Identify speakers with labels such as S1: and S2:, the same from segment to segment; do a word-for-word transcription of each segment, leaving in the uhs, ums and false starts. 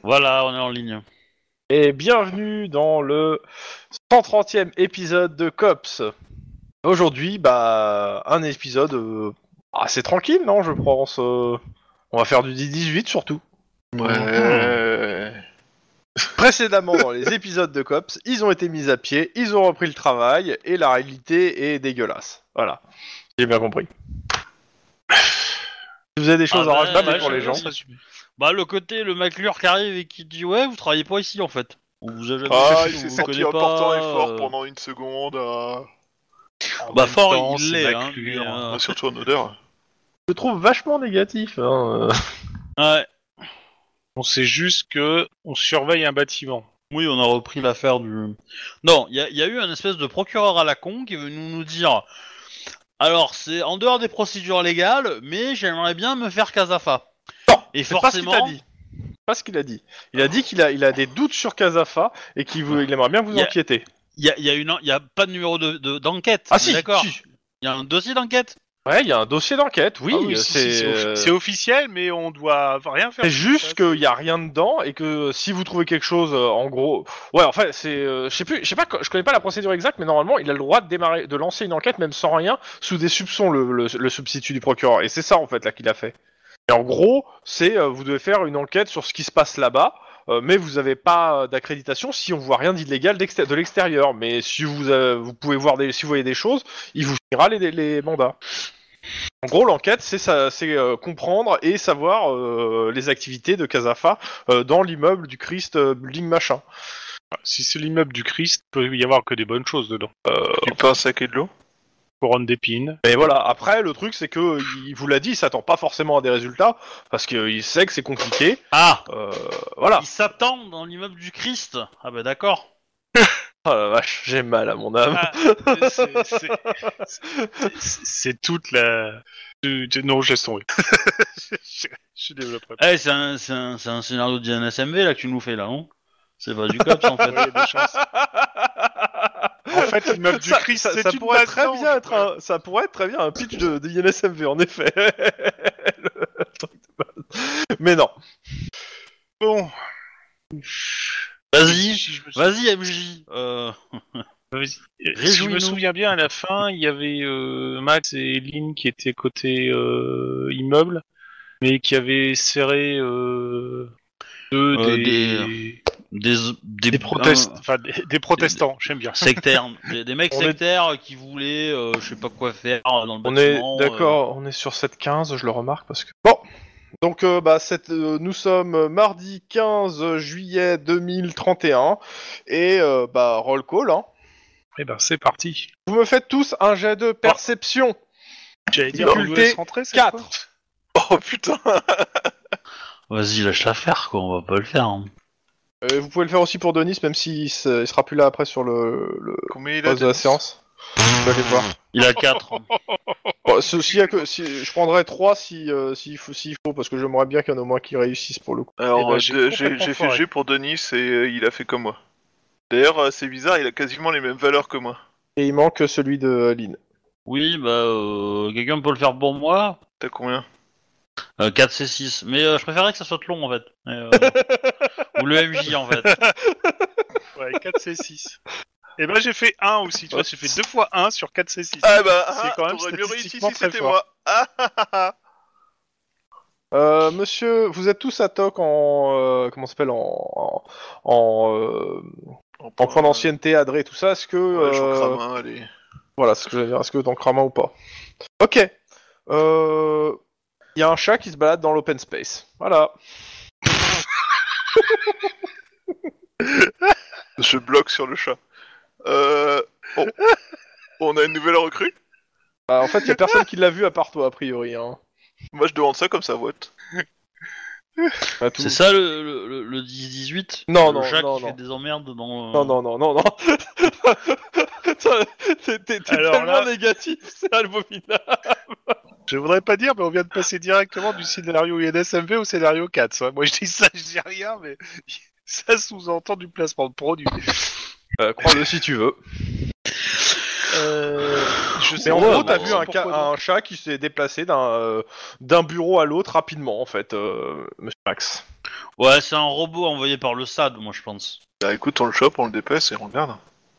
S1: Voilà, on est en ligne.
S2: Et bienvenue dans le cent trentième épisode de Cops. Aujourd'hui, bah, un épisode euh, assez tranquille, non, je pense. euh, On va faire du dix-huit surtout.
S3: Ouais.
S2: Précédemment, dans les épisodes de Cops, ils ont été mis à pied, ils ont repris le travail, et la réalité est dégueulasse. Voilà, j'ai bien compris. Si vous avez des choses
S1: Ah
S2: à
S1: bah,
S2: rajouter
S1: ouais,
S2: pour les
S1: je-
S2: gens.
S1: je- Bah le côté, le McClure qui arrive et qui dit ouais, vous travaillez pas ici en fait. On vous a jamais
S3: Ah,
S1: vu,
S3: il
S1: on
S3: s'est
S1: vous
S3: senti
S1: connaît
S3: important
S1: pas,
S3: et fort
S1: euh.
S3: pendant une seconde. euh,
S4: En
S1: Bah
S4: même
S1: fort,
S4: temps,
S1: il
S4: c'est
S1: l'est, hein,
S4: McClure.
S1: mais, euh,
S3: bah, surtout en odeur.
S2: Je le trouve vachement négatif. Hein. euh.
S1: Ouais.
S4: On sait juste que on surveille un bâtiment.
S1: Oui, on a repris l'affaire du... Non, il y, a- y a eu un espèce de procureur à la con qui est venu nous dire... Alors, c'est en dehors des procédures légales, mais j'aimerais bien me faire Casafa.
S2: Non,
S1: Et
S2: c'est pas ce qu'il
S1: forcément...
S2: t'a dit. C'est pas ce qu'il a dit. Il a dit qu'il a, il a des doutes sur Casafa et qu'il veut- il aimerait bien vous
S1: Y a-
S2: enquêter.
S1: Il y a, y a une, y a pas de numéro de, de- d'enquête.
S2: Ah
S1: on est
S2: si,
S1: d'accord.
S2: si.
S1: Il y a un dossier d'enquête.
S2: Ouais, il y a un dossier d'enquête, oui.
S4: Ah oui, si,
S2: c'est
S4: si, c'est, offi-
S2: euh,
S4: c'est officiel, mais on doit rien faire.
S2: c'est juste
S4: Ça,
S2: qu'il y a rien dedans et que si vous trouvez quelque chose, euh, en gros, ouais, en fait, c'est, euh, je sais plus, je sais pas, je connais pas la procédure exacte, mais normalement, il a le droit de démarrer, de lancer une enquête même sans rien, sous des soupçons, le, le, le substitut du procureur. Et c'est ça en fait là qu'il a fait. Et en gros, c'est, euh, vous devez faire une enquête sur ce qui se passe là-bas. Euh, mais vous n'avez pas euh, d'accréditation si on voit rien d'illégal d'exté- de l'extérieur. Mais si vous, euh, vous pouvez voir des, si vous voyez des choses, il vous finira les, les mandats. En gros, l'enquête, c'est, ça, c'est euh, comprendre et savoir euh, les activités de Casafa euh, dans l'immeuble du Christ euh, Building machin.
S4: Si c'est l'immeuble du Christ, peut y avoir que des bonnes choses dedans.
S3: Du pain, un sac et de l'eau.
S4: Couronne d'épines.
S2: Mais voilà, après, le truc, c'est que il vous l'a dit, il s'attend pas forcément à des résultats parce qu'il sait que c'est compliqué.
S1: Ah,
S2: Euh, voilà.
S1: il s'attend dans l'immeuble du Christ. Ah bah d'accord.
S2: Oh la vache, j'ai mal à mon âme.
S4: Ah, c'est, c'est, c'est- c'est toute la. tu- tu- Non, je laisse tomber. je, je développerai pas.
S1: Eh, c'est un, c'est un, c'est un scénario de N S M V là que tu nous fais là, non? C'est pas du cops en fait.
S4: Ouais, il y a des chances. En fait, l'immeuble du
S2: Ça-
S4: Christ,
S2: ça,
S4: c'est
S2: ça
S4: une
S2: pourrait
S4: base
S2: très
S4: d'ange,
S2: bien être
S4: quoi.
S2: un, ça pourrait être très bien un pitch de, de I N S M V en effet. Le truc de base. Mais non.
S4: Bon.
S1: Vas-y,
S4: Si je me sou-
S1: vas-y M J. Euh...
S4: Vas-y. Si je
S1: Réjouis-nous.
S4: me souviens bien, à la fin, il y avait euh, Max et Lynn qui étaient côté euh, immeuble, mais qui avaient serré euh, deux
S1: Euh,
S4: des...
S1: Des, des,
S4: des protest-
S1: un-
S4: enfin, des, des protestants, j'aime bien.
S1: sectaires, des, des mecs
S2: On est-
S1: sectaires qui voulaient, euh, je sais pas quoi faire dans le
S2: On est
S1: bâtiment.
S2: d'accord, on est sur sept quinze, je le remarque parce que. Bon. Donc euh, bah cette, euh, nous sommes mardi quinze juillet deux mille trente et un et euh, bah roll call. Hein.
S4: Eh ben, c'est parti.
S2: Vous me faites tous un jet de perception.
S4: J'allais dire,
S2: Difficulté
S4: on vous laisse rentrer, c'est
S2: quatre.
S3: Oh putain.
S1: euh. Vas-y, lâche l'affaire quoi, on va pas le faire. hein.
S2: Euh, vous pouvez le faire aussi pour Denis, même s'il s- il sera plus là après sur le, le
S3: Combien il a
S2: poste de la
S3: Denis
S2: séance. Je vais aller voir.
S1: Il a quatre.
S2: Bon, ce- s'il y a que, si, je prendrais trois si, euh, s'il faut, s'il faut, parce que j'aimerais bien qu'il y en ait au moins qui réussissent pour le coup.
S3: Alors,
S4: Eh ben,
S3: euh,
S4: j'ai
S3: j'ai- j'ai
S4: complètement
S3: j'ai fait
S4: foiré.
S3: G pour Denis et euh, il a fait comme moi. D'ailleurs, euh, c'est bizarre, il a quasiment les mêmes valeurs que moi.
S2: Et il manque celui de Lynn.
S1: Oui, bah, euh, quelqu'un peut le faire pour moi.
S3: T'as combien?
S1: Euh, quatre C six. Mais euh, je préférerais que ça soit long en fait. Mais, euh, Ou le M J en fait.
S4: Ouais, quatre C six. Et ben j'ai fait un aussi, tu vois, j'ai fait deux fois un sur quatre C six.
S3: Ah bah,
S4: C'est
S3: ah,
S4: quand même
S3: t'aurais mieux réussi si
S4: statistiquement très
S3: c'était
S4: fort.
S3: moi. Ah ah ah ah.
S2: Euh, monsieur, vous êtes tous à toc en, euh, comment ça s'appelle, en, en, en, euh, en point d'ancienneté, adré, tout ça. Est-ce que,
S3: Ouais, j'en
S2: euh,
S3: crame un, allez.
S2: voilà, ce que j'allais dire. Est-ce que t'en crames un ou pas? Ok. Euh, il y a un chat qui se balade dans l'open space. Voilà.
S3: Je bloque sur le chat. Euh... On... On a une nouvelle recrue?
S2: Bah, en fait, il y a personne qui l'a vu à part toi, a priori. Hein.
S3: Moi je demande ça comme ça, vote.
S2: Bah, tout-
S1: C'est ça le, le, le, le dix dix-huit?
S2: Non,
S1: le
S2: non,
S1: chat
S2: non,
S1: qui
S2: non.
S1: fait des emmerdes dans...
S2: Non, non, non, non, non. Ça, T'es t'es- t'es
S4: Alors
S2: tellement
S4: là-
S2: négatif, c'est abominable.
S4: Je voudrais pas dire, mais on vient de passer directement du scénario I N S M V au scénario quatre. Ça. Moi je dis ça, je dis rien, mais ça sous-entend du placement de produit.
S2: Euh, crois-le si tu veux.
S4: Euh, je
S2: Mais en
S1: Ouais,
S2: gros,
S1: bah,
S2: t'as vu un, ca-
S4: pourquoi non.
S2: un chat qui s'est déplacé d'un euh, d'un bureau à l'autre rapidement, en fait, euh, Monsieur Max.
S1: Ouais, c'est un robot envoyé par le S A D, moi je pense.
S3: Bah écoute, on le chope, on le dépêche et on le garde.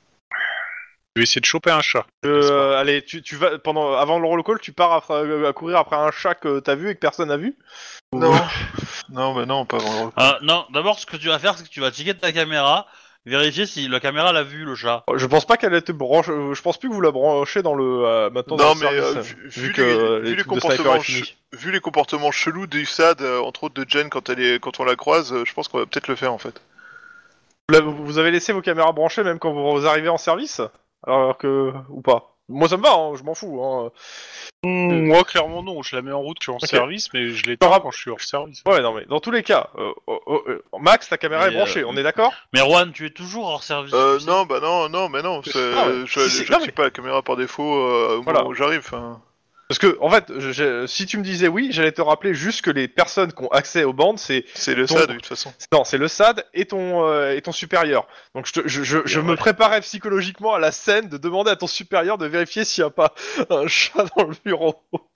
S4: Je vais essayer de choper un chat.
S2: Euh, allez, tu, tu vas pendant avant le roll call, tu pars après, à courir après un chat que t'as vu et que personne n'a vu.
S3: Non. non, bah non, pas avant le
S1: Ah, non, d'abord ce que tu vas faire, c'est que tu vas checker ta caméra, vérifier si la caméra l'a vu, le chat.
S2: Je pense pas qu'elle ait été branchée. Je pense plus que vous la branchez dans le euh, maintenant.
S3: Non,
S2: dans le
S3: mais
S2: service,
S3: euh,
S2: vu,
S3: vu, vu
S2: que
S3: les,
S2: euh,
S3: vu les
S2: l'équipe de sniper
S3: comportements
S2: est finie.
S3: che- vu les comportements chelous du S A D, euh, entre autres de Jen quand elle est quand on la croise, euh, je pense qu'on va peut-être le faire en fait.
S2: Vous l'avez- Vous avez laissé vos caméras branchées même quand vous arrivez en service, alors que ou pas. Moi ça me va, hein, je m'en fous. Hein.
S4: Mmh, moi, clairement, non. Je la mets en route, je suis en
S2: Ok.
S4: service, mais je l'éteins quand je suis hors service.
S2: Ouais, non mais dans tous les cas, euh, oh, oh, euh, Max, ta caméra
S1: Mais,
S2: est branchée,
S1: euh,
S2: on est d'accord?
S1: Mais Juan, tu es toujours hors service.
S3: Euh,
S1: tu sais.
S3: non, bah non, non, mais non, c'est-
S2: Ah ouais.
S3: je
S2: Si, si,
S3: je
S2: non,
S3: active
S2: mais-
S3: pas la caméra par défaut euh, au
S2: Voilà.
S3: moment où j'arrive. Hein.
S2: Parce que en fait, je- je- si tu me disais oui, j'allais te rappeler juste que les personnes qui ont accès aux bandes, c'est
S3: C'est le
S2: Ton-
S3: S A D de toute façon.
S2: non, c'est le S A D et ton euh, et ton supérieur. Donc je, te- je, je, je me préparais psychologiquement à la scène de demander à ton supérieur de vérifier s'il n'y a pas un chat dans le bureau.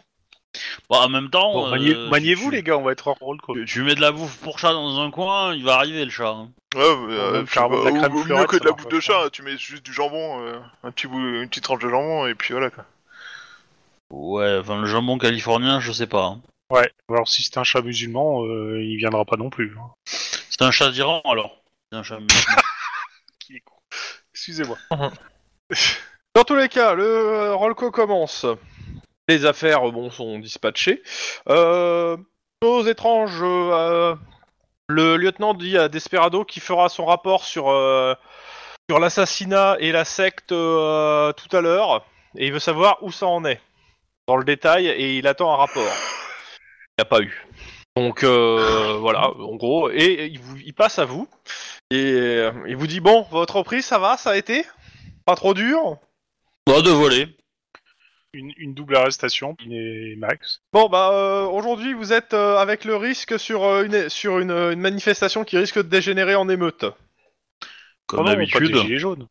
S1: Bon, en même temps,
S4: Bon,
S1: euh,
S4: maniez-
S1: tu-
S4: maniez-vous,
S1: tu-
S4: les gars, on va être hors roll call.
S1: Tu, tu mets de la bouffe pour chat dans un coin, il va arriver le chat. hein.
S3: Ouais, mais, euh,
S4: même
S3: je sais
S4: carrément
S3: pas,
S4: de la crème
S3: au, au mieux
S4: fleurette,
S3: que de
S4: ça
S3: la
S4: marche
S3: bouffe de
S4: pas.
S3: chat, tu mets juste du jambon, euh, un petit bout, une petite tranche de jambon et puis voilà quoi.
S1: Ouais, enfin le jambon californien, je sais pas. hein.
S4: Ouais. Alors, si c'est un chat musulman, euh, il viendra pas non plus. Hein.
S1: C'est un chat d'Iran alors. C'est un chat musulman.
S4: Qui est con. Excusez-moi.
S2: Dans tous les cas, le euh, roll call commence. Les affaires, euh, bon, sont dispatchées. Euh, chose étrange, euh, le lieutenant dit à Desperado qu'il fera son rapport sur euh, sur l'assassinat et la secte euh, tout à l'heure, et il veut savoir où ça en est dans le détail, et il attend un rapport. Il n'y a pas eu. Donc euh, voilà, en gros, et il, vous, il passe à vous, et euh, il vous dit bon, votre reprise, ça va, ça a été, pas trop dur.
S1: Bon, de voler.
S4: Une, une double arrestation, et Max.
S2: Bon bah euh, aujourd'hui vous êtes euh, avec le risque sur euh, une sur une, une manifestation qui risque de dégénérer en émeute.
S1: Comme
S4: Oh non, pas
S1: d'habitude.
S4: des gilets jaunes.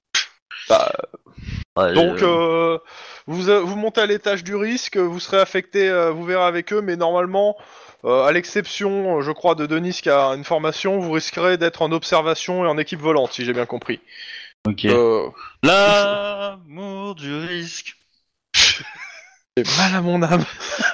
S1: Ouais,
S2: Donc
S1: euh,
S2: euh, vous euh, vous montez à l'étage du risque, vous serez affecté, euh, vous verrez avec eux, mais normalement, euh, à l'exception, euh, je crois, de Denis qui a une formation, vous risquerez d'être en observation et en équipe volante, si j'ai bien compris.
S1: Ok.
S2: Euh,
S1: L'amour du risque.
S2: j'ai mal à mon âme.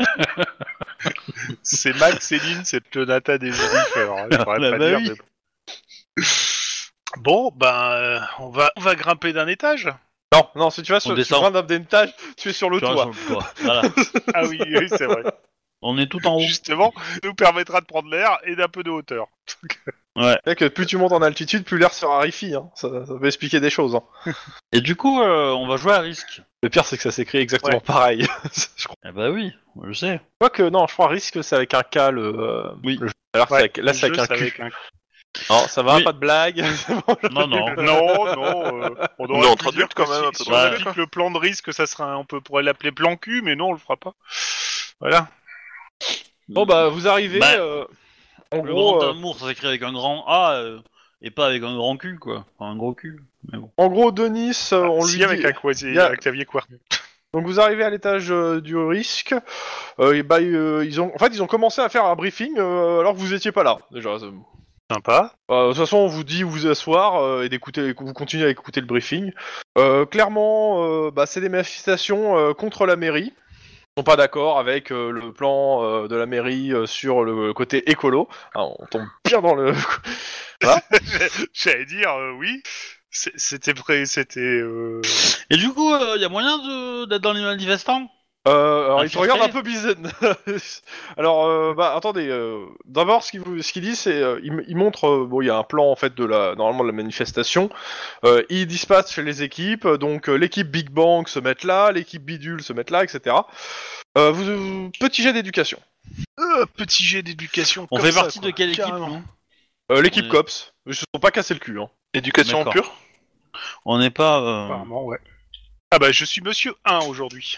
S4: C'est Max, Céline, c'est le Jonathan des unifères. Hein, je pourrais
S1: Ah,
S4: pas
S1: bah
S4: dire,
S1: oui.
S4: mais bon. Bon, ben, euh, on va, on va grimper d'un étage.
S2: Non, non, si tu vas sur, tu
S1: descend.
S2: grimpes d'un étage, tu es sur le
S1: Tu vois,
S2: toit.
S1: sur le toit. Voilà.
S4: Ah oui, oui, c'est vrai.
S1: On est tout en haut.
S4: Justement, nous permettra de prendre l'air et d'un peu de hauteur.
S1: Ouais.
S2: C'est que plus tu montes en altitude, plus l'air se raréfie. Hein. Ça, ça peut expliquer des choses. Hein.
S1: Et du coup, euh, on va jouer à risque.
S2: Le pire, c'est que ça s'écrit exactement
S4: Ouais.
S2: pareil. je crois
S1: Eh bah oui, je sais.
S2: que non, je crois risque, c'est avec un K le. euh,
S1: Oui.
S2: le jeu. Alors que c'est
S4: Ouais,
S2: avec- là,
S4: le
S2: c'est avec
S4: jeu,
S2: un
S4: c'est
S2: Q.
S4: avec un-
S2: Non, ça va,
S1: Oui.
S2: pas de blague.
S1: Non, non.
S4: Non, non, euh, on,
S3: On
S4: aurait
S3: est
S4: pu
S3: entre
S4: dire
S3: adultes, quand
S4: que
S3: même,
S4: si-
S3: un peu
S4: si
S1: de
S4: on
S1: respect,
S4: applique
S3: quoi.
S4: le plan de risque, ça serait, un- on peut pourrait l'appeler plan cul, mais non, on le fera pas. Voilà.
S2: Bon bah, vous arrivez.
S1: Bah,
S2: euh, en
S1: Le
S2: gros,
S1: grand
S2: euh,
S1: amour, ça s'écrit avec un grand A euh, et pas avec un grand cul, quoi. Enfin, un gros cul. Mais bon.
S2: en gros, Denis, euh, on
S4: si
S2: lui
S4: avec
S2: dit.
S4: un, clavier,
S2: il y a-
S4: un clavier Quark.
S2: Donc vous arrivez à l'étage euh, du risque. Euh, et bah, euh, ils ont, en fait, ils ont commencé à faire un briefing euh, alors que vous étiez pas là. Déjà. euh,
S4: Sympa.
S2: Euh, de toute façon, on vous dit où vous asseoir euh, et d'écouter, vous continuez à écouter le briefing. Euh, clairement, euh, bah, c'est des manifestations euh, contre la mairie. Ils sont pas d'accord avec euh, le plan euh, de la mairie euh, sur le côté écolo. Ah, on tombe bien dans le.
S4: J'allais dire, euh, oui. C'est- C'était prêt, c'était. Euh...
S1: Et du coup, il y a moyen de- d'être dans les manifestants
S2: Euh, alors, ils te
S1: Infiltré.
S2: regardent un peu bizarre. alors, euh, bah, attendez. euh, D'abord, ce qu'ils vous- ce qu'ils disent, c'est, euh, ils, ils montrent, euh, bon, il y a un plan en fait de la, normalement de la manifestation. Euh, ils dispatchent les équipes. Donc, euh, l'équipe Big Bang se met là, l'équipe Bidule se met là, et cetera. Euh, vous, vous- petit jet d'éducation.
S4: euh, petit jet d'éducation.
S1: On
S4: comme
S1: fait
S4: ça,
S1: partie
S4: quoi.
S1: de quelle équipe
S4: Carrément.
S1: nous
S2: Euh, l'équipe
S1: Ouais.
S2: Cops. Ils se sont pas cassés le cul. Hein.
S3: Éducation
S1: D'accord.
S3: pure.
S1: On n'est pas. euh,
S4: Apparemment, ouais. Ah bah, je suis monsieur un aujourd'hui.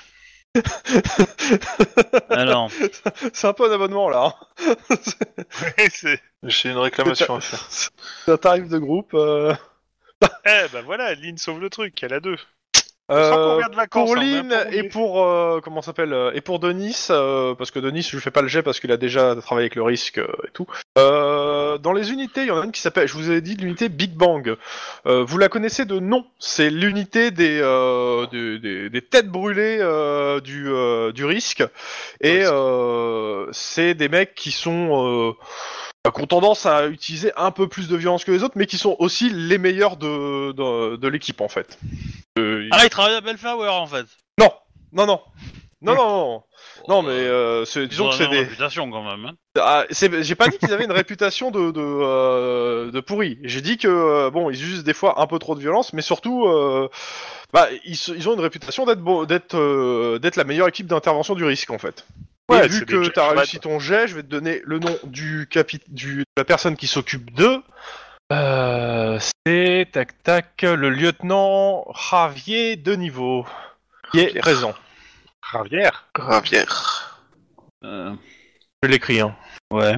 S1: Alors,
S2: c'est un peu un abonnement là. Hein.
S4: Ouais, c'est...
S3: J'ai une réclamation à faire.
S2: C'est un tarif de groupe. Euh...
S4: Eh bah voilà, Lynn sauve le truc, elle a deux.
S2: Euh,
S4: On sent qu'on revient de vacances,
S2: pour
S4: hein, on est un
S2: Lynn
S4: peu
S2: et
S4: rouillé.
S2: pour euh, comment ça s'appelle euh, et pour Denis, euh, parce que Denis je lui fais pas le jet parce qu'il a déjà travaillé avec le risque euh, et tout. Euh, dans les unités, il y en a une qui s'appelle, je vous ai dit l'unité Big Bang. Euh, vous la connaissez de nom, c'est l'unité des, euh, des, des des têtes brûlées euh, du euh, du risque et euh, c'est des mecs qui sont euh, qui ont tendance à utiliser un peu plus de violence que les autres, mais qui sont aussi les meilleurs de de, de l'équipe en fait. Euh,
S1: Ah, il travaille à Bellflower en fait.
S2: non, non, non, non, non, non, non,
S1: Oh,
S2: mais
S1: euh,
S2: euh, c'est-
S1: ils
S2: disons
S1: ont
S2: que
S1: la
S2: c'est
S1: même
S2: des.
S1: réputation quand même. Hein.
S2: Ah, c'est- j'ai pas dit qu'ils avaient une réputation de de, euh, de pourri. J'ai dit que euh, bon, ils usent des fois un peu trop de violence, mais surtout, euh, bah, ils, se- ils ont une réputation d'être bon, d'être euh, d'être la meilleure équipe d'intervention du risque en fait.
S4: Ouais,
S2: Et vu
S4: c'est des
S2: que
S4: Jack
S2: t'as
S4: Rad.
S2: réussi ton jet, je vais te donner le nom du capi du de la personne qui s'occupe d'eux. Euh, c'est tac tac le lieutenant Javier de niveau qui est
S3: Javier.
S2: présent.
S4: Javier.
S3: Ravière.
S1: Euh,
S2: Je l'écris hein.
S1: ouais.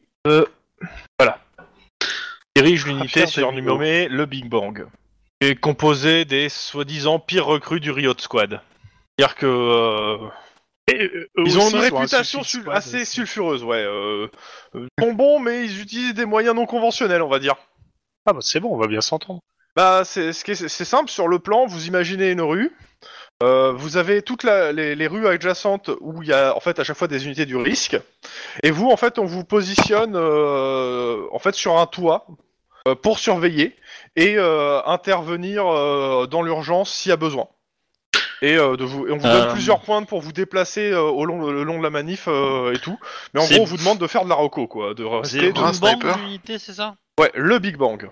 S2: Dirige l'unité
S4: Javier de
S2: surnommée le Big Bang. Est composé des soi-disant pires recrues du Riot Squad. C'est-à-dire que euh,
S4: Et, euh, eux
S2: ils ont
S4: aussi,
S2: une
S4: un
S2: réputation
S4: Suicide
S2: sul-
S4: Squad
S2: assez
S4: aussi.
S2: sulfureuse, ouais. Euh, euh, ils sont bons, mais ils utilisent des moyens non conventionnels, on va dire.
S4: Ah bah c'est bon, on va bien s'entendre.
S2: Bah, c'est ce qui est- c'est simple sur le plan. Vous imaginez une rue. Euh, vous avez toutes la- les, les rues adjacentes où il y a en fait à chaque fois des unités du risque. Et vous, en fait, on vous positionne euh, en fait sur un toit euh, pour surveiller et euh, intervenir euh, dans l'urgence s'il y a besoin. Et, euh, de vous, et on vous donne
S1: Euh.
S2: plusieurs points pour vous déplacer euh, au long, le long de la manif euh, et tout. Mais en
S1: C'est-
S2: gros, on vous demande de faire de la reco, quoi, de
S1: C'est
S2: rester.
S1: une
S2: De...
S3: un
S1: bande
S3: sniper.
S1: d'unité, c'est ça?
S2: Ouais, le Big Bang.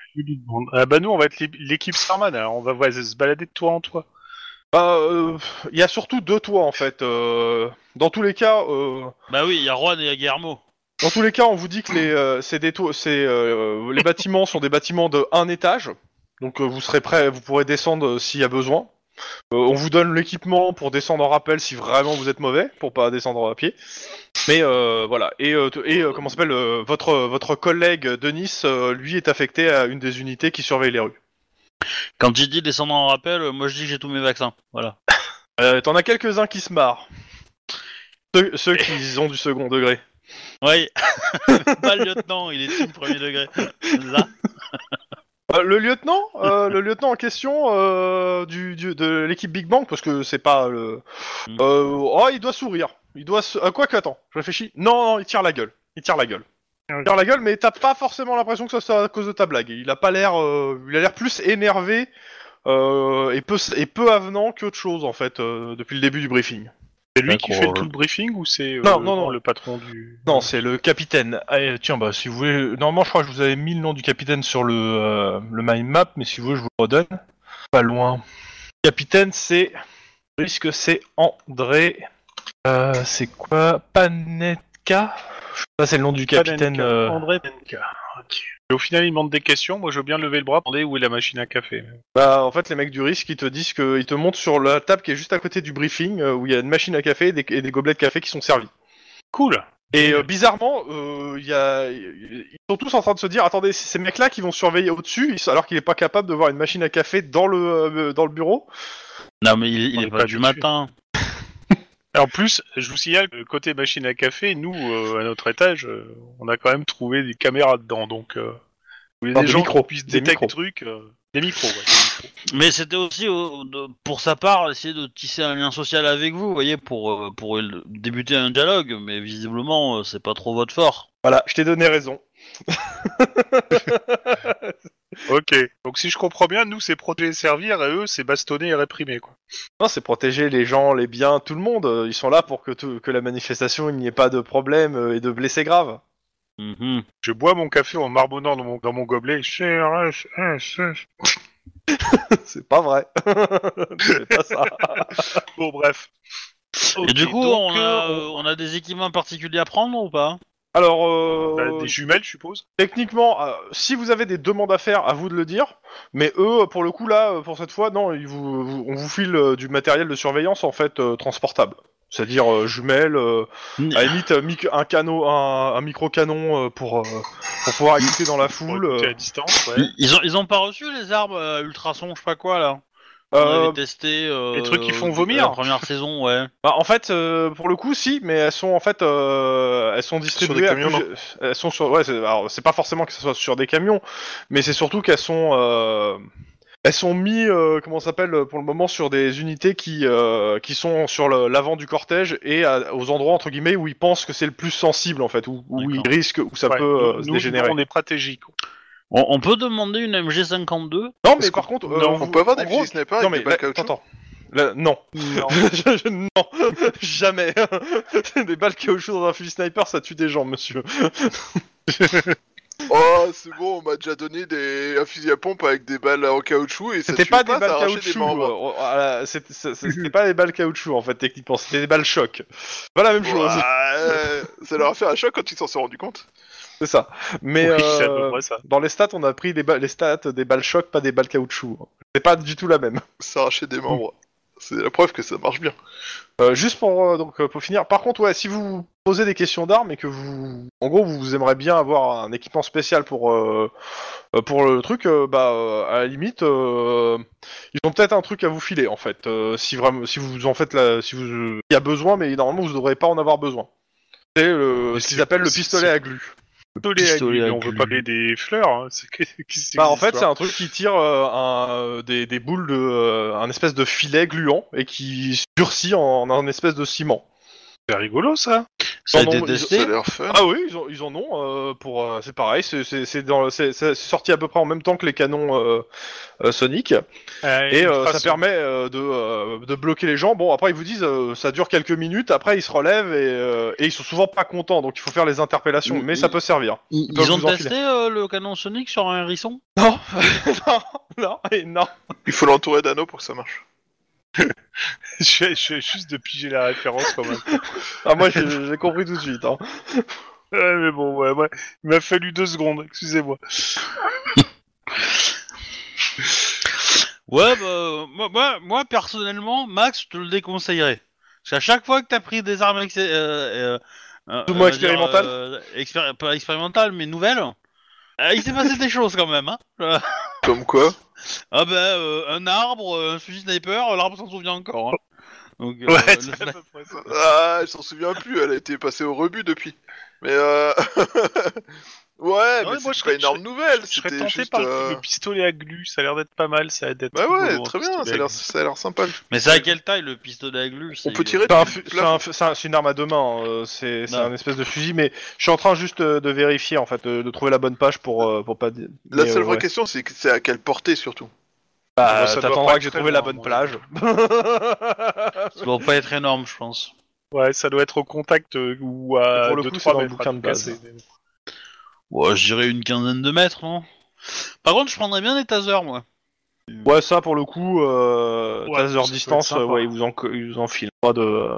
S4: Ah bah nous, on va être l'é- l'équipe Starman, alors on va voir- se balader de toi en toi.
S2: Bah, euh, il y a surtout deux toits en fait. Euh, dans tous les cas, euh,
S1: Bah oui, il y a Juan et il y a Guillermo.
S2: dans tous les cas, on vous dit que les, euh, c'est des toits, c'est euh, les bâtiments sont des bâtiments de un étage. Donc euh, vous serez prêt, vous pourrez descendre euh, s'il y a besoin. Euh, on vous donne l'équipement pour descendre en rappel si vraiment vous êtes mauvais, pour pas descendre à pied. Mais euh, voilà. Et, euh, t- et euh, comment s'appelle euh, votre votre collègue Denis, euh, lui est affecté à une des unités qui surveille les rues.
S1: Quand il dit descendre en rappel, euh, moi je dis que j'ai tous mes vaccins. Voilà.
S2: Euh, T'en as quelques-uns qui se marrent. Ceux, ceux qui ont du second degré.
S1: Oui. Pas le lieutenant, il est team premier degré. C'est ça.
S2: Euh, le lieutenant, euh, le lieutenant en question euh, du, du- de l'équipe Big Bang, parce que c'est pas le.
S1: Mm.
S2: Euh, oh, il doit sourire. Il doit. Se... Euh, quoi que attends, je réfléchis. Non, non, il tire la gueule. Il tire la gueule. Il tire la gueule, mais t'as pas forcément l'impression que ça soit à cause de ta blague. Il a pas l'air. Euh, il a l'air plus énervé euh, et peu et peu avenant qu'autre chose en fait euh, depuis le début du briefing.
S4: C'est lui qui
S1: D'accord.
S4: fait tout le briefing ou c'est euh,
S2: Non, non, non.
S4: le patron du...
S2: Non, c'est le capitaine. Ah, tiens, bah si vous voulez, normalement je crois que je vous avais mis le nom du capitaine sur le euh, le mind map, mais si vous voulez je vous le redonne. Pas loin. Capitaine, c'est risque, c'est André. Euh, c'est quoi? Panetka. Ça c'est le nom du capitaine.
S4: Panenka.
S2: euh,
S4: André Panenka. Ok. Et au final, il demande des questions. Moi, je veux bien lever le bras. Attendez, où est la machine à café?
S2: Bah en fait les mecs du risque ils te disent que ils te montrent sur la table qui est juste à côté du briefing euh, où il y a une machine à café et des, et des gobelets de café qui sont servis.
S4: Cool.
S2: Et euh, bizarrement, euh, y a... ils sont tous en train de se dire, attendez, c'est ces mecs-là qui vont surveiller au-dessus, ils- alors qu'il est pas capable de voir une machine à café dans le euh, dans le bureau.
S1: Non mais il, il
S4: On
S1: est
S4: est
S1: pas,
S4: pas
S1: du
S4: dessus.
S1: matin.
S4: Et en plus, je vous signale que côté machine à café, nous, euh, à notre étage, euh, on a quand même trouvé des caméras dedans. Donc, euh, vous voulez
S2: Non,
S4: des
S2: des
S4: gens
S2: micros,
S4: qui puissent
S2: des
S4: détecter
S2: micros.
S4: des trucs. euh, des micros, ouais. Des micros.
S1: Mais c'était aussi euh, de- pour sa part essayer de tisser un lien social avec vous, vous voyez, pour euh, pour euh, débuter un dialogue. Mais visiblement, euh, c'est pas trop votre fort.
S2: Voilà, je t'ai donné raison.
S4: Ok. Donc, si je comprends bien, nous, c'est protéger et servir, et eux, c'est bastonner et réprimer, quoi.
S2: Non, c'est protéger les gens, les biens, tout le monde. Euh, Ils sont là pour que tout- que la manifestation, il n'y ait pas de problème euh, et de blessés graves.
S1: Mhm.
S4: Je bois mon café en marmonnant dans mon, dans mon gobelet. C R S S S.
S2: C'est pas vrai. C'est pas ça.
S4: Bon, bref.
S1: Et du
S4: Ok,
S1: coup,
S4: donc,
S1: on, a,
S4: euh,
S1: euh, on a des équipements particuliers à prendre ou pas?
S2: Alors, euh,
S4: bah, des jumelles, je suppose.
S2: techniquement, euh, si vous avez des demandes à faire, à vous de le dire. Mais eux, pour le coup, là, euh, pour cette fois, non, ils vous, vous- on vous file euh, du matériel de surveillance en fait euh, transportable. C'est-à-dire euh, jumelles, euh, à la limite euh, mic- un canot, un, un micro canon pour euh, pour pouvoir écouter dans la
S4: Pour
S2: foule.
S4: écouter
S2: euh.
S4: à distance, ouais.
S1: Ils, ils ont ils ont pas reçu les armes euh, ultrasons, je sais pas quoi là. On
S2: Euh,
S1: avait testé. Euh,
S4: les trucs qui font
S1: euh,
S4: vomir.
S1: La première saison, ouais.
S2: Bah, en fait, euh, pour le coup, si, mais elles sont en fait, euh, elles sont distribuées.
S3: des
S2: à
S3: camions,
S2: plusieurs- Elles sont sur. Ouais, c'est... alors c'est pas forcément que ce soit sur des camions, mais c'est surtout qu'elles sont. Euh... Elles sont mis, euh, comment ça s'appelle, pour le moment, sur des unités qui euh, qui sont sur le- l'avant du cortège et à- aux endroits entre guillemets où ils pensent que c'est le plus sensible en fait, où, où ils
S1: D'accord.
S2: risquent, où ça
S4: Ouais,
S2: peut euh,
S4: nous,
S2: se
S4: nous,
S2: dégénérer.
S4: on est stratégique.
S1: On, on peut demander une M G cinquante-deux.
S2: Non, mais
S3: Est-ce
S2: par
S3: qu'on-
S2: contre, euh,
S4: non,
S2: vous-
S3: On peut avoir
S2: en
S3: des
S2: gros-
S3: fusils sniper
S2: Non
S3: avec
S2: mais
S3: des balles
S2: là,
S3: caoutchouc.
S2: attends, Là, non.
S4: Non.
S2: Je- je- non, jamais. Des balles caoutchouc dans un fusil sniper, ça tue des gens, monsieur.
S3: Oh, c'est bon, on m'a déjà donné des... un fusil à pompe avec des balles en caoutchouc et ça
S2: C'était
S3: tue
S2: pas,
S3: pas,
S2: des balles
S3: ça arrachait
S2: caoutchouc.
S3: des membres.
S2: euh, voilà, c'était c'est- c'est- c'était pas des balles caoutchouc en fait, techniquement. C'était des balles choc. Pas la même chose.
S3: Ouais, ça leur a fait un choc quand ils s'en sont rendus compte.
S2: C'est ça. Mais
S4: Oui, c'est à
S2: euh,
S4: peu près ça.
S2: dans les stats, on a pris des ba- les stats des balles choc, pas des balles caoutchouc. C'est pas du tout la même.
S3: Ça arrachait des membres. C'est la preuve que ça marche bien.
S2: Euh, juste pour euh, donc euh, pour finir. Par contre, ouais, si vous posez des questions d'armes et que vous, en gros, vous aimeriez bien avoir un équipement spécial pour euh, euh, pour le truc, euh, bah euh, à la limite, euh, ils ont peut-être un truc à vous filer en fait. Euh, si vraiment, si vous en faites la, si vous, il y a besoin, mais normalement vous ne devrez pas en avoir besoin. C'est le,
S4: Mais
S2: ce qu'ils
S4: c'est-
S2: appellent le
S4: c'est-
S2: pistolet
S4: c'est-
S2: à glu.
S4: Pistolet à
S1: pistolet
S4: glu,
S1: à
S4: mais on veut
S1: glu.
S4: pas les des fleurs. Hein. C'est que- qu'est-ce que
S2: Bah
S4: c'est
S2: en fait,
S4: cette
S2: c'est un truc qui tire euh, un, euh, des, des boules de, euh, un espèce de filet gluant et qui se durcit en, en un espèce de ciment.
S4: C'est rigolo ça.
S1: Ça a
S2: Non,
S1: été
S2: non, ils-
S1: testé.
S3: Ça a l'air fun.
S2: Ah oui, ils, ont, ils en ont euh, pour. euh, c'est pareil, c'est c'est c'est dans- c'est- c'est sorti à peu près en même temps que les canons euh, euh, Sonic
S4: Euh,
S2: et
S4: une
S2: euh, ça
S4: phrase-
S2: permet euh, de, euh, de bloquer les gens. Bon après ils vous disent euh, ça dure quelques minutes, après ils se relèvent et, euh, et ils sont souvent pas contents donc il faut faire les interpellations,
S1: Mm,
S2: mais ça
S1: mm.
S2: peut servir.
S1: Ils,
S2: peuvent
S1: ils ont
S2: vous enfiler.
S1: testé euh, le canon Sonic sur un hérisson.
S2: Non, non, non, et non.
S3: Il faut l'entourer d'anneaux pour que ça marche.
S4: je, vais- je vais juste de piger la référence quand même.
S2: Ah moi j'ai j'ai compris tout de suite. Hein.
S4: Ouais, mais bon, ouais, ouais. Il m'a fallu deux secondes, excusez-moi.
S1: Ouais, bah, moi, moi, moi, personnellement, Max, je te le déconseillerais. Parce qu'à chaque fois que t'as pris des armes ex- euh, euh, euh,
S2: Tout
S1: on
S2: moins
S1: va dire,
S2: expérimentales
S1: euh, expéri- pas expérimentales, mais nouvelles, euh, il s'est passé des choses quand même. Hein. Euh,
S3: Comme quoi
S1: ah ben, euh, un arbre, un fusil sniper, l'arbre s'en souvient encore. Hein. Donc, euh,
S4: Ouais,
S1: le
S4: c'est
S1: sni-
S4: à peu près ça.
S3: Ah, je s'en souviens plus, elle a été passée au rebut depuis. Mais euh... ouais, mais
S4: moi,
S3: c'est
S4: je
S3: pas
S4: serais-
S3: une arme nouvelle,
S4: Je serais
S3: c'était
S4: tenté
S3: juste...
S4: par le-
S3: euh,
S4: le pistolet à glu, ça a l'air d'être pas mal, ça a l'air d'être
S3: Bah ouais,
S4: rigolo, un
S3: très bien,
S4: pistolet
S3: ça a
S4: à
S3: l'air,
S4: glu.
S3: ça a l'air sympa.
S1: Mais c'est à quelle taille le pistolet à glu
S3: On peut tirer
S2: C'est, un
S3: du
S2: fu- c'est,
S3: plafond.
S2: un fu- c'est un- c'est une arme à deux mains, euh, c'est, c'est
S1: Non.
S2: un espèce de fusil, mais je suis en train juste euh, de vérifier en fait, de, de trouver la bonne page pour, euh, pour pas dire.
S3: La
S2: mais,
S3: seule
S2: euh,
S3: vraie
S2: ouais.
S3: question, c'est que c'est à quelle portée surtout.
S2: Bah,
S4: Ça doit
S2: t'attendras
S4: pas
S2: que j'ai
S4: être
S2: trouvé
S4: très
S2: la
S4: loin,
S2: bonne
S4: moi.
S2: plage.
S1: Ça doit pas être énorme, je pense.
S4: Ouais, ça doit être au contact euh, ou à
S2: Pour le
S4: deux
S2: coup,
S4: trois
S2: c'est dans le
S4: mètres.
S2: bouquin de
S4: en tout cas,
S2: base.
S4: c'est-
S1: Ouais, je dirais une quinzaine de mètres, non. Par contre, je prendrais bien des tasers, moi.
S2: Ouais, ça pour le coup, euh,
S4: Ouais,
S2: taser
S4: ça peut
S2: distance,
S4: être sympa.
S2: euh, ouais, ils vous en, co- ils vous en filent pas de. euh,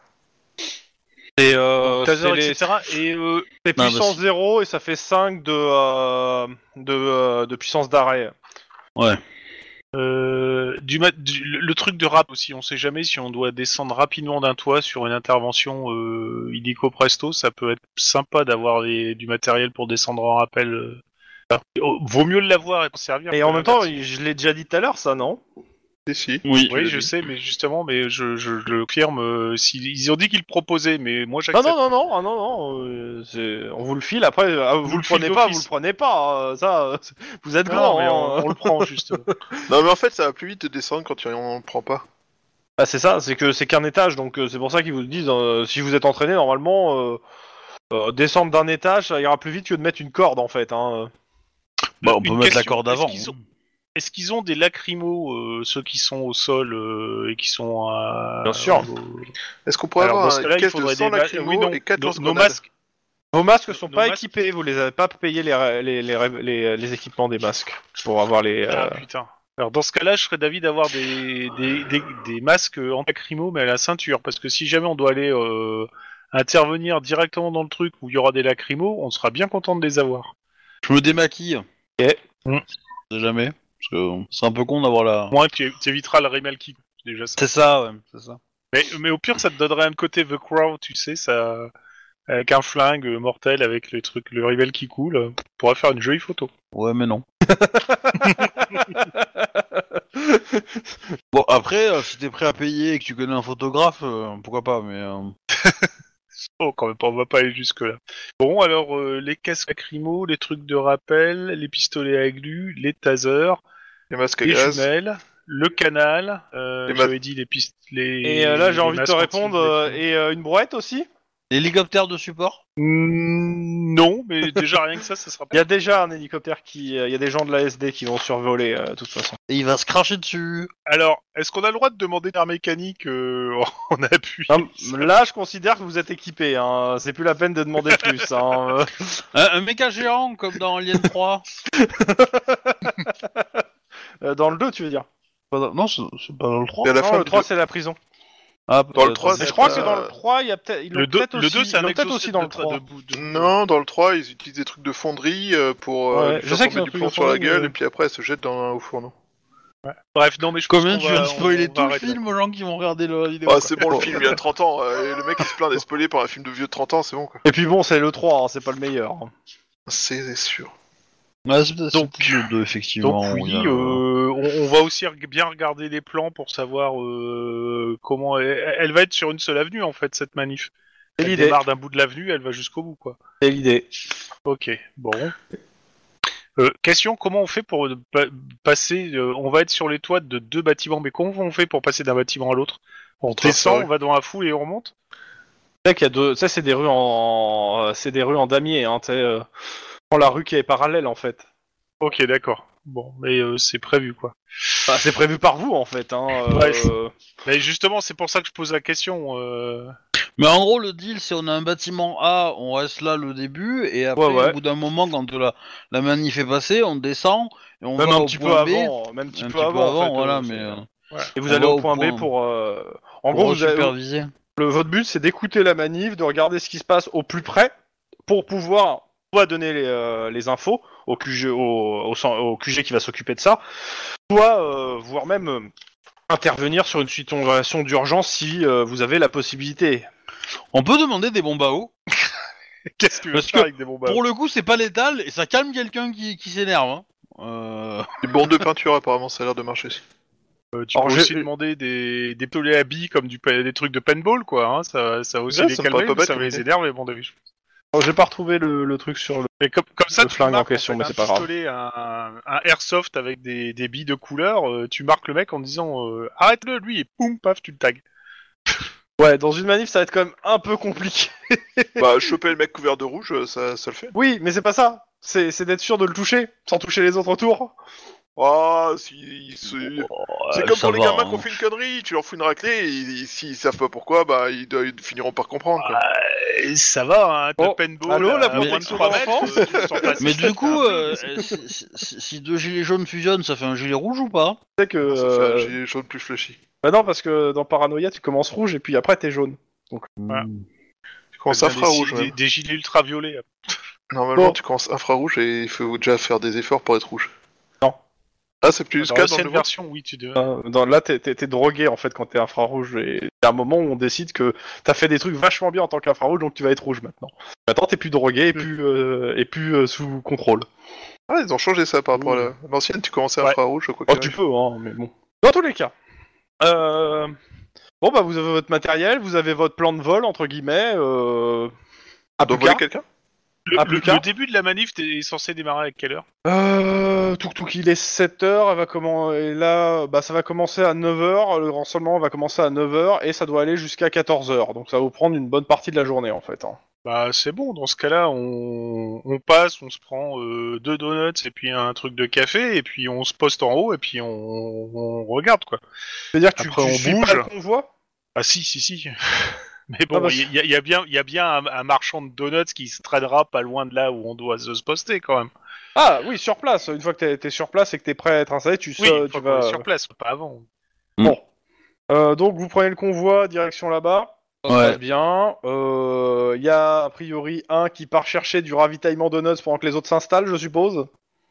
S2: C'est euh,
S4: Taser,
S2: c'est les-
S4: et cetera. Et euh,
S2: c'est
S1: Non,
S2: puissance
S1: bah,
S2: zéro et ça fait cinq de, euh, de, euh, de puissance d'arrêt.
S1: Ouais.
S4: euh, du, mat- du- le le truc de rap aussi, on sait jamais si on doit descendre rapidement d'un toit sur une intervention euh, illico presto, ça peut être sympa d'avoir des- du matériel pour descendre en rappel. euh. Oh, vaut mieux l'avoir et s'en servir.
S2: Et
S4: que
S2: en même temps,
S4: l'inverse.
S2: je l'ai déjà dit tout à l'heure, ça, non?
S3: Si, si.
S1: Oui.
S4: Oui, je sais, mais justement, mais je, je, je le confirme. euh, s'ils- ils ont dit qu'ils le proposaient, mais moi
S2: Non,
S4: j'accepte.
S2: non, non, non, ah, non, non, euh, c'est- on vous le file, après, euh, vous,
S4: Vous
S2: le
S4: le filez
S2: prenez pas, vous
S4: d'office.
S2: le prenez pas, euh, ça, euh, vous êtes
S4: Non,
S2: grand,
S4: mais
S2: hein.
S4: on, on le prend justement.
S3: Non, mais en fait, ça va plus vite de descendre quand tu en prends pas.
S2: Ah, c'est ça, c'est que c'est qu'un étage, donc euh, c'est pour ça qu'ils vous disent, euh, si vous êtes entraîné, normalement, euh, euh, descendre d'un étage, ça ira plus vite que de mettre une corde, en fait, hein.
S1: Bah, on
S4: Une
S1: peut mettre la
S4: question,
S1: corde
S4: est-ce
S1: avant.
S4: qu'ils ont- Est-ce qu'ils ont des lacrymos, euh, ceux qui sont au sol euh, et qui sont à...
S2: Bien sûr.
S4: au-
S3: Est-ce qu'on pourrait
S4: Alors, dans
S3: avoir
S4: ce
S3: une
S4: cas-là, il
S3: caisse de
S4: faudrait
S3: cent
S4: des ma-
S3: lacrymos
S4: oui, non,
S3: et quatre
S4: nos- nos
S3: lance-grenades?
S4: masques.
S2: Vos masques sont
S4: Nos
S2: pas
S4: masques-
S2: équipés, vous les avez pas payé les, ra- les, les, ra- les, les équipements des masques, pour avoir les... euh,
S4: Ah putain. Alors dans ce cas-là, je serais d'avis d'avoir des, des, des, des masques anti-lacrymo mais à la ceinture, parce que si jamais on doit aller euh, intervenir directement dans le truc où il y aura des lacrymos, on sera bien content de les avoir.
S1: Je me démaquille.
S2: Ok.
S4: Mm.
S1: Je sais jamais. Parce que c'est un peu con d'avoir la.
S4: Au moins, tu tu éviteras le Rimal Kick, déjà ça.
S1: C'est ça, ouais. C'est ça.
S4: Mais, mais au pire, ça te donnerait un côté The Crow, tu sais, ça... avec un flingue euh, mortel, avec le truc, le rivel qui coule, euh, on pourrait faire une jolie photo.
S1: Ouais, mais non. Bon, après, euh, si t'es prêt à payer et que tu connais un photographe, euh, pourquoi pas, mais... euh,
S4: Oh, quand même pas, on va pas aller jusque-là. Bon, alors, euh, les casques lacrymaux, les trucs de rappel, les pistolets à glu, les tasers,
S3: Les masques à
S4: les
S3: gaz.
S4: jumelles, le canal, euh,
S3: Les ma-
S4: j'avais dit les pistolets...
S2: Et euh, là, j'ai
S4: les
S2: envie de te
S4: masques
S2: répondre,
S4: anti-
S2: euh, et euh, une brouette aussi.
S1: L'hélicoptère de support?
S4: Mm, non, mais déjà rien que ça, ça sera
S2: Il
S4: pas...
S2: y a déjà un hélicoptère qui... euh, Il y a des gens de la S D qui vont survoler, euh, de toute façon.
S1: Et il va se cracher dessus.
S4: Alors, est-ce qu'on a le droit de demander un mécanique euh, en appui?
S2: Non, là, je considère que vous êtes équipés, hein. C'est plus la peine de demander plus, hein. euh.
S1: Un, un méca géant, comme dans Alien trois.
S2: Euh, Dans le deux, tu veux dire.
S1: Pas dans- Non, c'est c'est pas dans le trois.
S3: Et à la
S2: Non,
S3: fin
S2: le
S3: du
S2: trois,
S3: deux-
S2: c'est la prison.
S1: Ah,
S3: Dans le
S1: euh,
S3: trois,
S2: Mais
S3: c'est
S2: je crois
S3: pas-
S2: que dans le trois, il y a peut-être... Ils l'ont
S4: Le deux,
S2: peut-être
S4: le
S2: aussi,
S4: deux, c'est
S2: ils
S4: un
S2: l'ont peut-être
S4: exocet
S2: aussi dans le
S4: de,
S2: trois.
S4: de, bout de-
S3: Non, dans le trois, ils utilisent des trucs de fonderie euh, pour euh,
S2: Ouais,
S3: lui
S2: je
S3: faire
S2: sais qu'ils
S3: tomber
S2: ont
S3: du
S2: pris
S3: plomb
S2: le
S3: sur la
S2: fonderie,
S3: gueule
S2: mais-
S3: et puis après, elle se jette dans, au fourneau.
S4: Bref, non, mais je pense
S1: Combien
S4: qu'on
S1: tu viens
S4: va-
S1: de spoiler
S4: on
S1: tout
S4: va
S1: le
S4: arrêter
S1: film aux gens qui vont regarder la vidéo?
S3: Ah,
S1: quoi.
S3: c'est bon, le film, il y a trente ans. euh, et le mec, il se plaint d'être spoilé par un film de vieux de trente ans, c'est bon, quoi.
S2: Et puis bon, c'est le trois, hein, c'est pas le meilleur. hein.
S3: C'est sûr.
S1: Ouais, c'est peut-être
S4: Donc-
S1: c'est peut-être le deux, effectivement.
S4: Donc
S1: où
S4: oui,
S1: il y a le-
S4: euh, on, on va aussi reg- bien regarder les plans pour savoir euh, comment... Elle, elle va être sur une seule avenue, en fait, cette manif.
S2: C'est
S4: Elle
S2: l'idée.
S4: démarre d'un bout de l'avenue, elle va jusqu'au bout, quoi.
S2: C'est l'idée.
S4: Ok, bon. Euh, question, comment on fait pour euh, pa- passer... euh, on va être sur les toits de deux bâtiments, mais comment on fait pour passer d'un bâtiment à l'autre? On
S3: traverse
S4: descend,
S3: la rue.
S4: on va dans la foule et on remonte?
S2: Tu sais qu'il y a deux... Ça, c'est des rues en... euh, C'est des rues en damier, hein, tu sais... euh, prends la rue qui est parallèle, en fait.
S4: Ok, d'accord. Bon, mais euh, c'est prévu, quoi.
S2: Bah, c'est prévu par vous, en fait, hein. euh,
S4: Bref. Mais justement, c'est pour ça que je pose la question. Euh...
S1: Mais en gros, le deal, c'est on a un bâtiment A, on reste là le début, et après,
S2: Ouais, ouais.
S1: au bout d'un moment, quand la, la manif est passée, on descend, et on
S2: Même
S1: va
S2: un
S1: au
S2: petit peu
S1: point B.
S2: avant, même un petit
S1: un
S2: peu
S1: petit peu
S2: avant,
S1: avant,
S2: en fait,
S1: voilà,
S2: euh,
S1: mais...
S2: c'est-
S1: euh,
S2: Et vous
S1: on
S2: allez
S1: va
S2: au
S1: au
S2: point
S1: point-
S2: B pour... euh, En
S1: pour
S2: gros, vous avez...
S1: superviser.
S2: le... votre but, c'est d'écouter la manif, de regarder ce qui se passe au plus près, pour pouvoir soit donner les, euh, les infos au Q G, au, au, cen- au Q G qui va s'occuper de ça, soit, euh, voire même euh, intervenir sur une situation d'urgence si euh, vous avez la possibilité.
S1: On peut demander des bombes à eau.
S4: Qu'est-ce que tu veux
S1: Parce
S4: faire
S1: que
S4: avec des bombes?
S1: Pour le coup, c'est pas létal, et ça calme quelqu'un qui, qui s'énerve. Hein. Euh...
S3: Les bords de peinture, apparemment, ça a l'air de marcher.
S4: Euh, tu
S2: Alors,
S4: peux
S2: j'ai-
S4: aussi demander des, des pistolets à billes comme du, pa- des trucs de paintball, quoi. Hein. Ça, ça va aussi
S3: Ouais,
S4: les
S3: ça me
S4: calmer,
S3: paraît pas
S4: mais
S3: bête
S4: ça va
S3: comme
S4: les
S3: idée.
S4: énerver, mon avis.
S2: Alors, j'ai pas retrouvé le, le truc sur le...
S4: Mais comme, comme ça,
S2: Le
S4: tu
S2: flingue en
S4: marques,
S2: question,
S4: fait,
S2: mais
S4: un
S2: c'est pas grave.
S4: pistolet, un, un airsoft avec des, des billes de couleur, euh, tu marques le mec en disant euh, arrête-le, lui, et poum, paf, tu le tags.
S2: Ouais, dans une manif, ça va être quand même un peu compliqué.
S3: Bah, choper le mec couvert de rouge, ça, ça le fait.
S2: Oui, mais c'est pas ça. C'est, c'est d'être sûr de le toucher, sans toucher les autres autour.
S3: Ah, si, c'est c'est
S1: euh,
S3: comme
S1: ça
S3: pour les
S1: va,
S3: gamins
S1: hein.
S3: qui ont fait une connerie, tu leur fous une raclée, et ils- s'ils savent pas pourquoi, bah ils, doivent- ils finiront par comprendre. Quoi.
S4: Et ça va, hein,
S2: Oh,
S4: de paintball
S2: allô,
S4: à
S2: la
S4: moins de
S2: protection
S4: trois
S2: d'enfants
S4: mètres, euh, tu te sens passer,
S1: Mais
S4: ça
S1: du
S4: te
S1: coup,
S4: fait un peu,
S1: euh,
S4: mais c'est-
S1: si, si- si- si deux gilets jaunes fusionnent, ça fait un gilet rouge ou pas?
S2: Tu sais que...
S3: Ça fait un
S2: euh,
S3: gilet jaune plus flashy.
S2: Bah non, parce que dans Paranoia, tu commences rouge et puis après t'es jaune.
S4: Voilà.
S3: Tu commences
S4: ça devient
S3: infrarouge,
S4: des,
S3: ouais.
S4: des, des gilets ultraviolets.
S3: Normalement,
S2: Bon.
S3: tu commences infrarouge et il faut déjà faire des efforts pour être rouge.
S2: Non.
S3: Ah, c'est plus
S4: Dans
S3: cas dans le
S4: l'ancienne
S3: nouveau.
S4: version, oui, tu devais.
S2: Euh, Dans, là, t'es, t'es, t'es drogué en fait quand t'es infrarouge. Et il y a un moment où on décide que t'as fait des trucs vachement bien en tant qu'infrarouge, donc tu vas être rouge maintenant. Maintenant, t'es plus drogué et plus, euh, et plus euh, sous contrôle.
S3: Ah, ils ont changé ça par rapport à la- l'ancienne, tu commençais
S4: Ouais.
S3: infrarouge, quoi
S2: Oh,
S3: qu'il
S2: tu
S3: arrive.
S2: peux, hein, mais bon. Dans tous les cas. Euh... Bon, bah, vous avez votre matériel, vous avez votre plan de vol, entre guillemets. Euh... À
S3: Donc,
S2: plus
S3: voler
S2: qu'à.
S3: quelqu'un
S4: Le,
S2: Ah,
S4: le-
S2: plus qu'à.
S4: le début de la manif, t'es censé démarrer à quelle heure?
S2: Euh, Tuk Tuk, il est sept heures, elle va commen- et là, bah, ça va commencer à neuf heures, le rassemblement va commencer à neuf heures, et ça doit aller jusqu'à quatorze heures, donc ça va vous prendre une bonne partie de la journée, en fait. Hein.
S4: Bah c'est bon, dans ce cas-là, on, on passe, on se prend euh, deux donuts et puis un truc de café, et puis on se poste en haut, et puis on, on regarde, quoi.
S2: C'est-à-dire que tu,
S4: Après,
S2: tu
S4: on
S2: suis
S4: bouge.
S2: pas le convoi.
S4: Ah si, si, si. Mais
S2: Ah,
S4: bon,
S2: bah,
S4: il y, a- y a bien, y a bien un, un marchand de donuts qui se traînera pas loin de là où on doit se se poster, quand même.
S2: Ah oui, sur place, une fois que t'es, t'es sur place et que t'es prêt à être installé, tu,
S4: Oui,
S2: sais,
S4: une
S2: tu
S4: fois qu'on
S2: vas...
S4: est sur place, pas avant.
S2: Bon. Euh, donc vous prenez le convoi, direction là-bas. Ça se
S1: Ouais.
S2: passe bien. Il euh, y a a priori un qui part chercher du ravitaillement donuts pendant que les autres s'installent, je suppose.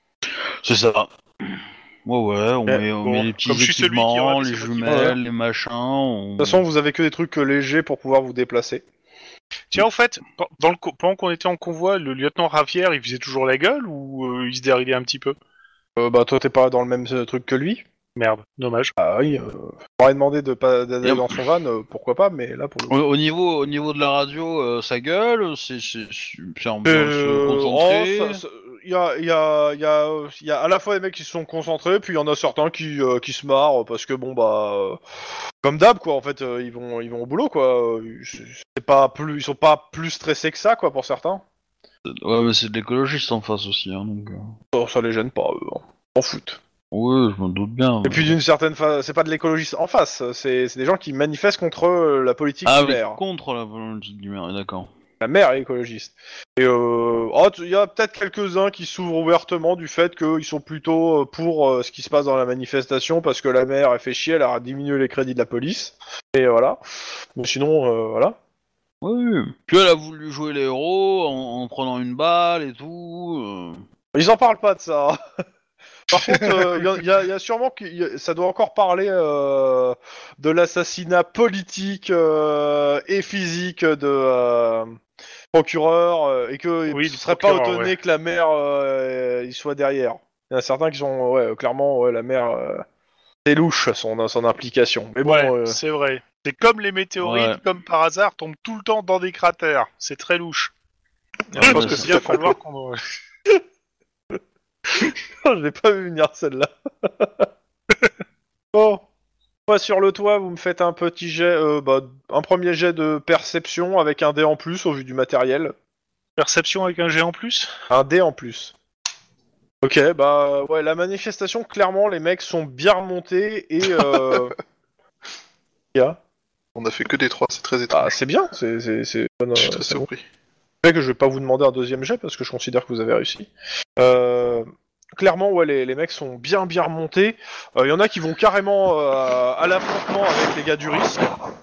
S1: C'est ça. Ouais, ouais, on,
S2: Eh,
S1: met, on
S4: bon,
S1: met les petits
S4: comme je suis celui qui
S1: équipements,
S4: aura
S1: les
S4: des équipements,
S1: jumelles,
S2: ouais.
S1: les machins. On...
S2: De toute façon, vous avez que des trucs euh, légers pour pouvoir vous déplacer.
S4: Tiens, en fait, pe- dans le co- pendant qu'on était en convoi, le lieutenant Ravière, il faisait toujours la gueule ou euh, il se déridait un petit peu?
S2: Euh, bah toi t'es pas dans le même euh, truc que lui.
S4: Merde, dommage.
S2: Ah oui, euh, on aurait demandé de pas d'aller
S1: Yep.
S2: dans son van, euh, pourquoi pas, mais là pour le coup.
S1: Au, au niveau, au niveau de la radio, euh, ça gueule, c'est c'est c'est ambiance
S2: Euh,
S1: concentrée.
S2: oh, ça- ça- Il y a, il y, a, il y, a, il y a à la fois des mecs qui se sont concentrés, puis il y en a certains qui, euh, qui se marrent parce que bon bah euh, comme d'hab quoi en fait euh, ils vont ils vont au boulot quoi. Euh, C'est pas plus ils sont pas plus stressés que ça quoi pour certains.
S1: Ouais, mais c'est de l'écologiste en face aussi, hein, donc. euh.
S2: Oh, ça les gêne pas eux, hein. En foot.
S1: Ouais, je m'en doute bien.
S2: Et puis d'une certaine façon, c'est pas de l'écologiste en face, c'est c'est des gens qui manifestent contre euh, la politique
S1: Ah
S2: du
S1: oui,
S2: maire.
S1: contre la politique du maire, d'accord.
S2: La mère est écologiste. Et euh, oh, il y a peut-être quelques-uns qui s'ouvrent ouvertement du fait qu'ils sont plutôt euh, pour euh, ce qui se passe dans la manifestation parce que la mère elle fait chier, elle a diminué les crédits de la police. Et voilà. Mais sinon, euh, voilà.
S1: Oui, oui. Puis elle a voulu jouer les héros en, en prenant une balle et tout. euh.
S2: Ils en parlent pas de ça. Par contre, euh, il y, a- y a sûrement que y a- ça doit encore parler euh, de l'assassinat politique euh, et physique de euh, procureur euh, et que
S4: Oui,
S2: ne
S4: du
S2: serait pas
S4: procureur,
S2: étonné
S4: ouais.
S2: que la mère euh, il soit derrière. Il y en a certains qui sont ouais, clairement ouais, la mère euh, c'est louche son, son implication. Mais bon,
S4: Ouais,
S2: euh,
S4: c'est vrai. C'est comme les météorites,
S1: Ouais.
S4: comme par hasard, tombent tout le temps dans des cratères. C'est très louche.
S1: Ouais,
S4: je pense
S1: bah,
S4: que
S1: c'est
S4: c'est bien
S3: très
S4: falloir qu'on...
S2: je l'ai pas vu venir celle-là. Bon. Moi, sur le toit, vous me faites un petit jet, euh, bah, un premier jet de perception avec un dé en plus au vu du matériel.
S4: Perception avec un G en plus?
S2: Un dé en plus. Ok, bah ouais, la manifestation, clairement, les mecs sont bien remontés et... Euh... y a
S3: On a fait que des trois, c'est très
S2: Ah,
S3: étrange.
S2: c'est bien, c'est... c'est, c'est...
S3: Je suis
S2: euh,
S3: très
S2: c'est bon.
S3: surpris.
S2: C'est vrai que je vais pas vous demander un deuxième jet parce que je considère que vous avez réussi. Euh... Clairement, ouais, les, les mecs sont bien bien remontés. Il euh, y en a qui vont carrément euh, à l'affrontement avec les gars du risque.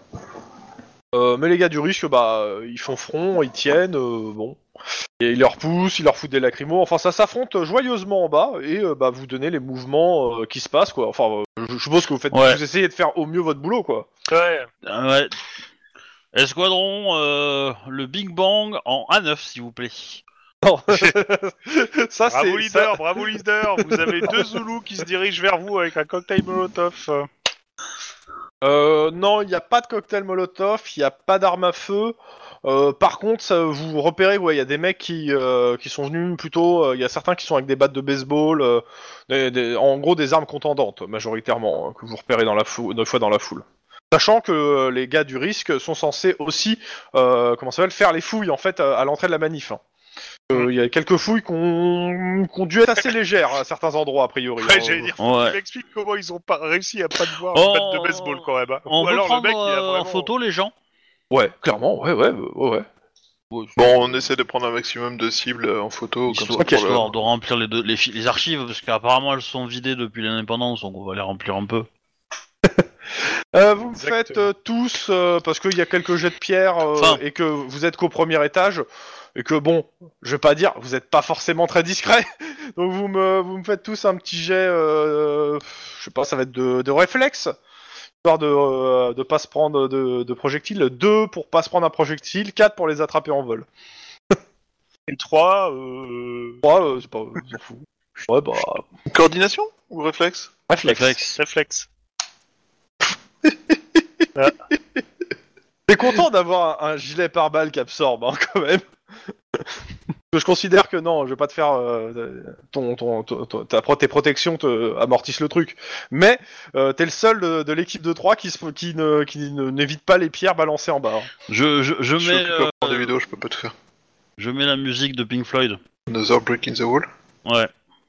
S2: Euh, mais les gars du risque, bah, ils font front, ils tiennent, euh, bon. Et ils leur poussent, ils leur foutent des lacrymos. Enfin, ça s'affronte joyeusement en bas et euh, bah, vous donnez les mouvements euh, qui se passent, quoi. Enfin, euh, je, je suppose que vous faites,
S1: Ouais.
S2: vous essayez de faire au mieux votre boulot, quoi.
S4: Ouais.
S1: Ah ouais. Escadron, euh, le Big Bang en A neuf, s'il vous plaît.
S2: Non. ça,
S4: Bravo
S2: c'est
S4: leader,
S2: ça-
S4: bravo leader. Vous avez deux Zoulous qui se dirigent vers vous avec un cocktail Molotov.
S2: Euh, non, il n'y a pas de cocktail Molotov, il n'y a pas d'arme à feu. Euh, par contre, ça, vous repérez, ouais, il y a des mecs qui euh, qui sont venus plutôt. Il y a certains qui sont avec des battes de baseball, euh, des- des- en gros des armes contendantes majoritairement hein, que vous repérez dans la foule, une fois dans la foule. Sachant que euh, les gars du risque sont censés aussi, euh, comment ça s'appelle, faire les fouilles en fait à, à l'entrée de la manif. hein. Euh, Il y a quelques fouilles qui ont qui ont dû être assez légères à certains endroits a priori.
S4: Ouais,
S2: hein.
S4: j'allais dire,
S1: Ouais.
S4: tu m'expliques comment ils ont pas réussi à pas te voir
S1: Oh,
S4: une batte de baseball quand même. hein.
S1: On
S4: Ou
S1: peut
S4: alors
S1: prendre
S4: le mec il a
S1: euh,
S4: vraiment...
S1: en photo les gens.
S2: Ouais, clairement, ouais, ouais, ouais. ouais.
S1: Ouais,
S3: Bon, on essaie de prendre un maximum de cibles euh, en photo, comme
S1: Histoire,
S3: ça, pour le-
S1: histoire de remplir les, deux, les, fi- les archives, parce qu'apparemment elles sont vidées depuis l'indépendance, donc on va les remplir un peu.
S2: Euh, vous me
S4: Exactement.
S2: faites euh, tous, euh, parce qu'il y a quelques jets de pierre euh,
S1: Enfin.
S2: et que vous êtes qu'au premier étage, et que bon, je vais pas dire, vous êtes pas forcément très discret, donc vous me, vous me faites tous un petit jet, euh, je sais pas, ça va être de, de réflexe, histoire de, euh, de pas se prendre de, de projectiles, deux pour pas se prendre un projectile, quatre pour les attraper en vol.
S4: Et trois, euh...
S2: trois, euh, c'est pas, je m'en fous. Ouais bah,
S3: Coordination ou réflexe?
S2: réflexe.
S1: Réflexe.
S4: réflexe.
S2: T'es content d'avoir un, un gilet pare-balles qui absorbe, hein, quand même. Parce que je considère que non, je vais pas te faire euh, ton, ton, ton- ton- ta pro- tes protections te amortissent le truc. Mais euh, t'es le seul de, de l'équipe de trois qui, se, qui ne qui ne- n'évite pas les pierres balancées en bas. hein.
S1: Je, je, je
S3: Je suis
S1: mets,
S3: occupé à prendre
S1: euh,
S3: des vidéos, je peux pas tout faire.
S1: je mets la musique de Pink Floyd.
S3: Another Break in the Wall.
S1: Ouais.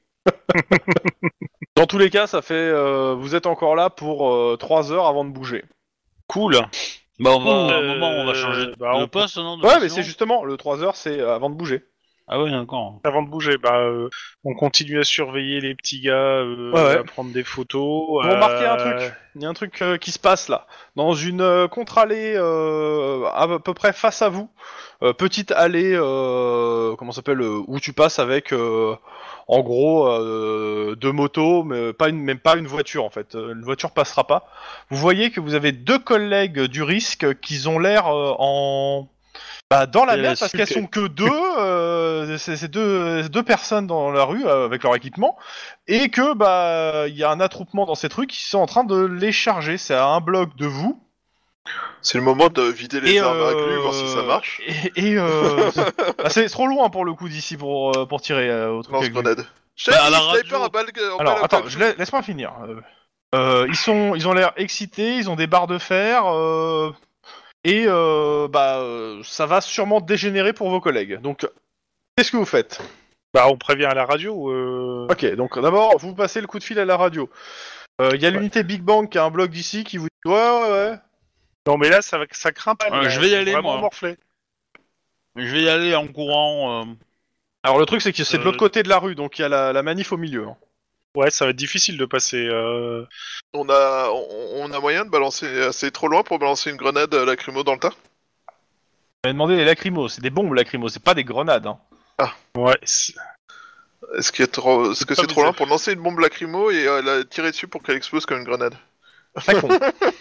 S2: Dans tous les cas, ça fait euh, vous êtes encore là pour euh, trois heures avant de bouger.
S4: Cool.
S1: Bah on va, à un
S4: Euh,
S1: moment on va changer de,
S4: bah,
S1: de
S4: on-
S1: poste, non de
S2: Ouais, mais
S1: mission
S2: c'est justement le trois heures, c'est euh, avant de bouger.
S1: Ah ouais, d'accord.
S4: Avant de bouger, bah, euh, on continue à surveiller les petits gars, euh,
S2: Ouais, ouais.
S4: à prendre des photos.
S2: Vous
S4: euh,
S2: remarquez un truc, il y a un truc euh, qui se passe là. Dans une euh, contre-allée euh, à peu près face à vous, euh, petite allée, euh, comment ça s'appelle, euh, où tu passes avec, euh, en gros, euh, deux motos, mais pas une, même pas une voiture en fait. Euh, Une voiture passera pas. Vous voyez que vous avez deux collègues du risque qui ont l'air euh, en Bah dans la
S1: Et
S2: merde parce
S1: super.
S2: qu'elles sont que deux, euh, c'est, c'est deux, deux personnes dans la rue euh, avec leur équipement, et que bah il y a un attroupement dans ces trucs qui sont en train de les charger. C'est à un bloc de vous.
S3: C'est le moment de vider les
S2: et
S3: armes à
S2: euh,
S3: glu, voir si ça marche.
S2: Et, et euh, bah, c'est trop loin pour le coup d'ici pour euh, pour tirer euh, au truc. avec lui.
S3: Lance-grenade. Je
S1: Bah, à
S3: t'ai
S1: la
S3: dit, sniper
S1: radio.
S3: à balle, en
S2: Alors
S3: balle à
S2: attends,
S3: balle.
S2: je la- laisse-moi finir. Euh, euh, ils sont, ils ont l'air excités, ils ont des barres de fer. Euh, Et euh, bah, euh, ça va sûrement dégénérer pour vos collègues. Donc, qu'est-ce que vous faites ?
S4: Bah, on prévient à la radio. Euh...
S2: Ok, donc d'abord, vous passez le coup de fil à la radio. Il euh, y a
S4: Ouais.
S2: l'unité Big Bang qui a un bloc d'ici qui vous dit ouais, ouais, ouais.
S4: Non, mais là, ça, va- ça craint pas.
S1: Euh,
S4: là,
S1: je vais y
S4: c'est
S1: aller,
S4: vraiment
S1: moi.
S4: morflé.
S1: Mais je vais y aller en courant. euh.
S2: Alors, le truc, c'est que c'est de
S4: Euh,
S2: l'autre côté de la rue, donc il y a la, la manif au milieu. Hein.
S4: Ouais, ça va être difficile de passer. Euh...
S3: On a, on, on a moyen de balancer. C'est trop loin pour balancer une grenade à lacrymo dans le tas.
S2: On m'a demandé les lacrymos, c'est des bombes lacrymos, c'est pas des grenades. Hein.
S4: Ouais. c'est-
S3: Est-ce qu'il y a trop... Est-ce que
S4: pas
S3: c'est trop loin
S4: bizarre.
S3: pour lancer une bombe lacrymo et euh, la tirer dessus pour qu'elle explose comme une grenade?
S2: Très con.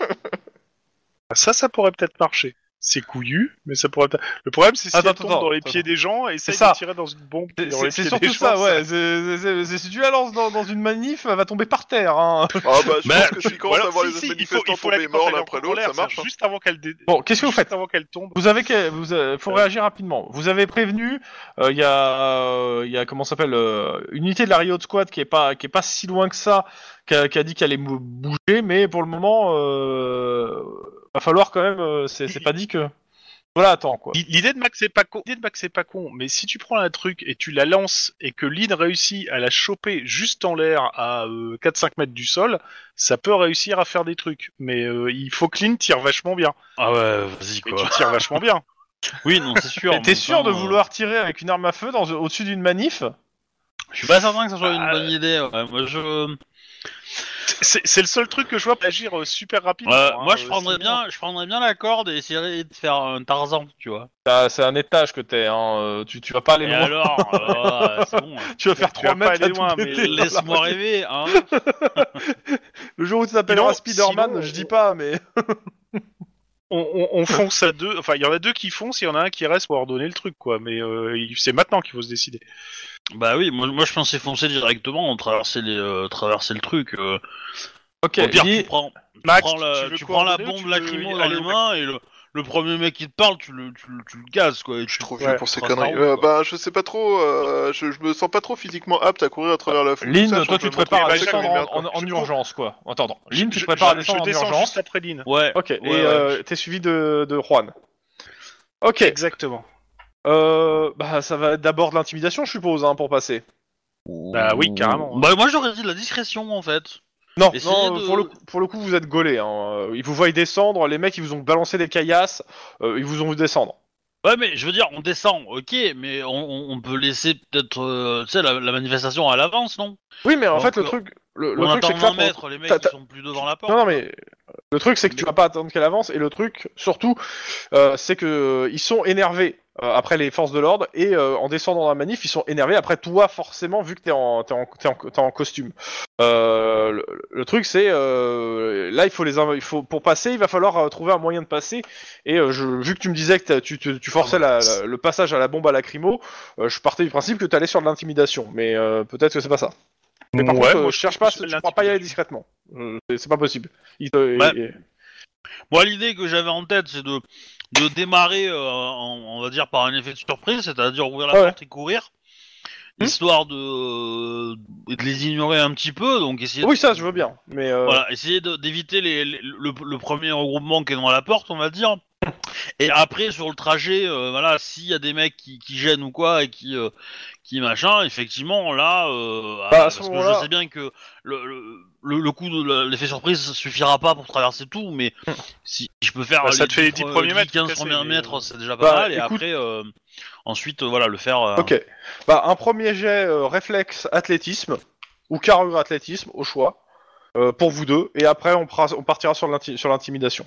S4: Ça, ça pourrait peut-être marcher. C'est couillu, mais ça pourrait. peut-être- Le problème, c'est si
S2: Attends,
S4: elle tombe
S2: attends,
S4: dans les
S2: attends.
S4: pieds des gens et essaye
S2: C'est ça.
S4: de tirer dans une bombe qui est
S2: C'est,
S4: dans
S2: c'est-
S4: les
S2: c'est
S4: pieds
S2: surtout
S4: des
S2: ça,
S4: gens.
S2: ouais. C'est, c'est- c'est- si tu la lances dans, dans une manif, elle va tomber par terre. Hein.
S3: Ah bah je
S4: Bah,
S3: pense que s'il
S4: ou
S3: commence
S4: alors,
S3: à voir
S4: si,
S3: les
S4: si,
S3: autres
S4: il faut,
S3: manifestants
S4: il faut la
S3: tomber
S4: quand
S3: morts
S4: elle est
S3: l'un après
S4: encore en
S3: l'autre,
S4: l'air,
S3: ça marche. hein.
S4: Juste avant qu'elle. Dé...
S2: Bon, qu'est-ce que vous
S4: juste
S2: faites ?
S4: avant qu'elle tombe.
S2: Vous avez, que- vous, euh, faut réagir rapidement. Vous avez prévenu, il euh, y a, il y a comment ça s'appelle, euh, une unité de la Riot Squad qui est pas, qui est pas si loin que ça, qui a, qui a dit qu'elle allait mou- bouger, mais pour le moment, euh, va falloir quand même, euh, c'est, c'est pas dit que. Voilà, attends quoi.
S4: L'idée de Max c'est pas con. L'idée de Max c'est pas con, mais si tu prends un truc et tu la lances et que Lynn réussit à la choper juste en l'air à euh, quatre cinq mètres du sol, ça peut réussir à faire des trucs. Mais euh, il faut que Lynn tire vachement bien.
S1: Ah ouais, vas-y
S4: Et
S1: quoi.
S4: tu tires vachement bien.
S1: Oui, non, c'est sûr.
S2: Et t'es
S1: mais
S2: sûr
S1: enfin,
S2: de
S1: euh,
S2: vouloir tirer avec une arme à feu dans, au-dessus d'une manif ?
S1: Je suis pas certain que ça soit
S4: Bah,
S1: une bonne idée. Ouais. Moi, je.
S4: C'est c'est le seul truc que je vois pour agir euh, super rapidement.
S1: Ouais,
S4: hein,
S1: moi, je
S4: euh,
S1: prendrais
S4: sinon-
S1: bien, je prendrais bien la corde et essayerais de faire un Tarzan, tu vois.
S2: Ah, c'est un étage que t'es, hein. euh, Tu, tu vas pas aller
S1: Et
S2: loin.
S1: alors, euh, c'est bon. hein.
S2: Tu vas faire
S4: Tu
S2: trois
S4: vas pas
S2: mètres
S4: aller
S2: à
S4: loin,
S2: tout
S4: mais
S2: péter dans la
S1: Laisse-moi
S2: manif.
S1: rêver, hein.
S2: Le jour où tu t'appelleras
S4: Sinon-
S2: Spider-Man,
S4: sinon,
S2: je dis pas, mais.
S4: On, on, on fonce à deux. Enfin, il y en a deux qui foncent, il y en a un qui reste pour ordonner le truc, quoi. Mais euh, il- c'est maintenant qu'il faut se décider.
S1: Bah oui, moi, moi je pensais foncer directement, traverser les, euh, traverser le truc. Euh.
S2: Ok,
S1: Au pire,
S2: dis-
S1: tu prends, tu
S4: Max,
S1: prends la,
S4: tu veux
S1: tu prends la
S4: coordonner ou
S1: bombe
S4: tu veux
S1: lacrymo dans
S4: aller
S1: les
S4: au-
S1: mains et le, le premier mec qui te parle, tu le, tu, le- tu le gazes quoi. Et
S3: Je
S1: tu
S3: suis trop
S4: Ouais,
S3: vieux pour ces
S1: traces
S3: conneries.
S1: ta route,
S3: Euh,
S1: quoi.
S3: bah je sais pas trop, euh, je, je me sens pas trop physiquement apte à courir à travers la foule.
S2: Lynn,
S3: tout ça,
S2: toi
S3: je
S2: tu te
S3: peux me
S2: prépares à
S3: montrer
S2: descendre
S3: comme une merde,
S2: en, en,
S3: quoi.
S2: en
S4: Je
S2: urgence, quoi. Attends, attends. Lynn, tu te
S4: Je-
S2: prépares à
S4: je-
S2: descendre
S4: je
S2: en
S4: descends
S2: urgence.
S4: juste après Lynn.
S1: Ouais.
S2: Ok, et
S1: ouais,
S2: euh, t'es suivi de, de Juan. Ok,
S4: Exactement.
S2: euh, bah ça va être d'abord de l'intimidation, je suppose, hein, pour passer.
S4: Bah oui, carrément.
S1: Bah moi j'aurais dit de la discrétion en fait.
S2: Non,
S1: Essayez
S2: non
S1: de-
S2: pour, le, pour le coup, vous êtes gaulés. Hein. Euh, Ils vous voient descendre, les mecs, ils vous ont balancé des caillasses, euh, ils vous ont vu descendre.
S1: Ouais mais je veux dire, on descend, ok, mais on, on, on peut laisser peut-être, euh, tu sais, la, la manifestation à l'avance, non?
S2: Oui, mais en
S1: Donc,
S2: fait, le
S1: euh,
S2: truc, le, le
S1: On
S2: truc, c'est
S1: attend
S2: que ça,
S1: vingt
S2: pour-
S1: mètres, les mecs
S2: t'as-
S1: ils
S2: t'as-
S1: sont plus devant la porte.
S2: Non, non, mais le truc, c'est que tu vas pas attendre qu'elle avance, et le truc, surtout, euh, c'est que euh, ils sont énervés euh, après les forces de l'ordre, et euh, en descendant dans la manif, ils sont énervés après toi, forcément, vu que t'es en, t'es en, t'es en, t'es en costume. Euh, le, le truc, c'est euh, là, il faut les, inv- il faut pour passer, il va falloir euh, trouver un moyen de passer. Et euh, je, vu que tu me disais que t'as- tu, tu, tu forçais la, la- le passage à la bombe à lacrymo, euh, je partais du principe que t'allais sur de l'intimidation, mais euh, peut-être que c'est pas ça. Mais par
S4: Ouais,
S2: contre, euh,
S4: moi,
S2: je
S4: je
S2: cherche
S4: pense
S2: pas,
S4: que
S2: tu
S4: c'est
S2: pourras pas y aller
S4: l'intimidation.
S2: discrètement. Euh, c'est- c'est pas possible. Il te-
S1: Ouais.
S2: et- et-
S1: Moi, l'idée que j'avais en tête, c'est de, de démarrer, euh, en- on va dire, par un effet de surprise, c'est-à-dire ouvrir la
S2: Ouais.
S1: porte et courir,
S2: Hmm.
S1: histoire de, de les ignorer un petit peu, donc essayer
S2: Oui,
S1: de,
S2: ça, je veux bien. Mais euh,
S1: voilà, essayer de- d'éviter les, les- le, le premier regroupement qui est devant la porte, on va dire. Et après, sur le trajet, euh, voilà, s'il y a des mecs qui, qui gênent ou quoi, et qui, euh, qui machin, effectivement, là, euh,
S2: Bah, à
S1: parce
S2: ce
S1: que
S2: moment-là-
S1: je sais bien que le, le, le, le coup de la- l'effet surprise suffira pas pour traverser tout, mais si je peux faire
S4: Bah, ça
S1: les
S4: te fait les dix
S1: pre-
S4: premiers mètres,
S1: quinze
S4: tout cassé,
S1: premiers
S4: mais,
S1: mètres,
S4: euh,
S1: c'est déjà pas
S2: bah,
S1: mal, et
S2: écoute-
S1: après, euh, ensuite, euh, voilà, le faire. euh,
S2: ok. Bah, un premier jet euh, réflexe athlétisme ou carrure athlétisme au choix euh, pour vous deux, et après on, pra- on partira sur l'inti- sur l'intimidation.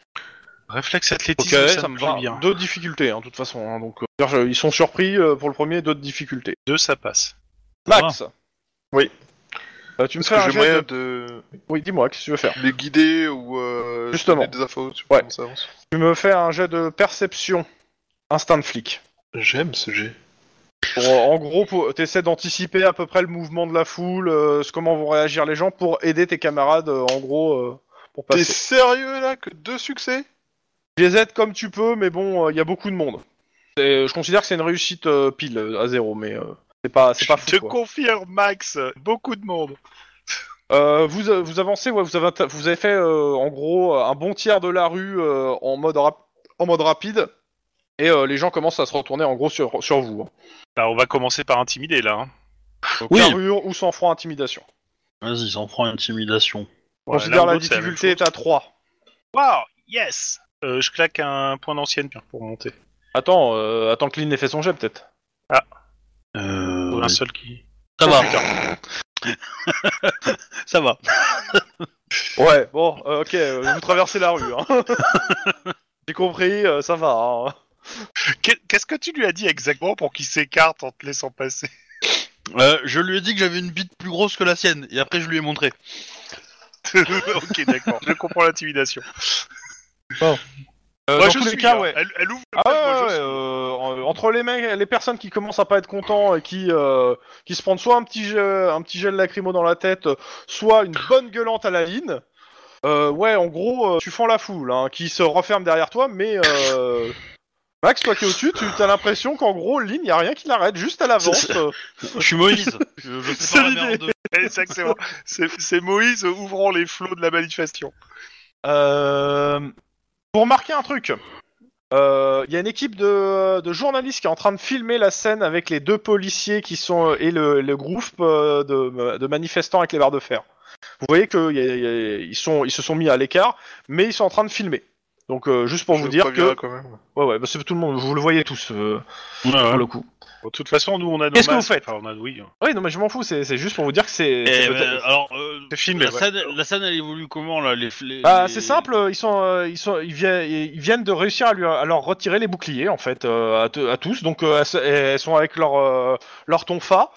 S4: Réflexe
S2: Ok,
S4: athlétisme,
S2: ça,
S4: ça,
S2: me
S4: me
S2: va.
S4: va bien.
S2: Deux difficultés, hein, de toute façon. Hein, donc, euh, je- ils sont surpris euh, pour le premier, d'autres difficultés.
S4: Deux, ça passe.
S2: Max.
S3: Oui.
S2: Euh, tu me
S3: Est-ce
S2: fais
S3: que
S2: un
S3: j'ai
S2: jet
S3: moyen
S2: de...
S3: de
S2: Oui, dis-moi, qu'est-ce que tu veux faire?
S3: les guider ou euh,
S2: Justement.
S3: donner des infos sur
S2: Ouais.
S3: comment ça avance?
S2: Tu me fais un jet de perception. instinct de flic.
S4: J'aime ce jet.
S2: Pour, en gros, pour, t'essaies d'anticiper à peu près le mouvement de la foule, euh, comment vont réagir les gens pour aider tes camarades, euh, en gros, euh, pour
S3: T'es
S2: passer.
S3: sérieux là que deux succès?
S2: Tu les aides comme tu peux, mais bon, il euh, y a beaucoup de monde. C'est- je considère que c'est une réussite euh, pile euh, à zéro, mais euh, c'est pas, c'est pas fou.
S4: Je te
S2: quoi.
S4: confirme, Max, beaucoup de monde.
S2: Euh, vous, euh, vous avancez, ouais, vous avez, vous avez fait euh, en gros un bon tiers de la rue euh, en mode rap- en mode rapide, et euh, les gens commencent à se retourner en gros sur, sur vous. Hein.
S4: Bah, on va commencer par intimider là. Hein.
S2: Donc,
S1: Oui.
S2: carrure ou sang-froid intimidation.
S1: Vas-y, ça en prend intimidation.
S4: Ouais,
S2: Considère
S4: l'un ou
S2: la
S4: l'autre, c'est la même
S2: difficulté est
S4: chose.
S2: à trois.
S4: Wow, yes. Euh, je claque un point d'ancienne pour monter.
S2: Attends, euh, attends que Lynn ait fait son jet peut-être.
S1: Euh...
S4: Pour un seul qui.
S1: Ça
S4: Oh,
S1: va.
S4: putain.
S1: Ça va.
S2: Ouais, bon, euh, ok, euh, vous traversez la rue. Hein. J'ai compris, euh, ça va. Hein.
S4: Qu'est- Qu'est-ce que tu lui as dit exactement pour qu'il s'écarte en te laissant passer?
S1: Euh, je lui ai dit que j'avais une bite plus grosse que la sienne, et après je lui ai montré.
S4: Ok, d'accord. Je comprends l'intimidation.
S2: Euh,
S4: Moi,
S2: dans
S4: je
S2: tous les
S4: suis,
S2: cas,
S4: hein.
S2: ouais.
S4: Elle, elle ouvre.
S2: Ah
S4: la
S2: ouais,
S4: page, moi, je
S2: ouais,
S4: suis.
S2: euh, en- entre les mecs, les personnes qui commencent à pas être contents et qui euh, qui se prennent soit un petit jet, un petit gel lacrymo dans la tête, soit une bonne gueulante à la ligne. Euh, ouais, en gros, euh, tu fends la foule, hein, qui se referme derrière toi, mais euh, Max, toi qui es au-dessus, tu as l'impression qu'en gros, ligne, y a rien qui l'arrête, juste à l'avance.
S1: C'est-
S2: euh.
S1: Je suis Moïse. Je, je
S2: C'est
S1: sépare la
S2: l'idée.
S1: mer en deux.
S4: Exactement. C'est c'est Moïse ouvrant les flots de la manifestation.
S2: Euh, Pour remarquer un truc, il euh, y a une équipe de, de journalistes qui est en train de filmer la scène avec les deux policiers qui sont et le, le groupe euh, de, de manifestants avec les barres de fer. Vous voyez qu'ils sont, ils se sont mis à l'écart, mais ils sont en train de filmer. Donc euh, juste pour
S3: Je
S2: vous
S3: le
S2: dire
S3: préviendrai
S2: que,
S3: quand même.
S2: ouais ouais, bah, c'est tout le monde, vous le voyez tous euh,
S1: Ouais, ouais.
S2: pour le coup.
S4: Bon, de toute façon, nous, on a nos
S2: Qu'est-ce que vous
S4: masques.
S2: faites
S4: Enfin, on a, oui.
S2: Oui, non mais je m'en fous, c'est, c'est juste pour vous dire que c'est.
S1: Eh,
S2: c'est
S1: mais,
S2: peut-être-
S1: alors, euh,
S4: C'est filmé,
S1: la,
S4: ouais.
S1: scène, la scène, elle évolue comment là les, les,
S2: Ah,
S1: les-
S2: c'est simple, ils sont, euh, ils sont, ils viennent, ils viennent de réussir à, lui, à leur retirer les boucliers en fait, euh, à, te- à tous. Donc euh, elles, elles sont avec leur, euh, leur tonfa,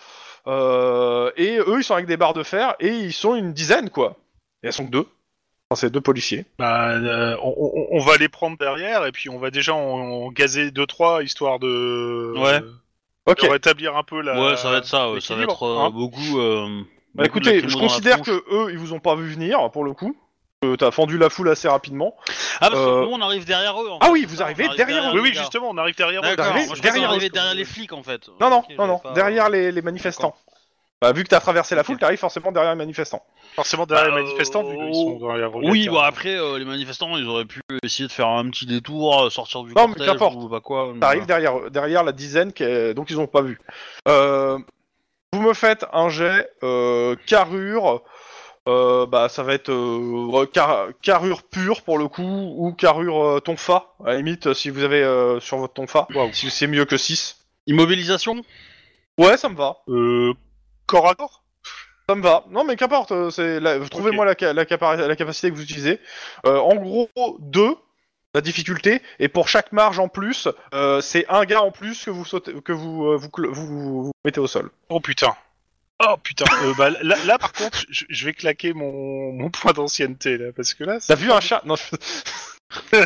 S2: euh, et eux ils sont avec des barres de fer et ils sont une dizaine quoi. Et elles sont que deux. Enfin, c'est deux policiers.
S4: Bah, euh, on, on- on va les prendre derrière et puis on va déjà en, en gazer deux trois histoire de,
S1: Ouais.
S4: de
S2: Ok.
S4: rétablir un peu la.
S1: Ouais, ça va être ça. Ouais, ça va
S4: l'équilibre,
S1: être euh,
S4: hein.
S1: beaucoup. Euh,
S2: Bah
S1: beaucoup
S2: écoutez,
S1: de
S2: je
S1: lacrymo dans la
S2: considère
S1: tronche.
S2: que eux ils vous ont pas vu venir pour le coup. Euh, T'as fendu la foule assez rapidement.
S1: Ah, parce que
S2: euh,
S1: nous on arrive derrière eux. En
S2: Ah
S1: fait,
S2: oui,
S1: c'est
S2: vous
S1: ça,
S2: arrivez
S1: on arrive
S2: derrière eux.
S4: Oui, oui,
S1: les gars.
S4: justement, on arrive derrière. eux.
S1: D'accord.
S2: Vous arrivez
S1: Moi je
S2: derrière
S1: pensais
S2: eux.
S1: arriver derrière les flics en fait.
S2: Non non
S1: Ok,
S2: non non,
S1: j'avais pas-
S2: derrière les, les manifestants. Bah, vu que t'as traversé la
S1: Ok.
S2: foule, t'arrives forcément derrière les manifestants.
S4: Forcément derrière
S1: Bah,
S4: les manifestants, vu qu'ils sont dans la regarde.
S1: Oui, bon après euh, les manifestants ils auraient pu essayer de faire un petit détour, euh, sortir du
S2: Non, mais
S1: cortège
S2: qu'importe.
S1: ou pas quoi. mais
S2: T'arrives
S1: voilà.
S2: derrière, derrière la dizaine, qui est- donc ils ont pas vu. Euh, vous me faites un jet euh, carrure, euh, bah ça va être euh, car- carrure pure pour le coup, ou carrure euh, tonfa, à la limite si vous avez euh, sur votre tonfa, si c'est mieux que six.
S1: Immobilisation.
S2: Ouais, ça me va,
S4: Euh, corps à corps.
S2: ça me va. Non mais qu'importe, euh, c'est la- trouvez-moi la, ca- la, capa- la capacité que vous utilisez. Euh, en gros, deux. La difficulté, et pour chaque marge en plus, euh, c'est un gars en plus que vous sautez, que vous, euh, vous, cl- vous, vous, vous mettez au sol.
S4: Oh putain. Oh putain. Euh, bah, là, là, par contre, je, je vais claquer mon, mon point d'ancienneté là, parce que là,
S2: T'as vu un chat? Non, je-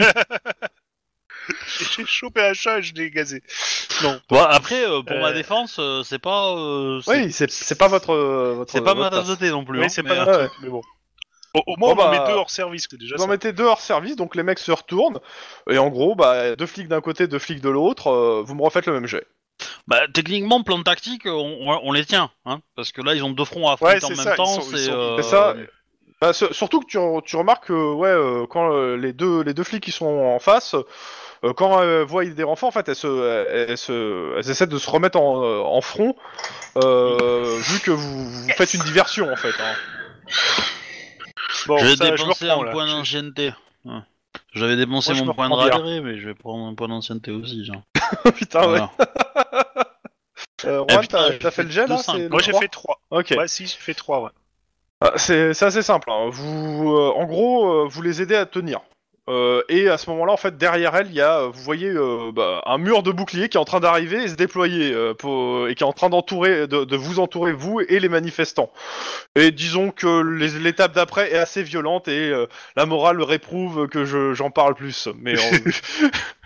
S4: j'ai chopé un chat et je l'ai gazé. Non.
S1: Bon, après euh, pour
S4: Euh,
S1: ma défense euh, c'est pas. euh, c'est
S2: Oui, c'est c'est pas votre. euh, votre
S1: c'est pas ma
S2: votre
S1: tasse de thé non plus.
S4: Oui,
S1: hein,
S4: c'est
S1: mais,
S4: pas
S1: euh,
S4: notre
S2: ouais.
S4: truc, mais bon. Au, au moins,
S2: Bon,
S4: on en
S2: bah,
S4: met deux hors service, c'est déjà
S2: Vous en
S4: ça.
S2: mettez deux hors service, donc les mecs se retournent, et en gros, bah, deux flics d'un côté, deux flics de l'autre, euh, vous me refaites le même jet.
S1: Bah techniquement plan de tactique on, on- on les tient hein parce que là ils ont deux fronts à
S4: Ouais,
S1: affronter en
S4: c'est
S1: même
S4: ça, ils
S1: temps.
S4: sont- ils
S1: C'est
S4: sont-
S1: euh,
S2: C'est ça. Bah, ce- surtout que tu, tu remarques que, ouais, euh, quand euh, les deux les deux flics qui sont en face, euh, quand elles voient des renforts, en fait, elles se elles, elles se elles essaient de se remettre en, euh, en front, euh, vu que vous, vous faites une diversion, en fait. Hein.
S4: Bon,
S1: je vais
S4: ça, je me
S1: dépenser
S4: reprends
S1: un
S4: là.
S1: point
S4: Je-
S1: d'ancienneté. Ouais. J'avais dépensé
S4: Moi, je
S1: mon
S4: me
S1: point de
S4: reprends bien.
S1: rallier, mais je vais prendre un point d'ancienneté aussi. Genre.
S2: Putain, ouais.
S1: Voilà.
S2: Euh,
S1: Eh,
S2: Juan,
S1: putain,
S2: t'as
S1: j'ai
S2: t'as fait
S1: fait
S2: le jet, là
S1: deux cinq.
S2: c'est le
S4: Moi, j'ai
S2: trois
S4: fait trois.
S2: Ok.
S4: Ouais, si, j'ai fait trois, ouais.
S2: Ah, c'est c'est assez simple. Hein. Vous, euh, en gros, euh, vous les aidez à tenir. Euh, et à ce moment-là, en fait, derrière elle, il y a, euh, vous voyez, euh, bah, un mur de boucliers qui est en train d'arriver et se déployer, euh, pour, et qui est en train d'entourer, de, de vous entourer vous et les manifestants. Et disons que les- l'étape d'après est assez violente et euh, la morale réprouve que je, j'en parle plus. Mais en-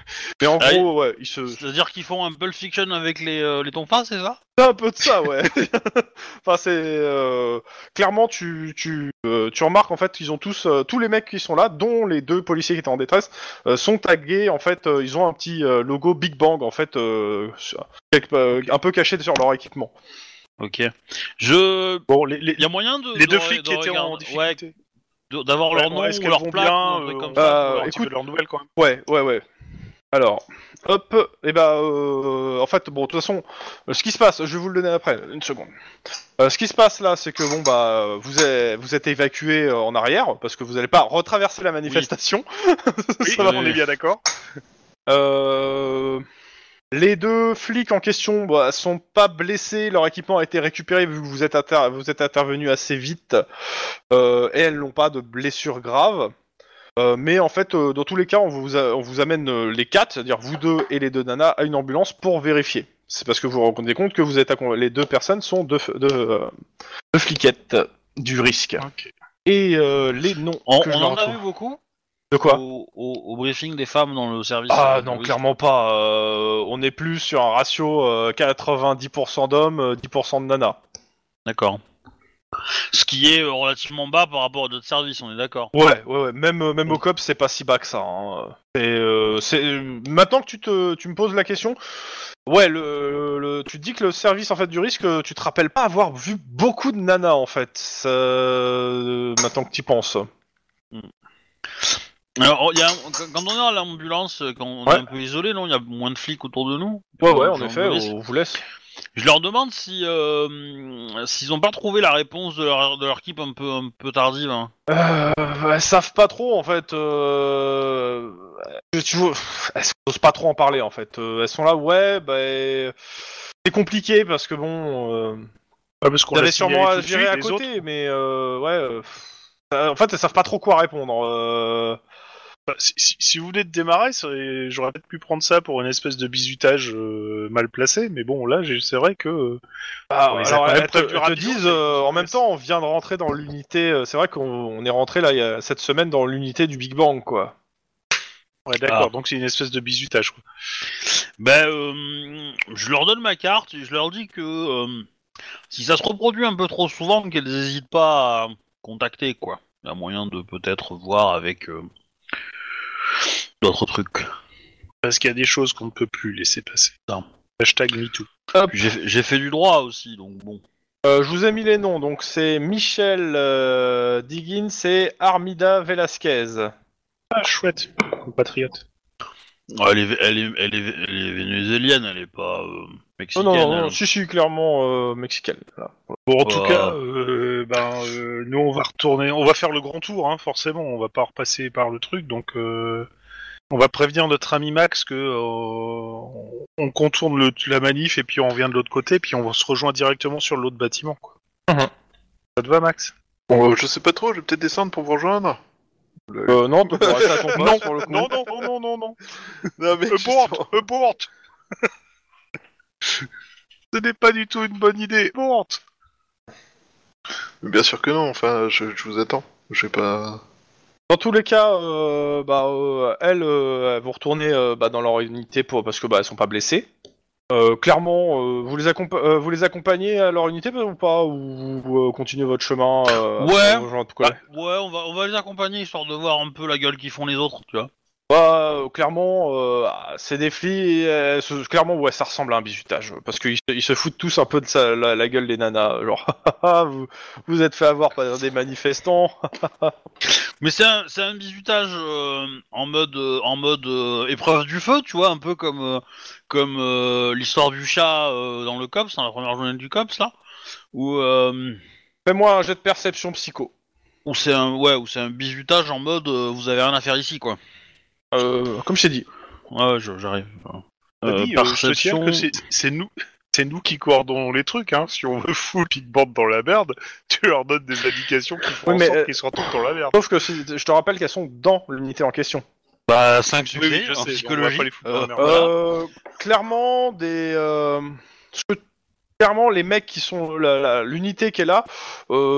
S2: Mais en
S1: Ah,
S2: gros, ouais, ils se...
S1: C'est-à-dire qu'ils font un Pulp Fiction avec les, euh, les tonfas, c'est ça?
S2: C'est un peu de ça, ouais. Enfin, c'est euh, clairement tu tu euh, tu remarques en fait qu'ils ont tous euh, tous les mecs qui sont là, dont les deux policiers qui étaient en détresse, euh, sont tagués en fait. Euh, ils ont un petit euh, logo Big Bang en fait, euh, sur- quelque- euh, un peu caché sur leur équipement.
S1: Ok. Je...
S4: Bon, les, les,
S1: Il y a moyen de...
S4: les
S1: de
S4: deux
S1: re-
S4: flics
S1: de
S4: qui étaient en
S1: regarder-
S4: difficulté.
S1: Ouais, de- d'avoir
S4: Ouais,
S1: leur
S4: bon,
S1: nom
S4: est-ce
S1: ou
S4: qu'elles
S1: leur
S4: vont
S1: plaque
S4: bien,
S1: ou un truc
S4: euh,
S1: comme
S4: on
S1: ça.
S4: peut
S2: Euh,
S4: avoir un petit
S2: écoute-
S4: peu de leurs nouvelles quand même.
S2: Ouais, ouais, ouais. Alors, hop, et bah, euh, en fait, bon, de toute façon, euh, ce qui se passe, je vais vous le donner après, une seconde. Euh, ce qui se passe là, c'est que bon, bah, vous êtes, vous êtes évacué euh, en arrière, parce que vous n'allez pas retraverser la manifestation.
S4: Oui,
S2: Ça va.
S4: on est bien d'accord.
S2: Euh, les deux flics en question bah, sont pas blessés, leur équipement a été récupéré vu que vous êtes, inter- vous êtes intervenu assez vite, euh, et elles n'ont pas de blessures graves. Euh, mais en fait, euh, dans tous les cas, on vous, a- on vous amène euh, les quatre, c'est-à-dire vous deux et les deux nanas, à une ambulance pour vérifier. C'est parce que vous vous rendez compte que vous êtes accom- les deux personnes sont deux, f- deux, euh, deux fliquettes du risque.
S4: Ok.
S2: Et euh, les noms
S1: On,
S2: que je
S1: on
S2: leur
S1: en a
S2: retrouve.
S1: vu beaucoup
S2: De quoi
S1: au, au- au briefing des femmes dans le service.
S2: Ah
S1: euh,
S2: non,
S1: oui.
S2: clairement pas. Euh, on est plus sur un ratio euh, quatre-vingt-dix pour cent d'hommes, euh, dix pour cent de nanas.
S1: D'accord. Ce qui est euh, relativement bas par rapport à d'autres services, on est d'accord.
S2: Ouais, ouais, ouais. Même, euh, même au C O P, c'est pas si bas que ça. Hein. C'est, euh, c'est... Maintenant que tu, te, tu me poses la question, ouais, le, le, tu te dis que le service en fait du risque, tu te rappelles pas avoir vu beaucoup de nanas en fait. Ça... Maintenant que tu y penses.
S1: Alors, il y a, quand on est à l'ambulance, quand on
S2: Ouais.
S1: est un peu isolé, non, il y a moins de flics autour de nous.
S2: Ouais,
S1: Genre,
S2: ouais, en
S1: genre
S2: effet,
S1: de risque.
S2: on vous laisse.
S1: Je leur demande si euh, s'ils ont pas trouvé la réponse de leur, de leur équipe un peu un peu tardive. Hein.
S2: Euh, elles savent pas trop en fait. Euh... Tu vois, elles osent pas trop en parler en fait. Euh, elles sont là, ouais, bah c'est compliqué parce que bon, euh...
S4: Ah, parce qu'on
S2: vous
S4: l'a
S2: avez sûrement
S4: signalé
S2: à
S4: tout de
S2: gérer
S4: suite,
S2: à
S4: les
S2: côté,
S4: autres.
S2: mais euh, ouais. euh, euh, En fait, elles savent pas trop quoi répondre. Euh...
S4: Bah, si, si, si vous venez de démarrer, c'est- j'aurais peut-être pu prendre ça pour une espèce de bisutage euh, mal placé, mais bon, là, j'ai- c'est vrai que... euh,
S2: Ah,
S4: On les a
S2: alors
S4: quand même
S2: elles te,
S4: prévenus
S2: elles te
S4: rapidement,
S2: disent,
S4: c'est-
S2: euh, en
S4: c'est-
S2: même temps, on vient de rentrer dans l'unité. euh, C'est vrai qu'on on est rentré là il y a, cette semaine dans l'unité du Big Bang, quoi.
S4: Ouais, d'accord,
S1: Ah.
S4: donc c'est une espèce de bisutage, quoi.
S1: Ben, euh, je leur donne ma carte et je leur dis que euh, si ça se reproduit un peu trop souvent, qu'elles hésitent pas à contacter, quoi. Il y a moyen de peut-être voir avec euh, d'autres trucs.
S4: Parce qu'il y a des choses qu'on ne peut plus laisser passer.
S1: Non.
S4: Hashtag MeToo.
S1: Puis J'ai j'ai fait du droit aussi, donc bon.
S2: Euh, je vous ai mis les noms, donc c'est Michel euh, Diggins et Armida Velasquez.
S4: Ah, chouette, compatriote.
S1: Ouais, Elle est, elle, est, elle, est, elle est vénézuélienne, elle est pas euh,
S2: Non,
S1: mexicaine.
S2: non, non, non,
S1: elle.
S2: si, si, clairement euh, mexicaine. Voilà.
S4: Bon, en tout
S1: Euh.
S4: cas, euh, ben, euh, nous, on va retourner... On va faire le grand tour, hein, forcément. On va pas repasser par le truc, donc... Euh... On va prévenir notre ami Max que euh, on contourne le, la manif et puis on vient de l'autre côté, puis on se rejoint directement sur l'autre bâtiment, quoi.
S2: Mhm.
S4: Ça te va, Max?
S3: Bon, euh, je sais pas trop, je vais peut-être descendre pour vous rejoindre.
S2: Euh, non, tu peux rester à ton poste
S4: Non,
S2: pour le coup.
S4: non, non, non, non, non, non.
S3: Non, mais
S4: Abort,
S3: justement.
S4: abort. Ce n'est pas du tout une bonne idée. Abort.
S3: Bien sûr que non, enfin, je, je vous attends. Je vais pas...
S2: Dans tous les cas, euh, bah, euh, elles, euh, elles vont retourner euh, bah, dans leur unité pour, parce que bah, elles sont pas blessées. Euh, clairement, euh, vous, les accompa- euh, vous les accompagnez à leur unité ou pas? Ou vous euh, continuez votre chemin euh,
S1: Ouais.
S2: pour rejoindre tout collègue
S1: Bah, ouais, on va, on va les accompagner histoire de voir un peu la gueule qu'ils font les autres, tu vois.
S2: Bah, euh, clairement, euh, c'est des filles, et, euh, ce- clairement, ouais, ça ressemble à un bisutage, parce qu'ils se, ils se foutent tous un peu de sa- la, la gueule des nanas, genre, vous, vous êtes fait avoir par des manifestants.
S1: Mais c'est un, c'est un bisutage euh, en mode, euh, en mode euh, épreuve du feu, tu vois, un peu comme, euh, comme euh, l'histoire du chat euh, dans le COPS, dans la première journée du COPS là, où, euh,
S2: Fais-moi un jet de perception psycho.
S1: où c'est un, ouais, où c'est un bisutage en mode euh, vous avez rien à faire ici, quoi.
S2: Euh, comme je t'ai dit.
S1: Ouais, ouais, je- j'arrive.
S4: T'as
S1: Euh,
S4: dit, euh, je te
S1: perception.
S4: tiens que c'est c'est nous, c'est nous qui coordonnons les trucs. Hein. Si on veut foutre une bande dans la merde, tu leur donnes des indications qui font
S2: Oui,
S4: en
S2: mais,
S4: sorte
S2: euh,
S4: qu'ils se retrouvent dans la merde.
S2: Sauf que si, je te rappelle qu'elles sont dans l'unité en question.
S1: Bah, cinq
S4: Oui,
S1: succès
S4: oui, je
S1: en
S4: sais, on va
S1: psychologie.
S4: pas les foutre dans la
S1: Euh,
S4: merde.
S2: Euh, clairement, des. Euh, ce que- clairement, les mecs qui sont. la- la- L'unité qui est là, euh,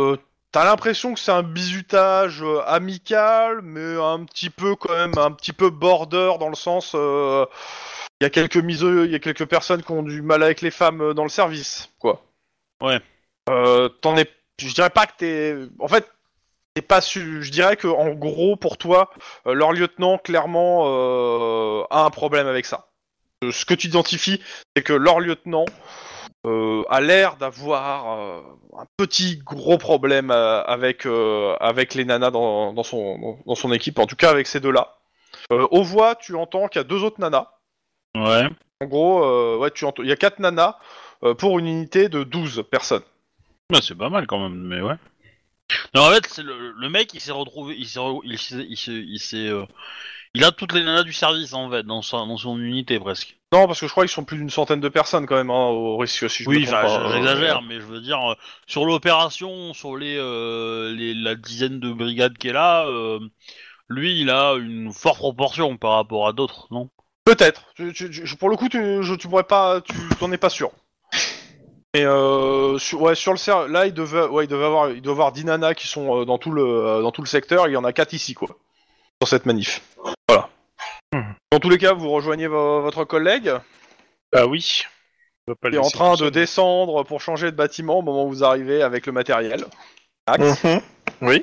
S2: t'as l'impression que c'est un bizutage euh, amical, mais un petit peu quand même, un petit peu border dans le sens, il euh, y a quelques miseux, il y a quelques personnes qui ont du mal avec les femmes euh, dans le service, quoi.
S1: Ouais.
S2: Euh, t'en es, je dirais pas que t'es, en fait, t'es pas su, je dirais que en gros pour toi, euh, leur lieutenant clairement euh, a un problème avec ça. Euh, ce que tu identifies, c'est que leur lieutenant Euh, a l'air d'avoir euh, un petit gros problème euh, avec euh, avec les nanas dans, dans son dans, dans son équipe, en tout cas avec ces deux-là. Euh, aux voix, tu entends qu'il y a deux autres nanas.
S1: Ouais.
S2: En gros, euh, ouais, tu entends, il y a quatre nanas euh, pour une unité de douze personnes.
S1: Bah, c'est pas mal quand même, mais ouais. Non, en fait, c'est le, le mec, il s'est retrouvé, il s'est, re- il s'est, il s'est, il s'est, euh, il a toutes les nanas du service en fait dans sa, dans son unité presque.
S2: Non, parce que je crois qu'ils sont plus d'une centaine de personnes quand même, hein, au risque si je
S1: Oui,
S2: me trompe
S1: enfin,
S2: pas.
S1: j'exagère,
S2: Euh,
S1: mais je veux dire, euh, sur l'opération, sur les, euh, les, la dizaine de brigades qui est là, euh, lui, il a une forte proportion par rapport à d'autres, non?
S2: Peut-être. Tu, tu, tu- pour le coup, tu, je, tu pourrais pas, tu t'en es pas sûr. Et euh, sur, ouais, sur le ser- là, il devait, ouais, il devait avoir, il doit avoir dix nanas qui sont euh, dans tout le, euh, dans tout le secteur. Et il y en a quatre ici, quoi, sur cette manif. Voilà.
S4: Hmm.
S2: Dans tous les cas, vous rejoignez vo- votre collègue
S4: Ah oui. On va pas
S2: qui
S4: le
S2: est en
S4: laisser
S2: train
S4: tout
S2: de
S4: seul.
S2: descendre pour changer de bâtiment au moment où vous arrivez avec le matériel. Max,
S3: Mhm. Oui.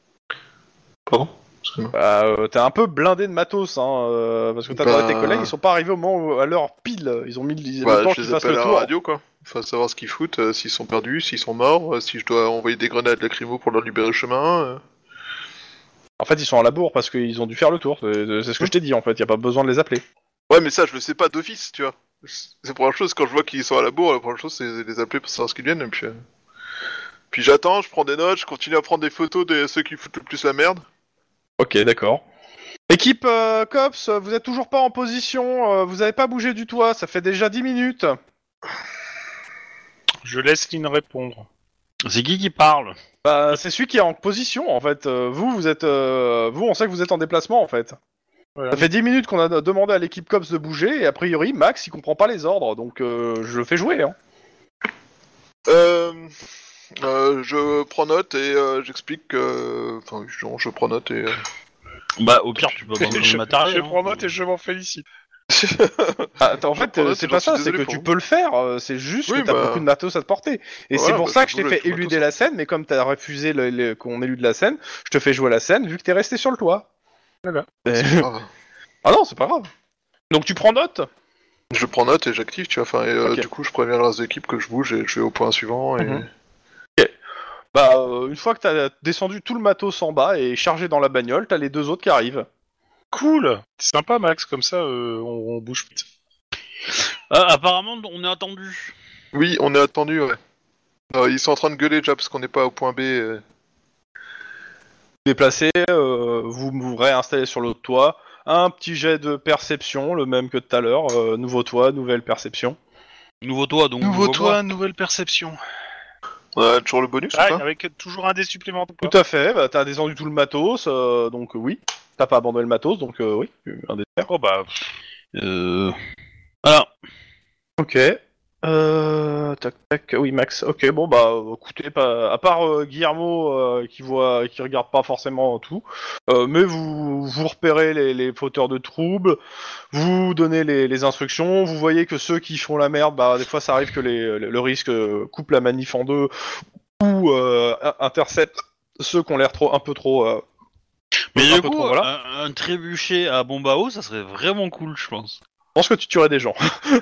S3: Pardon. Excuse-moi.
S2: bah, euh, t'es un peu blindé de matos, hein, euh, parce que t'as
S3: Bah-
S2: tes collègues, ils sont pas arrivés au moment où, à l'heure pile. Ils ont mis le,
S3: Bah,
S2: le temps
S3: je
S2: qu'ils
S3: les
S2: fassent
S3: appelle
S2: le
S3: à la
S2: tour.
S3: radio, quoi. Enfin, savoir ce qu'ils foutent, euh, s'ils sont perdus, s'ils sont morts, euh, si je dois envoyer des grenades lacrymo pour leur libérer le chemin. euh.
S2: En fait, ils sont à la bourre parce qu'ils ont dû faire le tour. C'est c'est ce que je t'ai dit, en fait. Y a pas besoin de les appeler.
S3: Ouais, mais ça, je le sais pas d'office, tu vois. C'est la première chose, quand je vois qu'ils sont à la bourre, la première chose, c'est les appeler pour savoir ce qu'ils viennent, et puis... euh, Puis j'attends, je prends des notes, je continue à prendre des photos de ceux qui foutent le plus la merde.
S2: Ok, d'accord. Équipe euh, Cops, vous êtes toujours pas en position, euh, vous avez pas bougé du toit, ça fait déjà dix minutes.
S4: Je laisse Lynn répondre.
S1: C'est qui qui parle?
S2: Bah, c'est celui qui est en position, en fait. Euh, vous, vous êtes... euh, vous, on sait que vous êtes en déplacement, en fait.
S4: Voilà.
S2: Ça fait dix minutes qu'on a demandé à l'équipe Cops de bouger, et a priori, Max, il comprend pas les ordres, donc euh, je le fais jouer, hein.
S3: Euh... euh, je prends note et euh, j'explique que... Enfin, je, je prends note et... euh,
S1: Bah, au pire, tu peux abandonner
S4: je,
S1: le matériel.
S4: je
S1: hein.
S4: prends note et je m'en félicite.
S2: Ah, attends, en
S3: Je
S2: fait,
S3: prends
S2: euh,
S3: note
S2: c'est
S3: et
S2: pas
S3: j'en suis
S2: ça, c'est
S3: désolé
S2: que
S3: pour
S2: tu
S3: vous.
S2: peux le faire, euh, c'est juste
S3: Oui,
S2: que t'as
S3: bah-
S2: beaucoup de matos à te porter. Et
S3: Voilà,
S2: c'est pour
S3: bah,
S2: ça
S3: je
S2: que je t'ai
S3: bouge
S2: fait
S3: avec tout le
S2: éluder
S3: matos.
S2: la scène, mais comme t'as refusé le- le- qu'on élude la scène, je te fais jouer la scène vu que t'es resté sur le toit.
S4: Voilà.
S2: Mais-
S3: Ah,
S2: Ah non, c'est pas grave. Donc tu prends note.
S3: je prends note et j'active, tu vois. Enfin, et, euh,
S2: Ok.
S3: du coup, je préviens le reste de l'équipe que je bouge et je vais au point suivant. Et...
S2: Mhm. Bah, euh, une fois que t'as descendu tout le matos en bas et chargé dans la bagnole, t'as les deux autres qui arrivent.
S4: Cool. C'est sympa, Max. Comme ça, euh, on, on bouge vite.
S1: Ah, apparemment, on est attendu.
S3: Oui, on est attendu, ouais. Euh, ils sont en train de gueuler déjà parce qu'on n'est pas au point B. euh.
S2: Déplacé, euh, vous vous réinstallez sur le toit. Un petit jet de perception, le même que tout à l'heure. euh, nouveau toit, nouvelle perception.
S1: Nouveau toit, donc.
S4: Nouveau
S1: moi.
S4: toit, nouvelle perception.
S3: On a toujours le bonus
S4: Ah,
S3: ou pas
S4: avec toujours un dé supplémentaire.
S2: Tout à fait, bah, t'as descendu tout le matos, euh, donc euh, oui. T'as pas abandonné le matos, donc euh, oui, un des
S4: Oh bah,
S1: Euh... Voilà.
S2: Ok. Euh, tac tac, oui Max. Ok, bon bah euh, écoutez, pas, à part euh, Guillermo euh, qui voit, qui regarde pas forcément tout, euh, mais vous vous repérez les, les fauteurs de troubles, vous donnez les, les instructions, vous voyez que ceux qui font la merde, bah des fois ça arrive que les, le, le risque euh, coupe la manif en deux ou euh, intercepte ceux qui ont l'air trop un peu trop. Euh,
S1: Mais
S2: un
S1: du
S2: peu
S1: coup,
S2: trop, voilà.
S1: un, un trébuchet à bombe à eau, ça serait vraiment cool, je pense.
S2: Je pense que tu tuerais des gens.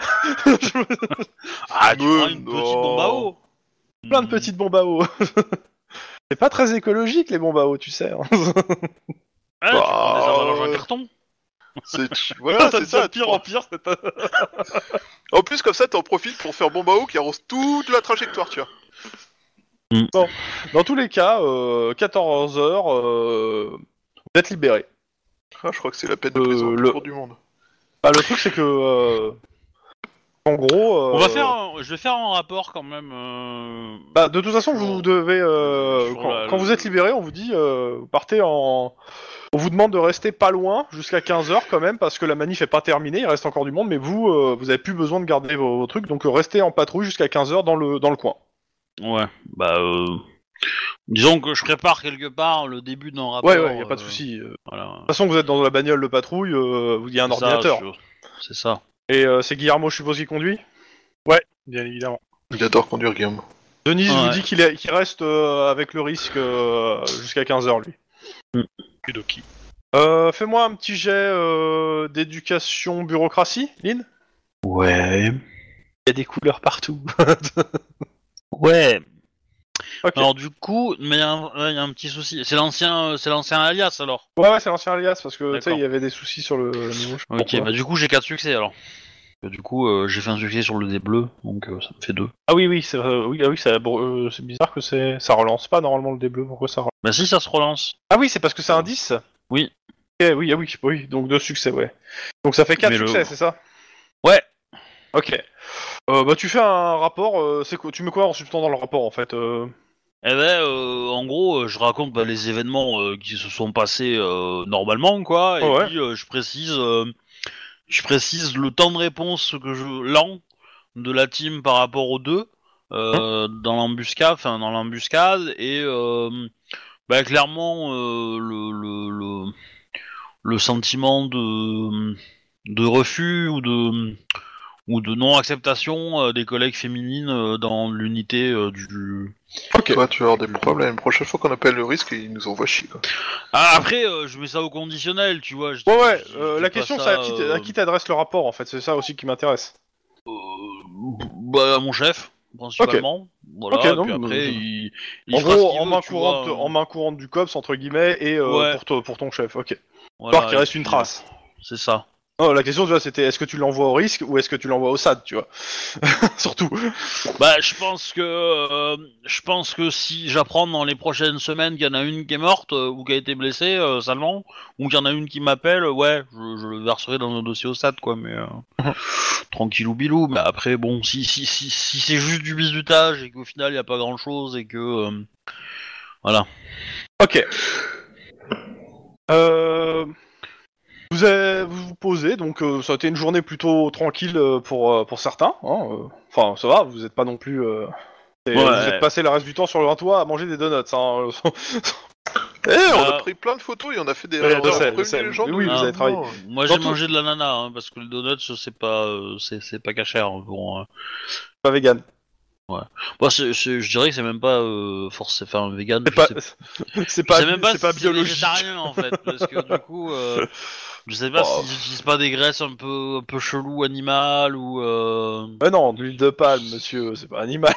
S1: Ah, tu
S3: Mais
S1: prends une
S3: non.
S1: petite bombe à eau.
S2: Plein de petites bombes à eau. C'est pas très écologique les bombes à eau, tu sais. hein.
S1: Ah, tu
S3: Bah,
S1: prends des emballages
S3: euh,
S1: en carton.
S3: C'est voilà, c'est ça.
S2: pire en pire. c'est pas-
S3: En plus, comme ça, t'en profites pour faire bombe à eau qui arrose toute la trajectoire, tu vois.
S2: Dans tous les cas, euh, quatorze heures, euh, vous êtes libérés.
S3: Ah, je crois que c'est la peine de
S2: Euh,
S3: prison
S2: le-
S3: pour du monde.
S2: Bah, le truc c'est que, euh, en gros, euh,
S1: On va faire, un... je vais faire un rapport quand même. Euh...
S2: bah, de toute façon, vous devez, euh,
S1: Sur
S2: quand,
S1: la-
S2: quand vous êtes libérés, on vous dit, euh, vous partez en, on vous demande de rester pas loin jusqu'à quinze heures quand même parce que la manif est pas terminée, il reste encore du monde, mais vous, euh, vous avez plus besoin de garder vos, vos trucs, donc euh, restez en patrouille jusqu'à quinze heures dans le dans le coin.
S1: Ouais, bah, euh... Disons que je prépare quelque part le début d'un rapport.
S2: Ouais, ouais, y a pas de
S1: euh,
S2: souci. Euh, De
S1: Voilà.
S2: toute façon, vous êtes dans la bagnole de patrouille, euh, il y a un
S1: C'est ça,
S2: ordinateur.
S1: je- C'est ça.
S2: Et euh, c'est Guillermo, je suppose, qui conduit.
S4: Bien évidemment.
S3: Il adore conduire Guillaume.
S2: Denise
S1: Ouais.
S2: vous dit qu'il est- qu'il reste euh, avec le risque euh, jusqu'à quinze heures, lui.
S4: Kudoki.
S2: Euh, Fais-moi un petit jet euh, d'éducation bureaucratie, Lynn.
S1: Ouais.
S2: Il y a des couleurs partout.
S1: Ouais.
S2: Ok.
S1: Alors du coup, mais il y, a un- ouais, y a un petit souci. C'est l'ancien, euh, c'est l'ancien alias alors.
S2: Ouais, ouais, c'est l'ancien alias, parce que tu sais,
S1: D'accord.
S2: il y avait des soucis sur le niveau. je sais pas
S1: Ok,
S2: pourquoi.
S1: bah du coup j'ai quatre succès alors. Euh, Du coup, euh, j'ai fait un succès sur le dé bleu, donc euh, ça me fait deux.
S2: Ah oui, oui, c'est euh, oui, ah oui, ça- bon, euh, c'est bizarre que c'est ça relance pas normalement le dé bleu. Pourquoi ça relance?
S1: Bah si, ça se relance.
S2: Ah oui, c'est parce que c'est un dix.
S1: Oui.
S2: Ok, oui, ah oui, oui, donc deux succès, ouais. Donc ça fait quatre
S1: Mais le-
S2: succès, c'est ça?
S1: Ouais.
S2: Ok. Euh, bah tu fais un rapport, euh, c'est quoi, tu mets quoi en substance dans le rapport en fait euh...
S1: Eh ben, euh, en gros, euh, je raconte bah, les événements euh, qui se sont passés euh, normalement, quoi, et
S2: Oh ouais.
S1: puis euh, je précise, euh, je précise le temps de réponse que je lent de la team par rapport aux deux euh, dans l'embuscade, enfin dans l'embuscade, et euh, bah, clairement euh, le, le, le le sentiment de de refus ou de ou de non acceptation euh, des collègues féminines euh, dans l'unité euh, du.
S2: Ok.
S3: Toi, tu vas avoir des problèmes. La prochaine fois qu'on appelle le risque, il nous envoie chier, quoi.
S1: Ah, après, euh, je mets ça au conditionnel, tu vois. Je
S2: Ouais,
S1: dis-
S2: ouais,
S1: je dis-
S2: euh,
S1: je
S2: la
S1: dis pas
S2: question
S1: ça,
S2: c'est à qui, t-
S1: euh,
S2: à qui t'adresses le rapport en fait, c'est ça aussi qui m'intéresse.
S1: euh, bah, à mon chef, principalement. Voilà,
S2: Ok,
S1: et
S2: non,
S1: puis
S2: mais-
S1: après, il, il
S2: En
S1: fera ce
S2: gros,
S1: qu'il
S2: en
S1: veut,
S2: main
S1: tu
S2: courante,
S1: vois, euh,
S2: en main courante du cops entre guillemets et euh,
S1: Ouais.
S2: pour, to- pour ton chef. Ok.
S1: voilà,
S2: Histoire qu'il
S1: et
S2: reste une
S1: puis,
S2: trace.
S1: euh, C'est ça.
S2: Non, la question tu vois c'était est-ce que tu l'envoies au risque ou est-ce que tu l'envoies au S A D, tu vois. Surtout.
S1: Bah, je pense que, euh, je pense que si j'apprends dans les prochaines semaines qu'il y en a une qui est morte euh, ou qui a été blessée euh, salement, ou qu'il y en a une qui m'appelle, ouais, je, je le verserai dans un dossier au S A D, quoi. Mais euh, tranquillou bilou. Mais après, bon, si si si si c'est juste du bisutage et qu'au final il y a pas grand chose et que euh, voilà.
S2: Ok. Euh... Vous, avez, vous vous posez, donc euh, ça a été une journée plutôt tranquille euh, pour, euh, pour certains. Hein, euh. Enfin, ça va, vous êtes pas non plus... Euh... et
S1: Ouais.
S2: Vous êtes passé le reste du temps sur le toit à manger des donuts. Hein.
S3: Eh, on
S1: Euh,
S3: a pris plein de photos et on a fait des.
S2: Ouais,
S3: on
S2: je
S3: a
S2: sais,
S3: prévenu
S2: je sais.
S3: les gens
S2: Mais
S3: de-
S2: oui, vous
S1: Ah,
S2: avez travaillé.
S3: non.
S1: Moi
S2: Dans
S1: j'ai
S2: tout-
S1: mangé de l'ananas hein, parce que le donut c'est pas euh, c'est c'est pas cachère hein, pour. Euh...
S2: Pas vegan.
S1: Moi c'est, c'est- je dirais que c'est même pas euh, forcément enfin un vegan.
S2: C'est
S1: je
S2: pas,
S1: sais-
S2: c'est
S1: je
S2: pas,
S1: sais même pas
S2: c'est
S1: si
S2: pas
S1: c'est
S2: biologique.
S1: végétarien en fait parce que du coup euh, je sais pas
S2: Oh.
S1: s'ils utilisent pas des graisses un peu un peu chelou animales ou. Euh...
S2: Mais non, de l'huile de palme, monsieur, c'est pas animal.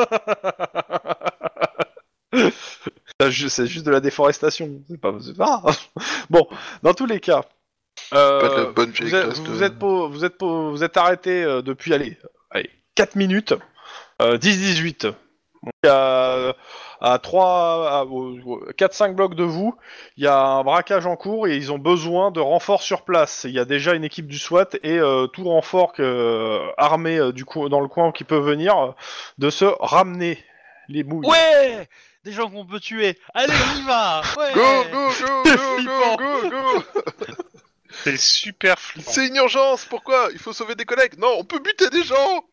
S2: Ça, ju- c'est juste de la déforestation. C'est pas, c'est pas. Bon, dans tous les cas, euh,
S3: Pas de la bonne vieille
S2: vous, êtes,
S3: graisse
S2: vous,
S3: de-
S2: êtes po- vous êtes po- vous êtes arrêté euh, depuis allez, allez, quatre minutes, euh, dix dix-huit. Donc à, à trois, quatre cinq blocs de vous, il y a un braquage en cours et ils ont besoin de renforts sur place. Il y a déjà une équipe du SWAT et euh, tout renfort que, euh, armé euh, du coup, dans le coin qui peut venir, euh, de se ramener les bouilles.
S1: Ouais, des gens qu'on peut tuer. Allez on y va. Ouais.
S3: Go, go, go,
S2: C'est
S3: go,
S2: flippant.
S3: go, go, go.
S4: C'est super flippant.
S3: C'est une urgence, pourquoi? Il faut sauver des collègues. Non, on peut buter des gens.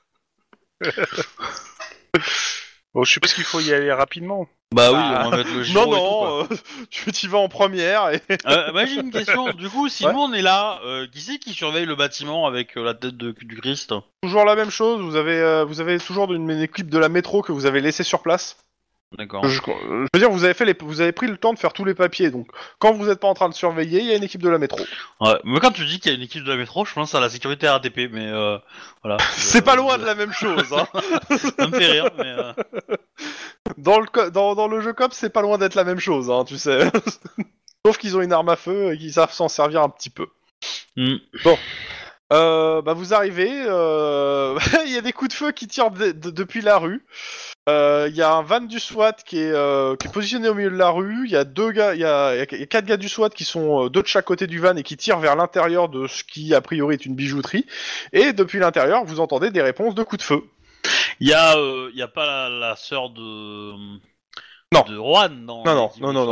S4: Bon, je suppose qu'il faut y aller rapidement.
S1: Bah oui
S2: Ah.
S1: on va mettre le giro
S2: Non,
S1: et tout, quoi.
S2: non, euh, tu t'y vas en première et...
S1: Euh, bah, j'ai une question. Du coup, si
S2: Ouais.
S1: nous on est là, euh, qui c'est qui surveille le bâtiment avec euh, la tête de, du Christ?
S2: Toujours la même chose, vous avez, euh, vous avez toujours une, une équipe de la métro que vous avez laissée sur place.
S1: D'accord.
S2: Je, je veux dire, vous avez, fait les, vous avez pris le temps de faire tous les papiers, donc quand vous n'êtes pas en train de surveiller, il y a une équipe de la métro.
S1: Ouais. Mais quand tu dis qu'il y a une équipe de la métro, je pense à la sécurité R A T P, mais euh, voilà.
S2: C'est
S1: Euh,
S2: pas loin de la même chose, hein.
S1: Ça me fait rire, mais. Euh...
S2: Dans le, co- dans, dans le jeu C O P, c'est pas loin d'être la même chose, hein, tu sais. Sauf qu'ils ont une arme à feu et qu'ils savent s'en servir un petit peu.
S1: hmm.
S2: Euh, bah vous arrivez, euh... il y a des coups de feu qui tirent de- de- depuis la rue. Euh, Il y a un van du SWAT qui est, euh, qui est positionné au milieu de la rue. Il y a deux gars, il y a, il y a quatre gars du SWAT qui sont euh, deux de chaque côté du van et qui tirent vers l'intérieur de ce qui a priori est une bijouterie. Et depuis l'intérieur, vous entendez des réponses de coups de feu.
S1: Il y a, euh, il y a pas la, la sœur de.
S2: Non.
S1: De Juan dans.
S2: Non, non,
S1: l'équipe
S2: non,
S1: de
S2: non,
S1: SWAT.
S2: non.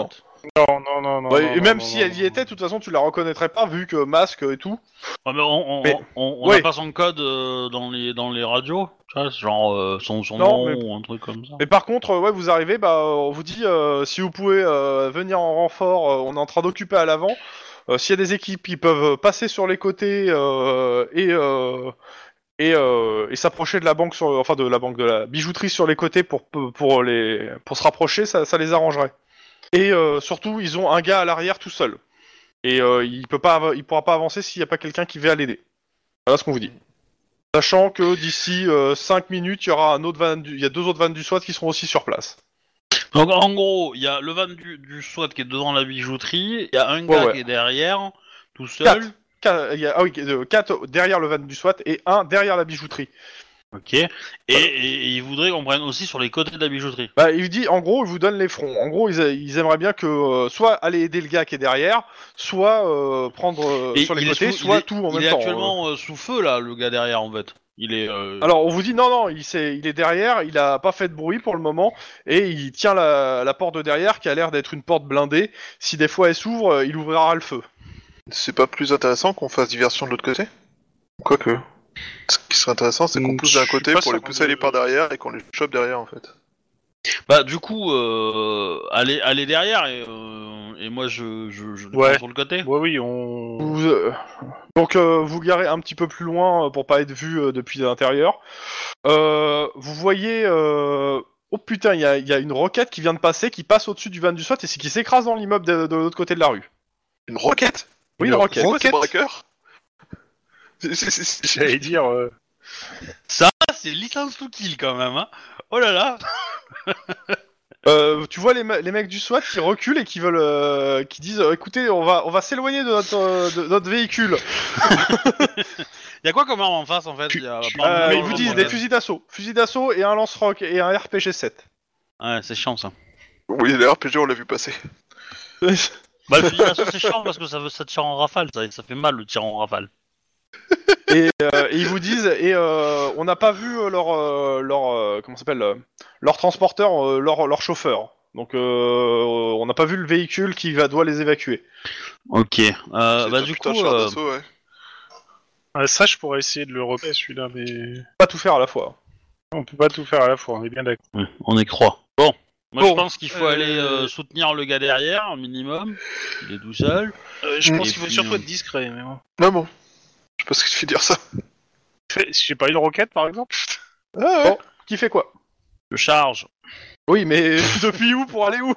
S4: Non, non, non, non.
S2: Ouais,
S4: non,
S2: et même
S4: non,
S2: si
S4: non,
S2: elle y
S4: non.
S2: était, de toute façon, tu la reconnaîtrais pas vu que masque et tout.
S1: Ouais, mais on, on,
S2: Mais-
S1: on, on
S2: ouais.
S1: a pas son code euh, dans les dans les radios, tu vois, genre euh, son son
S2: Non,
S1: nom
S2: mais-
S1: ou un truc comme ça.
S2: Mais par contre, euh, ouais, vous arrivez, bah, on vous dit euh, si vous pouvez euh, venir en renfort, euh, on est en train d'occuper à l'avant. Euh, S'il y a des équipes qui peuvent passer sur les côtés euh, et euh, et, euh, et s'approcher de la banque, sur, enfin de la banque de la bijouterie sur les côtés pour pour les pour se rapprocher, ça, ça les arrangerait. Et euh, surtout, ils ont un gars à l'arrière tout seul. Et euh, il peut pas, av- il pourra pas avancer s'il n'y a pas quelqu'un qui va l'aider. Voilà ce qu'on vous dit. Sachant que d'ici euh, cinq minutes, il y aura un autre van, du... il y a deux autres vannes du SWAT qui seront aussi sur place.
S1: Donc en gros, il y a le van du, du SWAT qui est devant la bijouterie, il y a un
S2: Ouais,
S1: gars
S2: ouais.
S1: qui est derrière, tout seul.
S2: Quatre. Qua- il y a, ah oui, euh, quatre derrière le van du SWAT et un derrière la bijouterie.
S1: Ok. Et, et, et il voudrait qu'on prenne aussi sur les côtés de la bijouterie.
S2: Bah, il dit, en gros, il vous donne les fronts. En gros, ils, a- ils aimeraient bien que euh, soit aller aider le gars qui est derrière, soit euh, prendre euh,
S1: Et
S2: sur les
S1: il est
S2: côtés,
S1: sous-
S2: soit
S1: il est-
S2: tout en
S1: il
S2: même
S1: est
S2: temps.
S1: actuellement euh, sous feu là, le gars derrière en fait. Il est. euh,
S2: Alors on vous dit non non, il, s'est- il est derrière, il a pas fait de bruit pour le moment et il tient la, la porte de derrière qui a l'air d'être une porte blindée. Si des fois elle s'ouvre, euh, il ouvrira le feu.
S3: C'est pas plus intéressant qu'on fasse diversion de l'autre côté? Quoique. Ce qui serait intéressant, c'est qu'on
S4: Mm,
S3: pousse
S4: je
S3: d'un
S4: suis
S3: côté
S4: pas
S3: pour les
S4: sûr
S3: pousser
S4: de-
S3: à aller par derrière et qu'on les chope derrière en fait.
S1: Bah du coup, euh, aller aller derrière et, euh, et moi je je, je le
S4: Ouais.
S1: prends sur le côté.
S4: Ouais, oui, on.
S2: Vous, euh, Donc euh, vous garez un petit peu plus loin euh, pour pas être vu euh, depuis l'intérieur. Euh, vous voyez, euh... oh putain, il y a, il y a une roquette qui vient de passer, qui passe au-dessus du van du SWAT et c'est qui s'écrase dans l'immeuble de, de l'autre côté de la rue.
S3: Une roquette?
S2: Oui, une roquette.
S3: C'est quoi ces braqueurs? C'est- c'est- c'est-
S4: J'allais dire. euh,
S1: Ça, c'est licence to kill quand même. Hein. Oh là là.
S2: Euh, tu vois les, me- les mecs du SWAT qui reculent et qui veulent, euh, qui disent, euh, écoutez, on va, on va s'éloigner de notre, euh, de notre véhicule.
S1: Il y a quoi comme arme en face en fait? Il y a,
S4: tu-
S1: apparemment,
S2: Euh,
S1: dans
S2: ils
S1: le
S2: vous
S1: monde,
S2: disent
S1: voilà.
S2: des fusils d'assaut, fusils d'assaut et un lance-roc et un R P G sept.
S1: Ouais, c'est chiant ça.
S3: Oui, les R P G, on l'a vu passer.
S1: Bah le fusil d'assaut c'est chiant parce que ça, veut- ça tire en rafale, ça, ça fait mal le tir en rafale.
S2: Et, euh, et ils vous disent, et euh, on n'a pas vu euh, leur, euh, leur, euh, comment ça s'appelle, euh, leur transporteur, euh, leur, leur chauffeur. Donc euh, on n'a pas vu le véhicule qui va doit les évacuer.
S1: Ok. Euh,
S3: C'est
S1: bah
S3: un
S1: du
S3: putain
S1: coup,
S3: de char
S1: euh,
S3: d'assaut, ouais.
S4: ah, ça, je pourrais essayer de le repérer celui-là, mais.
S2: Pas tout faire à la fois.
S4: On peut pas tout faire à la fois, on est bien d'accord.
S1: ouais, on est que trois. Bon. Moi
S2: Bon,
S1: je pense qu'il faut
S2: euh,
S1: aller euh, soutenir le gars derrière, un minimum. Il est tout seul.
S4: Euh, je
S3: Mm.
S4: pense
S1: Et
S4: qu'il faut
S1: puis,
S4: surtout
S1: euh,
S4: être discret, mais bon.
S3: Non, bon. Je sais pas ce que tu fais dire ça.
S4: Fais- J'ai pas une roquette, par exemple.
S3: Ah ouais.
S2: Bon, qui fait quoi?
S1: Je charge.
S2: Oui, mais depuis où pour aller où?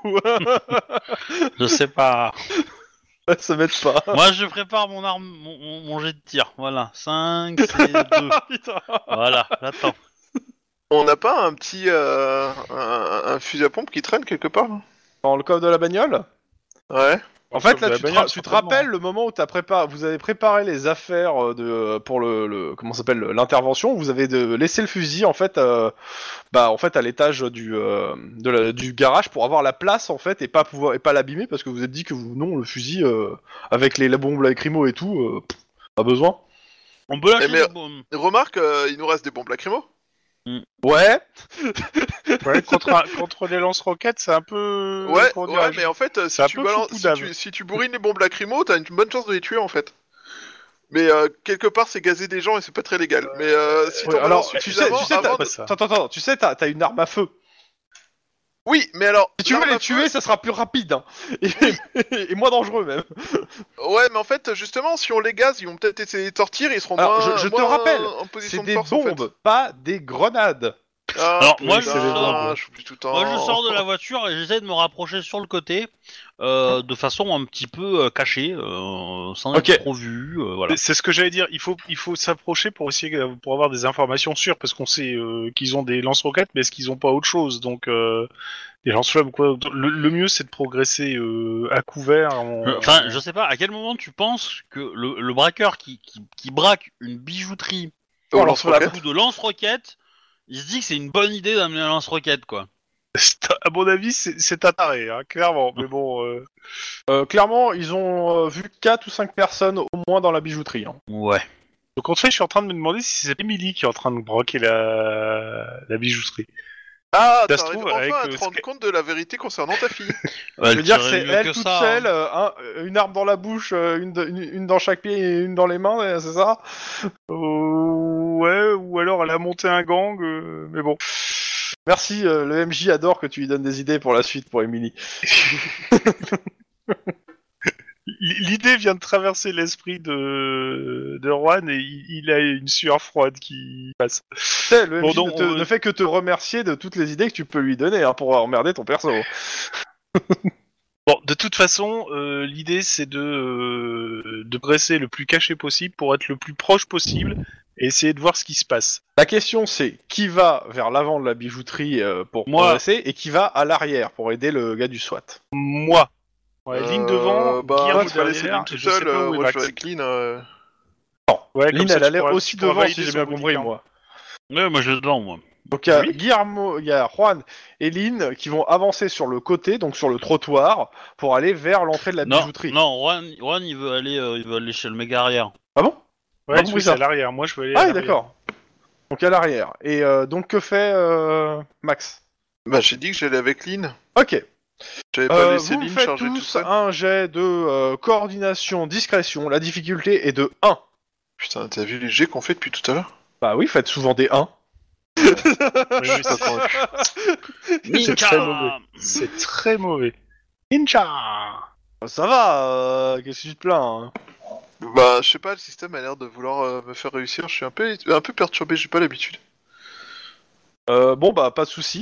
S1: Je sais pas.
S2: Ça m'aide pas.
S1: Moi je prépare mon arme, mon, mon- mon jet de tir. Voilà. cinq, c'est deux.
S2: Putain.
S1: Voilà, j'attends.
S3: On n'a pas un petit euh, un, un fusil à pompe qui traîne quelque part là?
S2: Dans le coffre de la bagnole?
S3: Ouais.
S2: En fait,
S4: Comme
S2: là,
S4: de la
S2: tu te,
S4: bagnole,
S2: ra- tu te
S4: certainement.
S2: rappelles le moment où t'as préparé, vous avez préparé les affaires euh, de pour le, le comment ça s'appelle l'intervention. Vous avez de, laissé le fusil en fait, euh, bah en fait à l'étage du euh, de la- du garage pour avoir la place en fait et pas pouvoir et pas l'abîmer parce que vous êtes dit que vous non le fusil euh, avec les la bombes lacrymo et tout, euh, pff, pas besoin.
S1: On peut lâcher
S3: Eh, mais-
S1: des bombes.
S3: Remarque, euh, il nous reste des bombes lacrymo.
S2: Ouais.
S4: Ouais, contre, un- contre des lance-roquettes, c'est un peu.
S3: Ouais,
S4: comment
S3: ouais,
S4: dirais-je
S3: mais en fait, euh, si
S4: c'est un
S3: tu,
S4: peu
S3: balances, si,
S4: foupoudable.
S3: tu, si tu bourrines les bombes lacrymo, t'as une bonne chance de les tuer en fait. Mais euh, quelque part, c'est gazer des gens et c'est pas très légal. Mais euh, si
S2: Ouais,
S3: t'en
S2: alors
S3: balances
S2: tu sais,
S3: suffisamment
S2: tu sais,
S3: avant
S2: t'as-
S3: de-
S4: ça.
S2: attends, attends, tu sais, t'as t'as une arme à feu.
S3: Oui, mais alors.
S2: Si tu veux
S3: l'arme
S2: les
S3: à feu-
S2: tuer, ça sera plus rapide hein. et, et moins dangereux même.
S3: Ouais, mais en fait, justement, si on les gaze, ils vont peut-être essayer de sortir, ils seront
S2: Alors,
S3: moins,
S2: je- je te
S3: moins
S2: rappelle,
S3: en position
S2: C'est
S3: de
S2: des
S3: force en fait.
S2: bombes, pas des grenades.
S3: Ah,
S1: Alors, moi,
S3: putain,
S1: je sors-
S3: je suis tout le temps.
S1: Moi, je sors de la voiture et j'essaie de me rapprocher sur le côté, euh, de façon un petit peu euh, cachée, euh, sans
S2: Ok.
S1: être trop vu. euh, voilà.
S4: C'est ce que j'allais dire. Il faut, il faut s'approcher pour essayer euh, pour avoir des informations sûres, parce qu'on sait euh, qu'ils ont des lance-roquettes, mais est-ce qu'ils ont pas autre chose? Donc euh, des lance-flammes quoi. Le, le mieux, c'est de progresser euh, à couvert. en-
S1: Euh, Enfin, je sais pas. À quel moment tu penses que le, le braqueur qui, qui, qui braque une bijouterie
S3: Oh,
S1: à
S3: lance-roquette.
S1: coup de lance-roquette, il se dit que c'est une bonne idée d'amener un lance-roquette, quoi.
S4: C'est- à mon avis, c'est c'est un taré, hein, clairement. Mais bon. Euh...
S2: Euh, clairement, ils ont euh, vu quatre ou cinq personnes au moins dans la bijouterie. Hein.
S1: Ouais.
S4: Donc en fait, je suis en train de me demander si c'est Emily qui est en train de braquer la, la bijouterie.
S3: Ah,
S4: Ça se
S3: t'arrives
S4: trouve,
S3: enfin
S4: avec
S3: à
S4: le
S3: te rendre
S4: sca-
S3: compte de la vérité concernant ta fille.
S1: Ouais,
S2: Je veux dire,
S1: tirait
S2: c'est
S1: mieux
S2: elle
S1: que
S2: toute
S1: ça,
S2: seule,
S1: hein.
S2: euh, un- une arme dans la bouche, euh, une, de- une, une dans chaque pied et une dans les mains, euh, c'est ça?
S4: Euh, ouais, ou alors elle a monté un gang, euh, mais bon.
S2: Merci, euh, le M J adore que tu lui donnes des idées pour la suite pour Emily.
S4: L'idée vient de traverser l'esprit de, de Juan et il, il a une sueur froide qui passe.
S2: Tu sais, le
S4: Bon,
S2: M J
S4: donc,
S2: ne, te-
S4: on-
S2: ne fait que te remercier de toutes les idées que tu peux lui donner hein, pour emmerder ton perso.
S4: Bon, de toute façon, euh, l'idée c'est de, euh, de dresser le plus caché possible pour être le plus proche possible et essayer de voir ce qui se passe.
S2: La question c'est qui va vers l'avant de la bijouterie euh, pour
S1: Moi.
S2: progresser et qui va à l'arrière pour aider le gars du SWAT.
S4: Moi. Ouais, ligne devant,
S3: Euh, bah,
S4: Guillermo
S3: moi, tu vas laisser
S4: derrière,
S3: Lynn tout
S4: et je sais
S3: seul,
S4: pas
S3: euh,
S4: où est
S3: moi je
S4: Max.
S3: vais avec Lynn. euh.
S4: Ouais, comme
S2: Lynn,
S4: ça,
S2: elle
S4: tu
S2: allait
S4: pourras-
S2: aussi
S4: tu pourras
S2: devant
S4: valider
S2: si j'ai
S4: son
S2: bien compris
S4: bodycam.
S2: moi.
S1: Ouais, moi je suis dedans, moi.
S2: Donc il y a
S4: Oui.
S2: Guillermo, il y a Juan et Lynn qui vont avancer sur le côté, donc sur le trottoir, pour aller vers l'entrée de la
S1: Non,
S2: bijouterie.
S1: non, Juan, Juan, il veut aller, euh, il veut aller chez le mec arrière.
S2: Ah bon?
S4: Ouais,
S2: Pas
S4: tu
S2: compris
S4: c'est
S2: ça.
S4: à l'arrière. Moi, je veux aller à
S2: Ah oui,
S4: l'arrière.
S2: d'accord. Donc à l'arrière. Et euh, donc que fait euh, Max?
S3: Bah, j'ai dit que j'allais avec Lynn.
S2: Ok.
S3: J'avais pas
S2: Euh,
S3: laissé
S2: vous me
S3: Lynn
S2: faites
S3: charger tout
S2: tous
S3: seul.
S2: un jet de euh, coordination, discrétion. La difficulté est de un.
S3: Putain, t'as vu les jets qu'on fait depuis tout à l'heure?
S2: Bah oui, faites souvent des un.
S4: Oui, oui,
S3: Pas
S4: c'est-
S3: convaincu.
S1: Ninja
S4: très mauvais. c'est très mauvais. Ninja.
S2: Ça va, euh, qu'est-ce que tu te plains hein?
S3: Bah, je sais pas, le système a l'air de vouloir euh, me faire réussir. Je suis un peu, un peu perturbé, j'ai pas l'habitude.
S2: Euh, Bon bah pas de souci.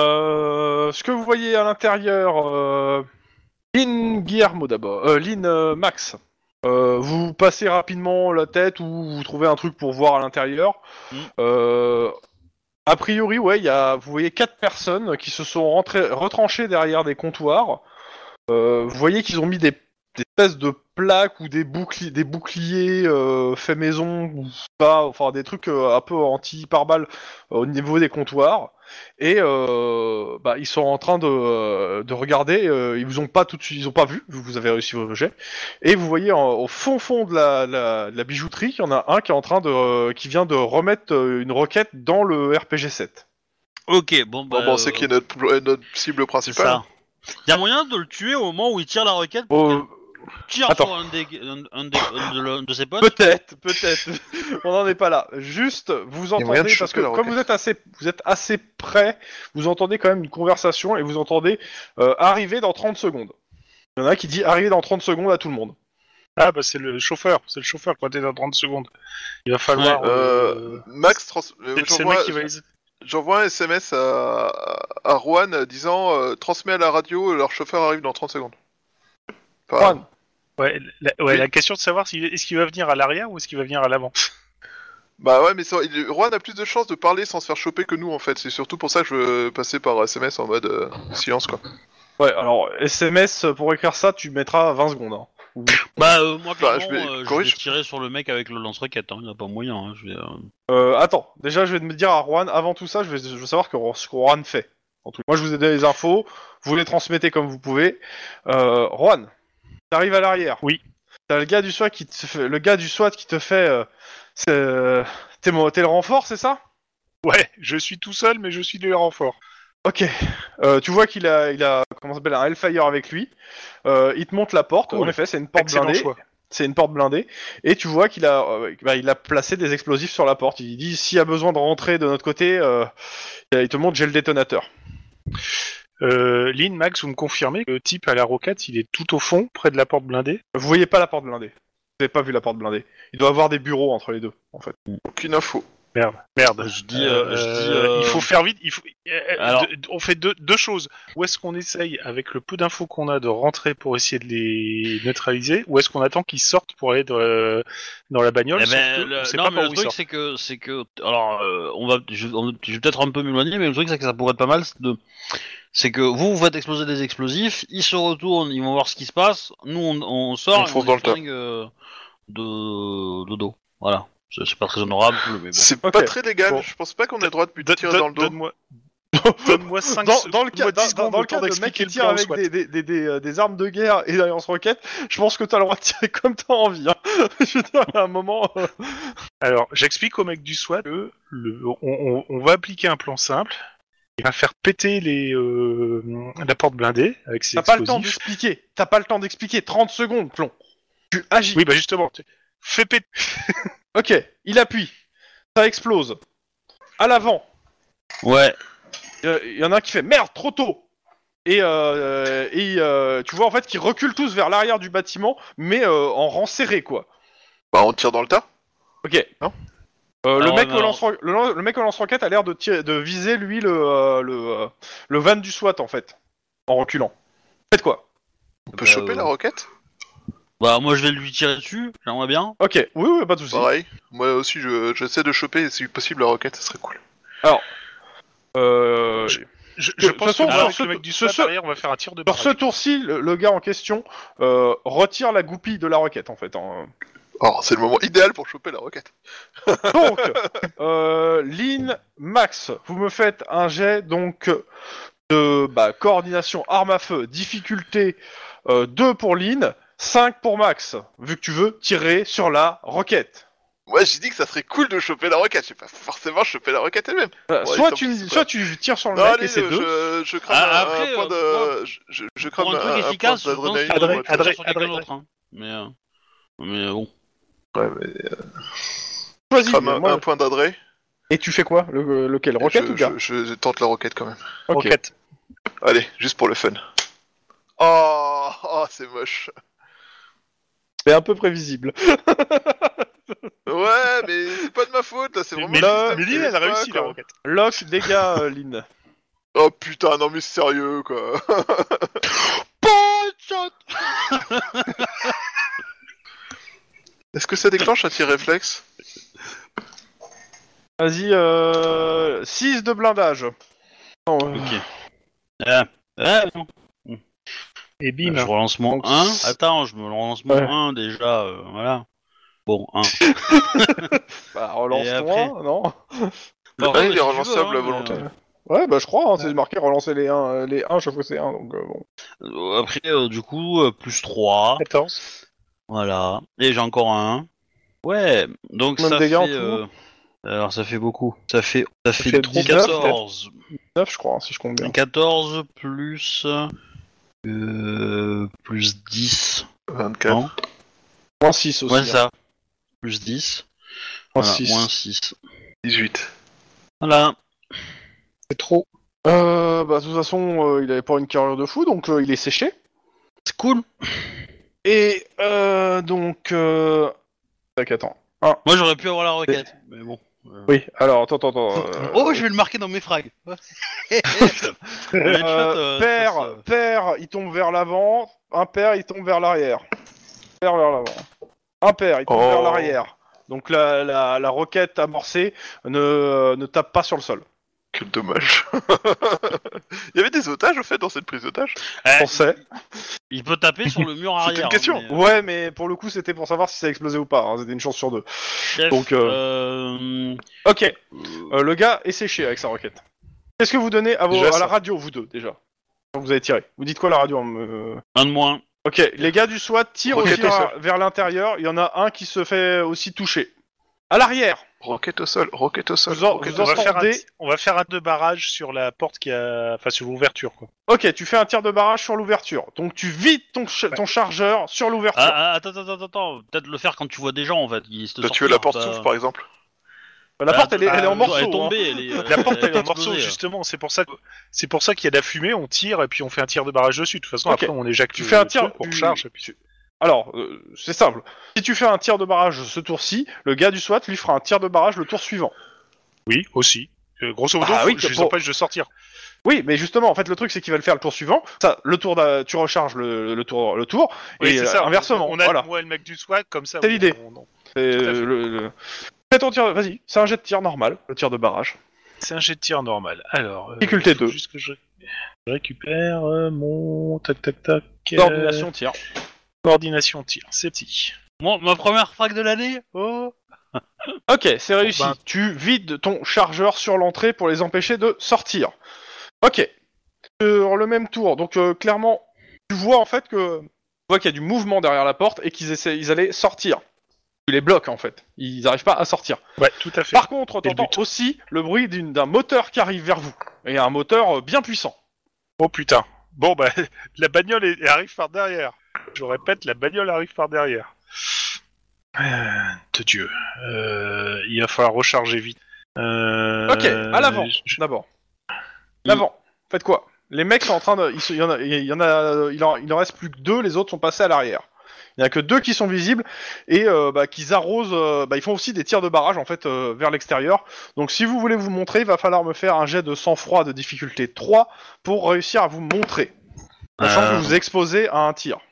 S2: Euh, ce que vous voyez à l'intérieur, euh, Lynn Guillermo d'abord, euh, Lynn euh, Max. Euh, vous passez rapidement la tête ou vous trouvez un truc pour voir à l'intérieur.
S1: Mm.
S2: Euh, a priori, ouais, il y a, vous voyez quatre personnes qui se sont rentrées, retranchées derrière des comptoirs. Euh, vous voyez qu'ils ont mis des, des espèces de plaques ou des boucliers, des boucliers euh, faits maison ou pas, enfin des trucs euh, un peu anti-pare-balles euh, au niveau des comptoirs. Et euh, bah, ils sont en train de, euh, de regarder. Euh, ils vous ont pas tout de suite, ils ont pas vu. Vous avez réussi vos jets. Et vous voyez en- au fond fond de la, la, de la bijouterie, il y en a un qui est en train de, euh, qui vient de remettre euh, une requête dans le R P G sept.
S1: Ok, bon, bah.
S3: Bon, bon, c'est
S1: euh,
S3: qui est notre, euh, notre cible
S1: c'est
S3: principale.
S1: ça. Y a moyen de le tuer au moment où il tire la requête pour
S2: Oh,
S1: qu'il tire
S2: attends.
S1: sur un, des, un, un des- un de, le- de ses potes.
S2: peut-être, peut-être. On n'en est pas là. Juste, vous
S3: y a moyen de
S2: entendez parce que
S3: choper la
S2: comme
S3: roquette.
S2: vous êtes assez, vous êtes assez près, vous entendez quand même une conversation et vous entendez euh, arriver dans trente secondes. Il y en a un qui dit arriver dans trente secondes à tout le monde.
S4: Ah, bah, c'est le chauffeur. C'est le chauffeur quand t'es dans trente secondes. Il va falloir.
S3: Euh,
S4: euh,
S3: Max, trans... euh,
S4: c'est- c'est le
S3: j'envoie
S4: mec qui va les-
S3: j'envoie un S M S à, à Juan euh, disant euh, transmets à la radio, leur chauffeur arrive dans trente secondes. Enfin,
S2: Juan,
S4: Ouais, la, ouais,
S3: Oui.
S4: la question de savoir si, est-ce qu'il va venir à l'arrière ou est-ce qu'il va venir à l'avant.
S3: Bah ouais, mais ça, il- Juan a plus de chances de parler sans se faire choper que nous en fait. C'est surtout pour ça que je veux passer par S M S en mode euh, silence quoi.
S2: ouais, alors S M S pour écrire ça, tu mettras vingt secondes. Hein. Ou-
S1: Bah, euh, moi,
S3: Bah,
S1: clairement,
S3: je vais-
S1: euh, je vais
S3: corrige.
S1: tirer sur le mec avec le lance-roquette. Hein. Il a pas moyen. Hein. Je vais, euh,
S2: Euh, attends, déjà je vais me dire à Juan, avant tout ça, je vais, je veux savoir que, ce que Juan fait. En tout. Moi je vous ai donné les infos, vous les transmettez comme vous pouvez. Euh, Juan, t'arrives à l'arrière.
S4: Oui.
S2: T'as le gars du SWAT qui te fait, le gars du SWAT qui te fait, euh, c'est, euh, t'es, mon- t'es le renfort, c'est ça?
S4: Ouais, je suis tout seul, mais je suis le renfort.
S2: Ok. Euh, tu vois qu'il a, il a, comment ça s'appelle, un Hellfire avec lui. Euh, il te monte la porte.
S4: Cool.
S2: En effet, c'est une porte
S4: Excellent
S2: blindée.
S4: choix.
S2: C'est une porte blindée. Et tu vois qu'il a, euh, bah, il a placé des explosifs sur la porte. Il dit s'il y a besoin de rentrer de notre côté, euh, il te montre j'ai le détonateur.
S4: Euh, Lynn, Max, vous me confirmez que le type à la roquette, il est tout au fond, près de la porte blindée.
S2: Vous voyez pas la porte blindée. Vous avez pas vu la porte blindée. Il doit avoir des bureaux entre les deux, en fait.
S3: Aucune info.
S4: Merde, merde.
S1: Je dis, euh, je dis, euh,
S4: Il faut faire vite. Il faut... euh,
S1: Alors-
S4: de- on fait deux, deux choses. Ou est-ce qu'on essaye, avec le peu d'infos qu'on a, de rentrer pour essayer de les neutraliser, ou est-ce qu'on attend qu'ils sortent pour aller dans, dans la bagnole
S1: Eh
S4: sauf
S1: ben,
S4: que
S1: le-
S4: on sait
S1: non,
S4: pas
S1: mais
S4: par
S1: le
S4: où ils
S1: truc
S4: sortent.
S1: c'est que c'est que alors euh, on va je, on- je vais peut-être un peu m'éloigner, mais le truc c'est que ça pourrait être pas mal c'est de c'est que vous vous faites exploser des explosifs, ils se retournent, ils vont voir ce qui se passe, nous on, on sort
S3: On
S1: et
S3: fonce
S1: on
S3: dans
S1: les
S3: le tas.
S1: flingue, euh, de de dos. Voilà, c'est c'est pas très honorable, mais bon.
S3: C'est
S2: Ok.
S3: pas très légal.
S2: Bon.
S3: Je pense pas qu'on ait le droit de
S4: Donne-
S3: tirer
S4: donne-
S3: dans le dos.
S4: Donne-moi donne-moi cinq
S2: Dans,
S4: secondes.
S2: dans le cas,
S4: donne-moi dix
S2: dans, dans-
S4: secondes
S2: dans le
S4: le temps
S2: cas de mec
S4: d'expliquer
S2: qui
S4: le
S2: tire
S4: plan
S2: avec
S4: SWAT.
S2: des, des, des, des, euh, des armes de guerre et derrière se roquette, je pense que t'as le droit de tirer comme t'as envie. Hein. Je veux dire, à un moment. euh,
S4: Alors, j'explique au mec du SWAT que le, on, on- on va appliquer un plan simple, Il va faire péter les euh, la porte blindée avec ses
S2: T'as pas le temps
S4: explosifs.
S2: d'expliquer. T'as pas le temps d'expliquer. trente secondes, plomb. Tu agis.
S4: Oui, bah justement, tu- fais péter.
S2: Ok, il appuie. Ça explose. À l'avant,
S1: Ouais.
S2: il y en a un qui fait merde, trop tôt. Et, euh, et euh, tu vois en fait qu'ils reculent tous vers l'arrière du bâtiment, mais euh, en rang serré quoi.
S3: Bah, on tire dans le tas.
S2: Ok.
S3: Non
S2: Euh, le,
S1: Alors,
S2: mec
S1: ouais,
S2: au
S1: alors-
S2: lance le, le mec au lance-roquette a l'air de, tirer- de viser lui le, euh, le, euh, le van du SWAT en fait, en reculant. Faites quoi?
S3: On peut
S1: Bah,
S3: choper
S1: euh,
S3: la roquette.
S1: Bah moi je vais lui tirer dessus, j'aimerais bien.
S2: Ok, oui, oui, pas de soucis.
S3: Pareil. Moi aussi, je, j'essaie de choper, si possible, la roquette, ça serait cool.
S2: Euh,
S4: Je- Je,
S2: De
S4: je
S2: toute
S4: pense
S2: façon,
S4: que
S2: sur
S4: avec
S2: ce-
S4: le mec du
S2: ce-
S4: SWAT
S2: ce-
S4: derrière, on va faire un tir de
S2: Sur ce
S4: barrage.
S2: tour-ci, le, le gars en question euh, retire la goupille de la roquette en fait. Hein.
S3: Oh, c'est le moment idéal pour choper la roquette.
S2: Donc, euh, Lynn, Max, vous me faites un jet donc de bah, coordination arme à feu, difficulté euh, deux pour Lynn, cinq pour Max, vu que tu veux tirer sur la roquette.
S3: Moi, j'ai dit que ça serait cool de choper la roquette. J'ai pas forcément choper la roquette elle-même.
S2: Euh,
S3: Ouais,
S2: soit,
S3: tant
S2: tu,
S3: pis, c'est
S2: soit
S3: pas-
S2: tu tires sur le
S3: Non,
S2: mec
S3: allez,
S2: et c'est
S3: euh,
S2: deux.
S3: je, je crame
S1: Ah,
S3: un,
S1: après,
S3: un point
S1: euh,
S3: de... Je, je, je crame
S1: Pour un truc
S3: un,
S1: efficace,
S3: un
S1: je
S3: point
S1: pense
S3: d'adrénaline.
S1: qu'il
S4: Adré-
S1: faut
S3: ouais,
S1: tirer
S4: Adré-
S1: sur quelqu'un
S4: Adré-
S1: d'autre. Hein. Mais, euh, mais euh, bon.
S3: Ouais, mais, euh,
S2: Vas-y,
S3: crame un,
S2: moi-
S3: un point d'adré.
S2: Et tu fais quoi le, Lequel
S3: et
S2: Roquette
S3: je,
S2: ou gars
S3: je, je tente la roquette quand même.
S2: Ok.
S4: Roquette.
S3: Allez, juste pour le fun. Oh, oh c'est moche.
S2: C'est un peu prévisible.
S3: Ouais, mais c'est pas de ma faute, là, c'est vraiment...
S4: Mais,
S3: le
S2: là,
S3: système
S4: mais
S3: qui
S4: Lynn, elle a
S3: laisse pas,
S4: réussi la
S3: quoi.
S4: roquette.
S2: Lock, dégâts, euh, Lynn.
S3: Oh putain, non mais sérieux, quoi. Est-ce que ça déclenche un tir réflexe?
S2: Vas-y, euh, six de blindage. Non, euh,
S1: Ok. Ah, ah, non.
S4: Et bim.
S1: Je relance mon
S2: Donc,
S1: un. Attends, je me relance mon
S2: Ouais.
S1: un déjà. euh, voilà. Bon, un.
S2: bah, relance
S1: Et
S2: ton
S1: après
S2: un, non?
S3: Le
S1: Par
S3: un,
S1: contre,
S3: il est
S1: si tu
S3: relançable
S1: veux,
S3: à
S1: hein,
S3: volonté.
S1: mais,
S2: Ouais, bah je crois, hein, c'est marqué relancer les un, les un, chaque fois c'est un, donc euh, bon.
S1: euh, Après, euh, du coup, euh, plus trois.
S4: quatorze.
S1: Voilà. Et j'ai encore un. Ouais, donc
S2: Combien de
S1: ça
S2: dégâts en
S1: fait...
S2: tout
S1: euh, Alors ça fait beaucoup. Ça fait, ça fait,
S2: fait
S1: trop
S2: dix-neuf,
S1: quatorze.
S2: neuf, je crois, hein, si je compte bien.
S1: quatorze plus... Euh, plus dix.
S3: vingt-quatre.
S1: Non
S2: Moins six aussi.
S1: Ouais,
S2: hein.
S1: c'est ça. Plus dix.
S2: Moins
S1: Voilà,
S2: six.
S1: moins six.
S3: dix-huit.
S1: Voilà.
S4: C'est trop.
S2: Euh, bah de toute façon, euh, il avait pas une carrure de fou, donc euh, il est séché.
S1: C'est cool.
S2: Et euh, donc... Euh... Tac, attends. Un.
S1: Moi j'aurais pu avoir la requête. Mais bon. Euh,
S2: Oui, alors, attends, attends, attends. euh,
S1: Oh, je vais le marquer dans mes frags. On a une
S2: euh,
S1: shot, euh,
S2: père,
S1: ça, ça-
S2: père, il tombe vers l'avant. Un père, il tombe vers l'arrière. Père vers l'avant. Un père, il tombe
S3: Oh.
S2: vers l'arrière. Donc la, la, la roquette amorcée ne, ne tape pas sur le sol.
S3: Quel dommage. Il y avait des otages, au fait, dans cette prise d'otage?
S1: Eh,
S2: On sait.
S1: il peut taper sur le mur
S3: C'était
S1: arrière.
S3: une question.
S1: hein, mais, euh,
S2: Ouais, mais pour le coup, c'était pour savoir si ça explosait ou pas. hein. C'était une chance sur deux.
S1: Chef,
S2: Donc, euh,
S1: euh,
S2: Ok.
S1: euh,
S2: Euh, le gars est séché avec sa roquette. Qu'est-ce que vous donnez à, vos,
S4: Déjà,
S2: à la
S4: ça.
S2: radio, vous deux, déjà Quand vous avez tiré. Vous dites quoi, la radio euh,
S1: un de moins.
S2: Ok, les gars du SWAT tirent
S3: Roquette
S2: aussi
S3: au
S2: vers,
S3: sol.
S2: vers l'intérieur. Il y en a un qui se fait aussi toucher. À l'arrière,
S3: Roquette au sol, roquette au sol.
S2: Vous en-
S3: roquette
S2: vous
S3: au
S4: On va,
S3: sol.
S4: faire un,
S2: entendez-
S4: on va faire un de barrage sur la porte qui a. Enfin, sur l'ouverture, quoi.
S2: ok, tu fais un tir de barrage sur l'ouverture. Donc tu vides ton, ch- ton chargeur sur l'ouverture.
S1: Ah, ah, attends, attends, attends, attends. Peut-être le faire quand tu vois des gens en fait. Qui se
S3: T'as
S1: sortir,
S3: tué la porte
S1: pas-
S3: s'ouvre, par exemple.
S2: la porte, elle est, elle est en
S1: Elle
S2: morceaux.
S1: est
S2: hein.
S1: tombée. Elle est, euh,
S4: La porte
S1: elle
S4: elle est en
S1: explosée,
S4: morceaux,
S1: euh.
S4: justement. C'est pour ça que c'est pour ça qu'il y a de la fumée. On tire et puis on fait un tir de barrage dessus. De toute façon,
S2: Ok.
S4: après on éjecte.
S2: Tu
S4: le
S2: fais un tir,
S4: truc, on
S2: tu-
S4: recharge. Et puis...
S2: tu- Alors, euh, c'est simple. Si tu fais un tir de barrage ce tour-ci, le gars du SWAT lui fera un tir de barrage le tour suivant.
S4: Oui, aussi. Euh, grosso modo,
S2: Ah
S4: faut-
S2: oui,
S4: je les
S2: pour-
S4: empêche de sortir.
S2: Oui, mais justement, en fait, le truc, c'est qu'il va le faire le tour suivant. Ça, le tour, d'a- tu recharges le, le tour, le tour,
S4: Oui,
S2: et
S4: c'est
S2: euh,
S4: ça.
S2: inversement.
S4: On a
S2: voilà.
S4: moi et le mec du SWAT comme ça.
S2: C'est
S4: oui,
S2: l'idée.
S4: on- on-
S2: C'est
S4: tout à fait.
S2: le, le- Fais ton tir, vas-y. C'est un jet de tir normal, le tir de barrage.
S4: C'est un jet de tir normal. Alors. euh,
S2: Difficulté
S4: faut
S2: deux.
S4: Juste que je je récupère euh, mon tac tac tac. euh,
S2: Coordination tir.
S4: Coordination tir. C'est petit.
S1: Moi, ma première frag de l'année. Oh.
S2: Ok, c'est réussi.
S4: ben-
S2: Tu vides ton chargeur sur l'entrée pour les empêcher de sortir. Ok. Sur le même tour, donc euh, clairement, tu vois en fait que tu vois qu'il y a du mouvement derrière la porte et qu'ils essaient, ils allaient sortir. Tu les bloques en fait. Ils n'arrivent pas à sortir.
S4: Ouais, tout à fait.
S2: Par contre,
S4: C'est le
S2: t'entends
S4: but.
S2: aussi le bruit d'une- d'un moteur qui arrive vers vous. Et un moteur euh, bien puissant.
S4: Oh putain. Bon bah, la bagnole est- arrive par derrière. Je répète, la bagnole arrive par derrière. Euh, de Dieu. Euh, il va falloir recharger vite. Euh,
S2: Ok, à l'avant,
S4: je-
S2: d'abord. L'avant. Faites quoi? Les mecs sont en train de... Il se- il y en a... Il y en a... Il en... il en reste plus que deux, les autres sont passés à l'arrière. Il n'y a que deux qui sont visibles et euh, bah, qu'ils arrosent... euh, Bah, ils font aussi des tirs de barrage, en fait, euh, vers l'extérieur. Donc si vous voulez vous montrer, il va falloir me faire un jet de sang-froid de difficulté trois pour réussir à vous montrer. Sachant
S1: Euh.
S2: que vous vous exposez à un tir.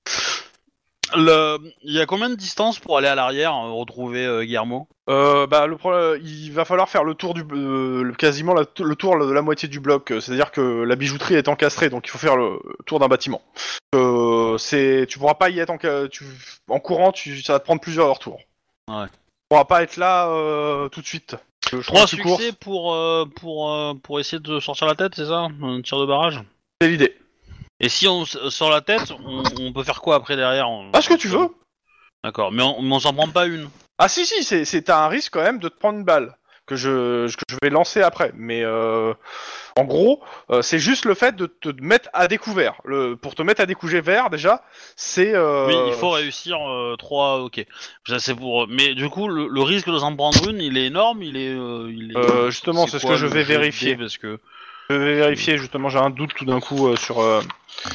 S1: Le... Il y a combien de distance pour aller à l'arrière, euh, retrouver euh, Guillermo?
S2: Euh, bah, le problème, il va falloir faire le tour du, euh, quasiment la- le tour de la moitié du bloc. euh, C'est-à-dire que la bijouterie est encastrée, donc il faut faire le tour d'un bâtiment. Euh, c'est, tu pourras pas y être en, ca- tu, en courant, tu, ça va te prendre plusieurs tours.
S1: Ouais.
S2: Tu pourras pas être là euh, tout de suite. Euh, je
S1: Trois
S2: crois que tu cours,
S1: succès pour, euh, pour, euh, pour essayer de sortir la tête, c'est ça? Un tir de barrage?
S2: c'est l'idée.
S1: Et si on s- sort la tête, on, on peut faire quoi après derrière? on-
S2: Ah, ce que tu veux.
S1: D'accord, mais on, mais on s'en prend pas une.
S2: Ah si si, c'est, c'est t'as un risque quand même de te prendre une balle que je, que je vais lancer après. Mais euh, en gros, euh, c'est juste le fait de te mettre à découvert. Le, pour te mettre à découvert déjà, c'est. Euh...
S1: Oui, il faut réussir euh, trois, ok. Ça c'est pour. Mais du coup, le, le risque de s'en prendre une, il est énorme, il est. euh, il est...
S2: Euh, justement, c'est ce
S1: quoi,
S2: que je
S1: le
S2: vais
S1: jet de
S2: vérifier.
S1: dés, parce que.
S2: Je vais vérifier justement. J'ai un doute tout d'un coup euh, sur euh,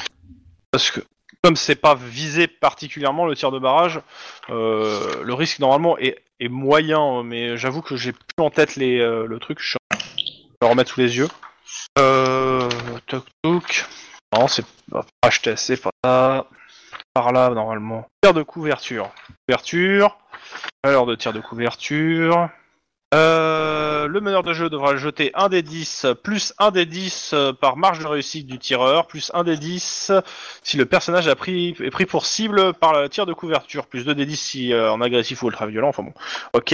S2: parce que comme c'est pas visé particulièrement le tir de barrage, euh, le risque normalement est, est moyen. Mais j'avoue que j'ai plus en tête les euh, le truc. Je vais le remettre sous les yeux. Euh, toc toc. Non, c'est pas H T S, c'est pas ça. Par là normalement. Tir de couverture. Couverture. Valeur de tir de couverture. Euh, le meneur de jeu devra jeter un des dix plus un des dix par marge de réussite du tireur, plus un des dix si le personnage a pris, est pris pour cible par le tir de couverture, plus deux des dix si euh, en agressif ou ultra violent, enfin bon. Ok.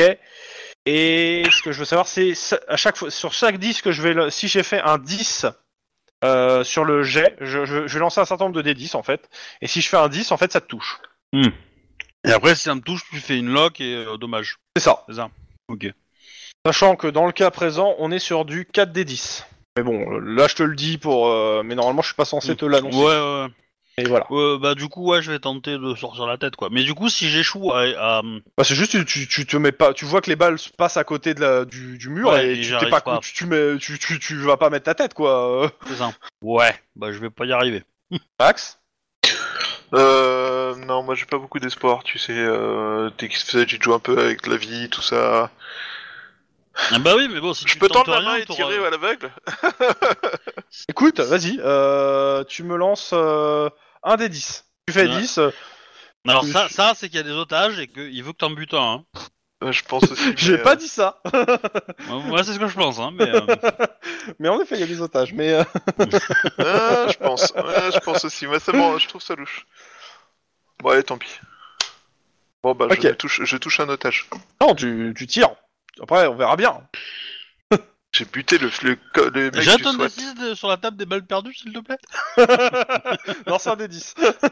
S2: Et ce que je veux savoir, c'est à chaque fois, sur chaque dix que je vais, si j'ai fait un dix euh, sur le jet, je, je, je vais lancer un certain nombre de dés dix en fait, et si je fais un dix, en fait, ça te touche.
S1: Hmm. Et après, si ça me touche, tu fais une lock et euh, dommage.
S2: C'est ça.
S1: C'est ça. Ok.
S2: Sachant que dans le cas présent, on est sur du quatre des dix. Mais bon, là je te le dis pour... Euh, mais normalement je suis pas censé te l'annoncer.
S1: Ouais, ouais, ouais.
S2: Et voilà.
S1: Euh, bah du coup, ouais, je vais tenter de sortir la tête, quoi. Mais du coup, si j'échoue à... à...
S2: Bah, c'est juste tu, tu, tu te mets pas... Tu vois que les balles passent à côté de la, du, du mur
S1: Ouais,
S2: et
S1: et
S2: tu t'es
S1: j'arrive
S2: pas...
S1: pas.
S2: Tu, tu, mets, tu, tu, tu vas pas mettre ta tête quoi.
S1: C'est ça. Ouais, bah je vais pas y arriver.
S2: Max.
S3: Euh, non, moi j'ai pas beaucoup d'espoir, tu sais. Euh, dès qu'il se faisait, j'ai joué un peu avec la vie, tout ça.
S1: Ah bah oui, mais bon, si
S3: Je
S1: tu
S3: peux
S1: tentes
S3: tendre la main
S1: rien,
S3: et
S1: t'auras-
S3: tirer à l'aveugle.
S2: Écoute, vas-y. Euh, tu me lances euh, un des dix. Tu fais
S1: Ouais.
S2: dix. euh,
S1: Alors
S2: Je-
S1: ça, ça c'est qu'il y a des otages et qu'il veut que t'en butes un. Hein.
S3: Euh, je pense aussi.
S2: J'ai
S3: mais,
S2: pas
S3: euh,
S2: dit ça.
S1: Moi, c'est ce que je pense, hein, mais... euh,
S2: Mais en effet, il y a des otages. Mais euh,
S3: Ah, je pense. Ouais, je pense aussi. Moi, ça m'en- je trouve ça louche. Bon, allez, tant pis. Bon, bah,
S2: Ok.
S3: je, touche, je touche un otage.
S2: non, tu, tu tires. Après, on verra bien.
S3: J'ai buté le, le, co- le mec
S1: J'ai un
S3: du
S1: tonne
S3: SWAT.
S1: de six de- sur la table des balles perdues, s'il te plaît.
S2: Lance un des dix.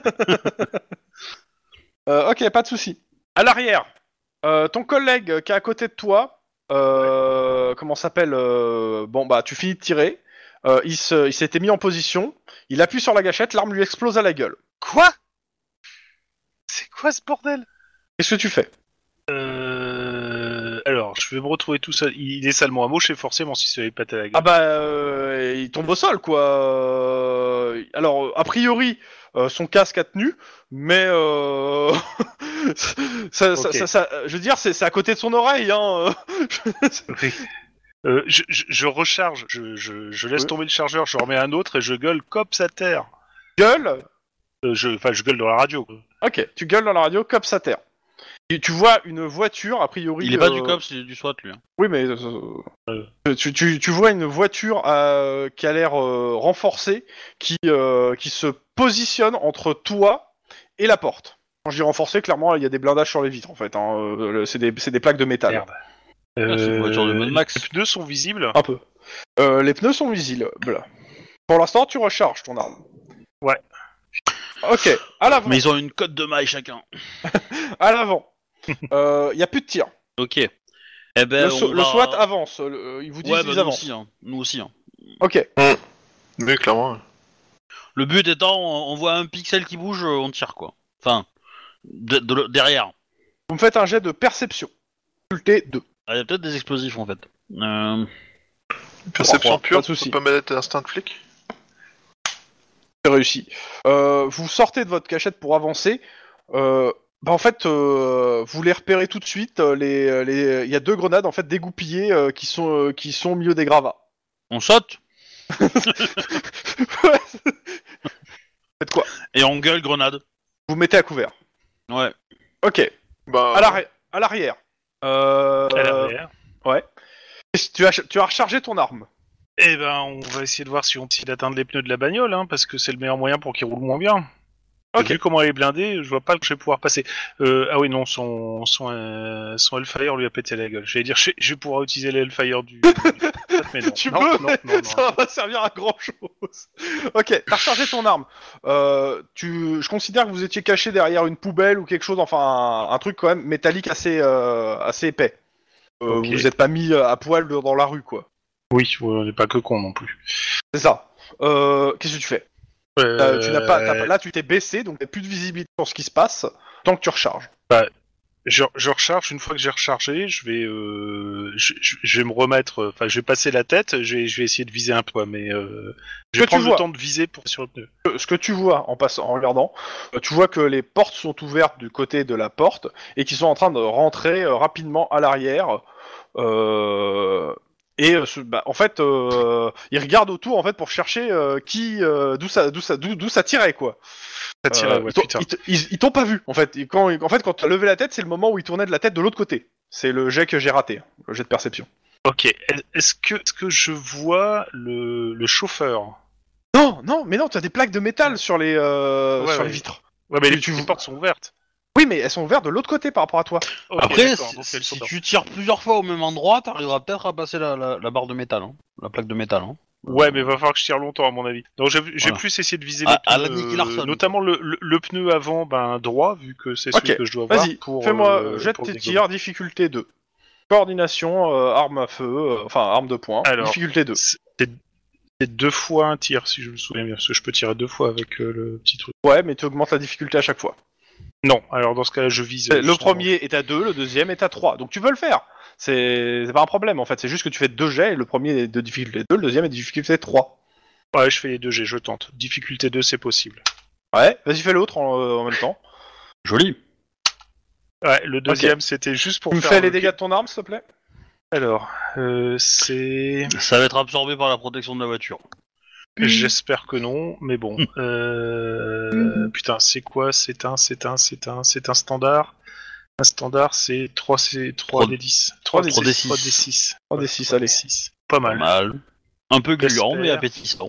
S2: euh, ok, pas de souci. À l'arrière, euh, ton collègue qui est à côté de toi, euh, comment s'appelle euh, Bon bah, tu finis de tirer. Euh, il, se, il s'était mis en position. Il appuie sur la gâchette. L'arme lui explose à la gueule.
S4: Quoi? C'est quoi ce bordel?
S2: Qu'est-ce que tu fais?
S4: Euh... Alors, je vais me retrouver tout seul. Il est salement amoché, forcément, si ça avait pété à la gueule.
S2: Ah bah, euh, il tombe au sol quoi. Euh, Alors, a priori, euh, son casque a tenu, mais euh... ça, ça,
S4: Ok.
S2: ça, ça- je veux dire, c'est, c'est à côté de son oreille. Hein.
S4: Oui. Euh, je, je, je recharge, je, je, je laisse
S2: Oui.
S4: tomber le chargeur, je remets un autre et je gueule cops à terre.
S2: Gueule.
S4: Euh, je, enfin, je gueule dans la radio. Quoi.
S2: Ok, tu gueules dans la radio, cops à terre. Et tu vois une voiture, a priori.
S1: Il est pas
S2: euh,
S1: du cops, il est du SWAT, lui. Hein.
S2: Oui, mais euh, tu, tu, tu vois une voiture euh, qui a l'air euh, renforcée, qui, euh, qui se positionne entre toi et la porte. Quand je dis renforcée, clairement, il y a des blindages sur les vitres, en fait. Hein. Euh, le- c'est, des, c'est des plaques de métal.
S4: Merde.
S1: Ah, c'est une voiture de Mad Max.
S4: Les pneus sont visibles.
S2: Un peu. Euh, les pneus sont visibles. Pour l'instant, tu recharges ton arme.
S4: Ouais.
S2: Ok, à l'avant.
S1: Mais ils ont une cote de maille chacun.
S2: À l'avant. Il euh, y a plus de tir.
S1: Ok. Eh ben,
S2: le, so-
S1: on
S2: le
S1: va...
S2: SWAT avance. Le, ils vous disent
S1: Ouais,
S2: qu'ils
S1: bah, nous
S2: avancent.
S1: aussi, hein. Nous aussi. Hein.
S2: Ok.
S3: Mais clairement.
S1: Le but étant, on, on voit un pixel qui bouge, on tire quoi. Enfin, de, de- derrière.
S2: Vous me faites un jet de perception. Difficulté deux.
S1: Il y a peut-être des explosifs en fait. Euh...
S3: Perception
S2: Oh,
S3: pure,
S2: pas de souci.
S3: tu peux pas mettre instinct de flic.
S2: C'est réussi. Euh, vous sortez de votre cachette pour avancer. Euh, bah en fait, euh, vous les repérez tout de suite. Les, les, il y a deux grenades en fait dégoupillées euh, qui sont euh, qui sont au milieu des gravats.
S1: On saute
S2: Ouais. Faites quoi?
S1: et on gueule grenade.
S2: Vous mettez à couvert.
S1: Ouais.
S2: Ok.
S3: Bah,
S2: À l'arrière. À l'arrière. Euh...
S4: À l'arrière.
S2: Ouais. Tu as tu as rechargé ton arme.
S4: Eh ben, on va essayer de voir si on tire d'atteindre les pneus de la bagnole, hein, parce que c'est le meilleur moyen pour qu'il roule moins bien.
S2: Ok.
S4: Vu comment elle est blindée, je vois pas que je vais pouvoir passer. Euh, ah oui, non, son, son, euh, son Hellfire lui a pété la gueule. J'allais dire, je, je vais pouvoir utiliser le Hellfire du... mais non.
S2: Tu
S4: non,
S2: peux,
S4: non,
S2: mais
S4: non, non.
S2: ça va pas servir à grand chose. Ok, t'as rechargé ton arme. Euh, tu, je considère que vous étiez caché derrière une poubelle ou quelque chose, enfin un, un truc quand même métallique assez, euh, assez épais. Euh,
S4: Ok.
S2: Vous vous êtes pas mis à poil dans la rue, quoi.
S4: Oui, on n'est pas que con non plus.
S2: C'est ça. Euh, qu'est-ce que tu fais?
S4: Euh,
S2: Euh, tu n'as pas, t'as pas- là, tu t'es baissé, donc t'as plus de visibilité sur ce qui se passe tant que tu recharges.
S4: Je, je recharge, une fois que j'ai rechargé, je vais, euh, je, je- je vais me remettre, enfin, je vais passer la tête, je vais, je vais essayer de viser un peu, mais euh, je
S2: Que
S4: vais
S2: tu
S4: prendre le
S2: vois.
S4: temps de viser pour sur le pneu.
S2: Euh, Ce que tu vois en passant, en regardant, euh, tu vois que les portes sont ouvertes du côté de la porte et qu'ils sont en train de rentrer euh, rapidement à l'arrière. Euh, et euh, ce- bah, en fait, euh, ils regardent autour en fait pour chercher euh, qui, euh, d'où ça, d'où ça, d'où, d'où ça tirait quoi.
S4: Ça tirait,
S2: Euh,
S4: ouais,
S2: ils, t'ont-
S4: putain.
S2: ils t- ils- ils t'ont pas vu en fait. Et quand, en fait, quand t'as levé la tête, c'est le moment où ils tournaient de la tête de l'autre côté. C'est le jet que j'ai raté, le jet de perception.
S4: Ok, est-ce que, est-ce que je vois le, le chauffeur?
S2: Non, non, mais non, tu as des plaques de métal sur les, euh,
S4: Ouais,
S2: sur
S4: ouais.
S2: les vitres.
S4: Ouais, mais
S2: Tu-
S4: les,
S2: tu
S4: les
S2: vois-
S4: portes sont ouvertes.
S2: Oui, mais elles sont ouvertes de l'autre côté par rapport à toi.
S4: Ok,
S1: Après,
S4: d'accord,
S1: si,
S4: donc elles sont
S1: si
S4: dans-
S1: tu tires plusieurs fois au même endroit, t'arriveras peut-être à passer la, la, la barre de métal, hein. La plaque de métal. Hein.
S4: Ouais, mais il va falloir que je tire longtemps à mon avis. Donc j'ai j'ai
S1: Voilà.
S4: plus essayé de viser
S1: À- à
S4: les
S1: la
S4: pneus,
S1: Nicky Larson,
S4: euh, notamment le, le, le pneu avant, ben droit, vu que c'est celui
S2: Ok,
S4: que je dois avoir.
S2: Vas-y,
S4: pour,
S2: fais-moi
S4: euh,
S2: jet de
S4: pour
S2: tes
S4: dégommer.
S2: tirs, difficulté deux. Coordination, euh, arme à feu, euh, enfin arme de poing,
S4: Alors,
S2: difficulté deux.
S4: C'est c'est deux fois un tir, si je me souviens bien, parce que je peux tirer deux fois avec euh, le petit truc.
S2: Ouais, mais tu augmentes la difficulté à chaque fois.
S4: Non, alors dans ce cas-là, je vise. euh,
S2: Le
S4: justement-
S2: premier est à deux, le deuxième est à trois. Donc tu peux le faire. C'est c'est pas un problème en fait, c'est juste que tu fais deux jets, et le premier est de difficulté deux, le deuxième est de difficulté trois.
S4: Ouais, je fais les deux G, je tente. Difficulté deux, c'est possible.
S2: Ouais, vas-y fais l'autre en, euh, en même temps.
S1: Joli.
S4: Ouais, le deuxième, c'était juste pour
S2: Tu me
S4: faire
S2: fais les
S4: le-
S2: dégâts de ton arme s'il te plaît.
S4: Alors, euh, c'est...
S1: Ça va être absorbé par la protection de la voiture.
S4: J'espère que non, mais bon. Euh... Putain, c'est quoi? C'est un, c'est un, c'est un, c'est un standard. Un standard, c'est trois, c'est trois D dix.
S2: trois D
S1: six.
S4: trois D six.
S2: trois D six, allez.
S4: Pas
S1: Pas
S4: mal.
S1: mal. Un peu gluant,
S4: J'espère.
S1: mais appétissant.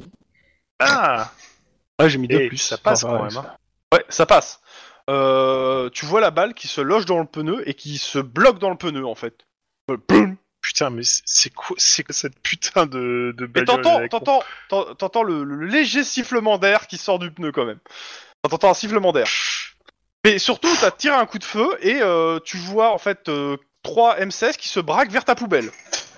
S4: Ah!
S2: Ouais, j'ai mis deux
S4: Et
S2: plus.
S4: ça passe
S2: Enfin,
S4: quand
S2: ouais,
S4: même, hein.
S2: Ouais, ça passe. Euh, tu vois la balle qui se loge dans le pneu et qui se bloque dans le pneu en fait. Euh, boum.
S4: Putain, mais c'est c'est quoi, c'est quoi cette putain de, de
S2: Et
S4: bagnole
S2: t'entends,
S4: avec-
S2: t'entends, t'en- t'entends le, le léger sifflement d'air qui sort du pneu quand même. T'entends un sifflement d'air. Mais surtout, t'as tiré un coup de feu et euh, tu vois en fait euh, trois M seize qui se braquent vers ta poubelle.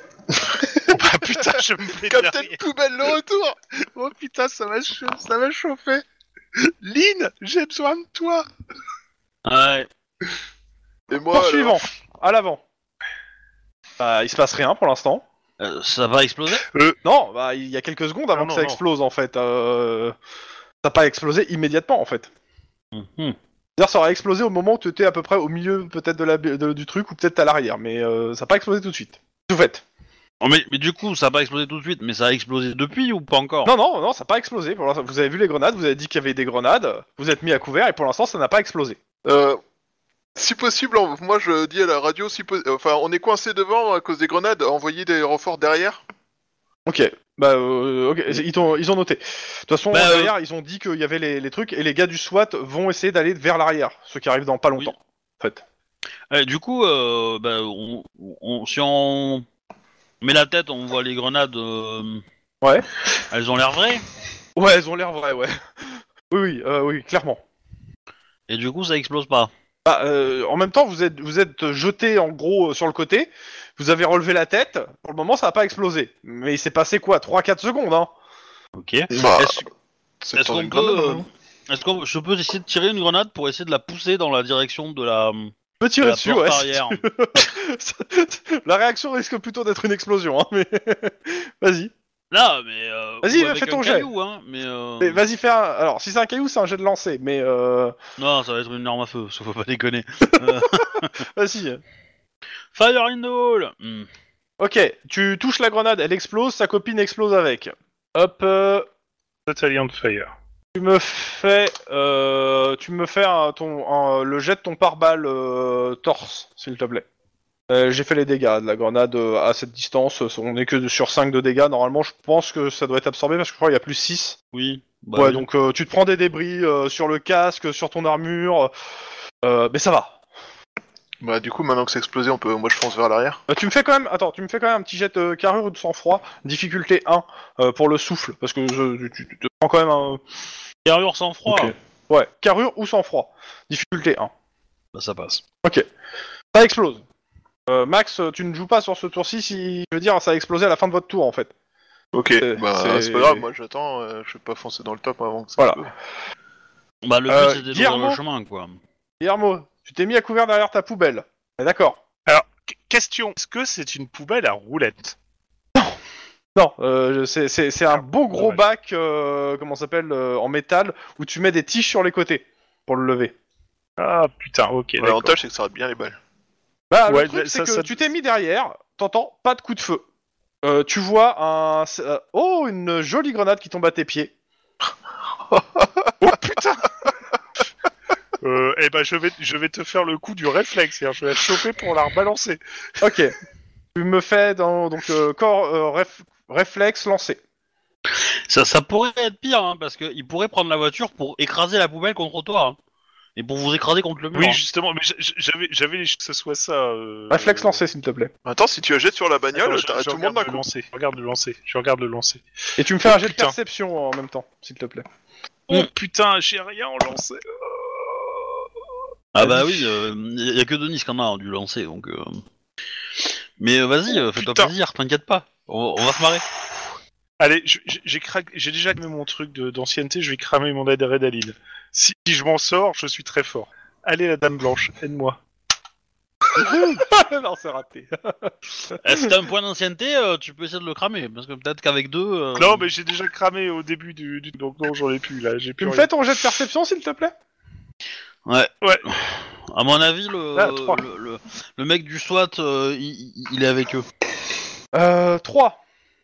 S4: Ah putain, je me fais
S3: Captain
S4: derrière.
S3: Poubelle, le retour.
S4: Oh putain, ça va, cha- ça va chauffer. Lynn, j'ai besoin de toi.
S1: Ouais.
S3: Et moi,
S2: Poursuivant, à l'avant. Bah, il se passe rien pour l'instant.
S1: Euh, ça va exploser?
S2: Non, bah il y a quelques secondes avant
S4: Non,
S2: que
S4: non,
S2: ça
S4: non.
S2: explose en fait. Euh... Ça n'a pas explosé immédiatement en fait.
S1: Mhm.
S2: C'est-à-dire ça aurait explosé au moment où tu étais à peu près au milieu peut-être de la, de- du truc ou peut-être à l'arrière, mais euh, ça n'a pas explosé tout de suite. Tout fait.
S1: Oh, mais, mais du coup, ça a pas explosé tout de suite, mais ça a explosé depuis ou pas encore?
S2: Non, non, non, ça n'a pas explosé. Pour l'instant, vous avez vu les grenades, vous avez dit qu'il y avait des grenades, vous êtes mis à couvert et pour l'instant ça n'a pas explosé.
S3: Euh, si possible, on- moi je dis à la radio, si po- enfin on est coincé devant à cause des grenades, envoyer des renforts derrière.
S2: Ok, bah euh, ok, ils, ont, ils ont noté. De toute façon,
S1: Bah,
S2: derrière, ils ont dit qu'il y avait les, les trucs et les gars du SWAT vont essayer d'aller vers l'arrière, ce qui arrive dans pas longtemps. En fait.
S1: Euh, du coup, euh, bah, on, on- si on met la tête, on voit les grenades. euh,
S2: Ouais.
S1: Elles ont l'air vraies.
S2: Ouais, elles ont l'air vraies, ouais. Oui, oui, euh, oui, clairement.
S1: Et du coup, ça explose pas.
S2: Bah, euh, en même temps, vous êtes, vous êtes jeté en gros euh, sur le côté, vous avez relevé la tête, pour le moment ça n'a pas explosé. Mais il s'est passé quoi, trois à quatre secondes, hein.
S1: Ok.
S3: Bah,
S1: Est-ce
S3: c'est
S1: est-ce
S3: dans
S1: qu'on
S3: une
S1: peut,
S3: grenade,
S1: euh,
S3: hein.
S1: est-ce qu'on, je peux essayer de tirer une grenade pour essayer de la pousser dans la direction de la,
S2: Tu peux
S1: de
S2: tirer
S1: la
S2: dessus,
S1: porte
S2: ouais. si
S1: arrière.
S2: tu veux. La réaction risque plutôt d'être une explosion, hein, mais vas-y.
S1: Là, mais euh,
S2: Vas-y,
S1: ou avec
S2: fais ton
S1: un
S2: jet.
S1: caillou, hein. Mais euh...
S2: Mais vas-y, fais un... Alors, si c'est un caillou, c'est un jet de lancer, mais euh...
S1: non, ça va être une arme à feu, ça faut pas déconner. Euh,
S2: vas-y.
S1: Fire in the hole. Hmm.
S2: Ok, tu touches la grenade, elle explose, sa copine explose avec. Hop, euh,
S4: Totally on fire.
S2: tu me fais, euh, tu me fais un, ton, un- le jet de ton pare-balles euh, torse, s'il te plaît. Euh, j'ai fait les dégâts de la grenade euh, à cette distance, on est que sur cinq de dégâts, normalement je pense que ça doit être absorbé parce que je crois qu'il y a plus six.
S1: Oui. Bah,
S2: ouais,
S1: oui.
S2: donc euh, tu te prends des débris euh, sur le casque, sur ton armure, euh, mais ça va.
S3: Bah, du coup, maintenant que c'est explosé, on peut... moi je fonce vers l'arrière.
S2: Euh, tu me fais quand même, attends, tu me fais quand même un petit jet de carrure ou de sang-froid, difficulté un euh, pour le souffle, parce que je, tu, tu te prends quand même un...
S1: Carrure sans froid.
S2: Ok. Ouais, carrure ou sang-froid, difficulté un.
S1: Bah, ça passe.
S2: Ok, ça explose. Euh, Max, tu ne joues pas sur ce tour-ci, si je veux dire, ça a explosé à la fin de votre tour en fait.
S3: Ok,
S2: C'est-
S3: bah
S2: c'est-
S3: c'est pas grave, moi j'attends, euh, je vais pas foncer dans le top avant que ça
S2: Voilà.
S3: explose.
S1: Bah, le but
S2: Euh,
S1: c'était d'ouvrir
S2: Guillermo
S1: le chemin, quoi.
S2: Guillermo, tu t'es mis à couvert derrière ta poubelle. Eh, d'accord.
S4: Alors, qu- question, est-ce que c'est une poubelle à roulettes?
S2: Non, euh, c'est, c'est, c'est un beau gros
S4: dommage.
S2: bac, euh, comment ça s'appelle, euh, en métal, où tu mets des tiges sur les côtés pour le lever.
S4: Ah putain, ok, d'accord.
S3: L'avantage c'est que ça rate bien les balles.
S2: Bah,
S4: Ouais,
S2: le truc,
S4: bah,
S2: c'est
S4: ça-
S2: que
S4: ça-
S2: tu t'es mis derrière, t'entends pas de coup de feu. Euh, tu vois un... euh, oh, une jolie grenade qui tombe à tes pieds.
S4: Oh putain euh, Eh ben, je vais, je vais te faire le coup du réflexe, c'est-à-dire je vais la choper pour la rebalancer.
S2: Ok. Tu me fais dans donc euh, corps euh, réf- réflexe lancé.
S1: Ça, ça pourrait être pire, hein, parce qu'il pourrait prendre la voiture pour écraser la poubelle contre toi. Hein, et pour vous écraser contre le mur.
S4: Oui,
S1: hein.
S4: justement, mais j- j- j'avais, j'avais que ce soit ça. Euh...
S2: Réflexe lancé, s'il te plaît.
S3: Attends, si tu la jettes sur la bagnole,
S4: Attends, je-
S3: t'arrêtes
S4: je
S3: tout le monde
S4: regarde
S3: d'un
S4: le
S3: coup.
S4: lancer. Je regarde le lancer. Je regarde le lancer.
S2: Et tu me fais un jet de
S4: Putain.
S2: perception en même temps, s'il te plaît.
S4: Oh
S1: Mm.
S4: putain, j'ai rien en lancer.
S1: Ah bah oui, il euh, y, y a que Denis qui en a hein, dû lancer, donc... Euh... Mais euh, vas-y, euh, fais-toi
S4: putain.
S1: plaisir, t'inquiète pas. On, on va se marrer.
S4: Allez, je- j'ai, j'ai, craqué- j'ai déjà cramé mon truc de, d'ancienneté, je vais cramer mon adrénaline. Si, si je m'en sors, je suis très fort. Allez, la dame blanche, aide-moi.
S2: Non, c'est raté.
S1: Eh, si t'as un point d'ancienneté, euh, tu peux essayer de le cramer, parce que peut-être qu'avec deux... euh,
S4: Non, mais j'ai déjà cramé au début du, du... donc non, j'en ai plus là. J'ai plus
S2: Tu me
S4: rien.
S2: fais ton jet de perception, s'il te plaît.
S1: Ouais.
S4: Ouais.
S1: À mon avis, le,
S2: Ah, trois.
S1: le, le, le mec du SWAT, euh, il, il- il est avec eux.
S2: Euh, trois.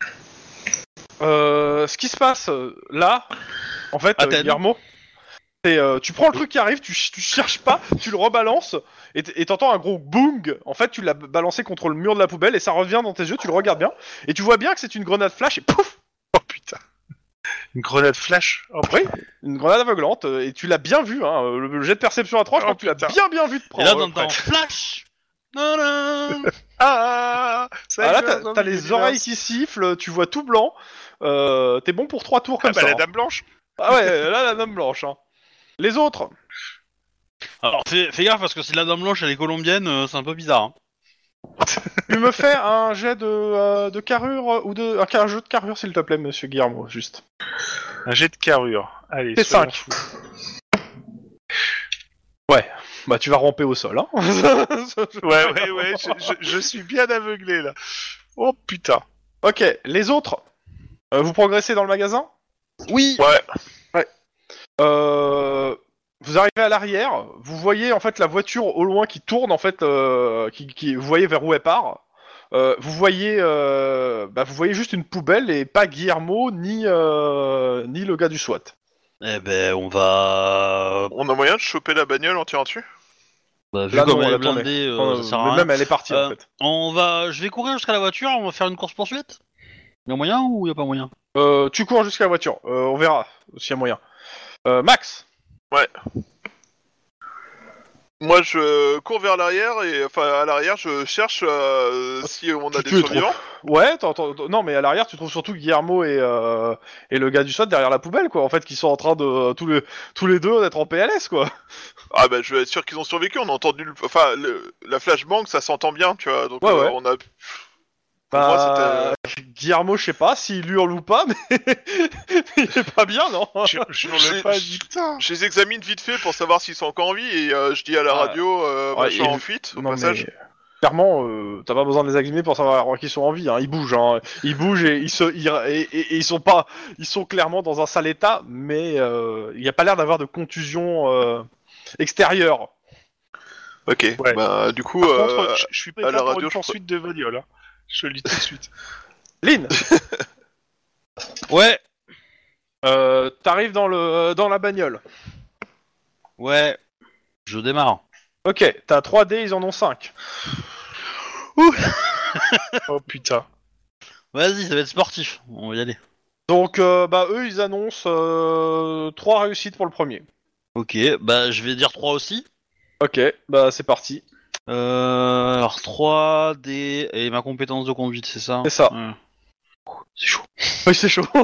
S2: Euh, ce qui se passe euh, là, en fait,
S1: Ah,
S2: euh,
S1: t'as-
S2: Guillermo, c'est euh, tu prends le truc qui arrive, tu, ch- tu cherches pas, tu le rebalances et t- et t'entends un gros boong. En fait, tu l'as balancé contre le mur de la poubelle et ça revient dans tes yeux. Tu le regardes bien et tu vois bien que c'est une grenade flash et pouf,
S4: Oh putain. Une grenade flash. Oh,
S2: oui, une grenade aveuglante euh, et tu l'as bien vu. Hein, le, le jet de perception à trois, je
S4: Oh,
S2: crois que tu l'as
S4: putain.
S2: bien bien vu de
S1: Et
S2: prendre.
S1: là,
S2: ouais,
S1: t'entends flash. Non, non.
S4: Ah, ça
S2: Ah,
S4: y
S2: là,
S4: est,
S2: t'as,
S4: non,
S2: t'as
S4: mais
S2: les
S4: il est
S2: oreilles
S4: là.
S2: qui sifflent, tu vois tout blanc. Euh, t'es bon pour trois tours
S4: Ah
S2: comme
S4: bah
S2: ça.
S4: la
S2: hein.
S4: dame blanche.
S2: Ah ouais, là la dame blanche. Hein. Les autres.
S1: Alors, fais, fais gaffe, parce que si la dame blanche, elle est colombienne, euh, c'est un peu bizarre. Hein.
S2: Tu me fais un jet de, euh, de carrure euh, ou de un, un jeu de carrure s'il te plaît, monsieur Guillermo, juste.
S4: Un jet de carrure. Allez,
S2: C'est
S4: soyons
S2: cinq.
S4: fous.
S2: Ouais. Bah tu vas ramper au sol, hein.
S4: Ouais, ouais, ouais, je, je, je suis bien aveuglé là. Oh putain.
S2: Ok, les autres. Euh, vous progressez dans le magasin.
S1: Oui.
S3: Ouais.
S2: Euh, vous arrivez à l'arrière. Vous voyez en fait la voiture au loin qui tourne en fait, euh, qui, qui, vous voyez vers où elle part. Euh, vous voyez, euh, bah, vous voyez juste une poubelle et pas Guillermo ni euh, ni le gars du SWAT.
S1: Eh ben, on va...
S3: On a moyen de choper la bagnole en tirant dessus?
S1: Bah, vu
S2: Là,
S1: comme
S2: non,
S1: elle est
S2: elle a tourné.
S1: blindée, euh,
S2: Euh,
S1: ça sert à
S2: mais
S1: rien.
S2: même elle est partie
S1: Euh,
S2: en fait.
S1: On va... Je vais courir jusqu'à la voiture, on va faire une course-poursuite. Y'a moyen ou y'a pas moyen?
S2: Euh, tu cours jusqu'à la voiture. Euh, on verra s'il y a moyen. Euh, Max.
S3: Moi, je cours vers l'arrière et enfin à l'arrière, je cherche euh, si on a
S2: Tu-
S3: des
S2: tu les
S3: survivants.
S2: Ouais, t'en- t'en- non, mais à l'arrière, tu trouves surtout Guillermo et, euh, et le gars du SWAT derrière la poubelle, quoi. En fait, qui sont en train de tous les tous les deux d'être en P L S, quoi.
S3: Ah bah, je veux être sûr qu'ils ont survécu. On a entendu, le... enfin, le... la flashbang, ça s'entend bien, tu vois. Donc
S2: Ouais,
S3: euh,
S2: ouais.
S3: on a. Pour moi,
S2: Bah, Guillermo, je sais pas s'il hurle ou pas, mais il est pas bien, non?
S4: Je, je
S3: J'ai-
S4: le pas dit.
S3: c'était. Je les examine vite fait pour savoir s'ils sont encore en vie et euh, je dis à la
S2: Ouais.
S3: radio, euh,
S2: Ouais,
S3: machin
S2: et-
S3: en fuite au
S2: Non,
S3: passage.
S2: mais clairement, euh, t'as pas besoin de les examiner pour savoir qu'ils sont en vie. Hein. Ils bougent, hein. Ils bougent et ils se, ils, et, et- et ils sont pas, ils sont clairement dans un sale état, mais euh, il y a pas l'air d'avoir de contusion euh, extérieure.
S3: Ok.
S4: Ouais.
S3: Bah du coup,
S4: Par
S3: euh,
S4: contre, je, je suis prêt
S3: à la
S4: pour
S3: radio,
S4: une
S3: je
S4: poursuite de bagnole. Hein. Je le dis tout de suite.
S2: Lynn,
S1: Ouais,
S2: euh, t'arrives dans le, dans la bagnole.
S1: ouais. Je démarre.
S2: Ok, t'as trois dés, ils en ont cinq.
S4: Oh putain.
S1: Vas-y, ça va être sportif. On va y aller.
S2: Donc, euh, bah eux, ils annoncent euh, trois réussites pour le premier.
S1: Ok, bah je vais dire trois aussi.
S2: Ok, bah c'est parti.
S1: Euh, alors trois D et ma compétence de conduite, c'est ça
S2: C'est ça.
S1: Ouais. C'est chaud.
S2: Oui, c'est chaud.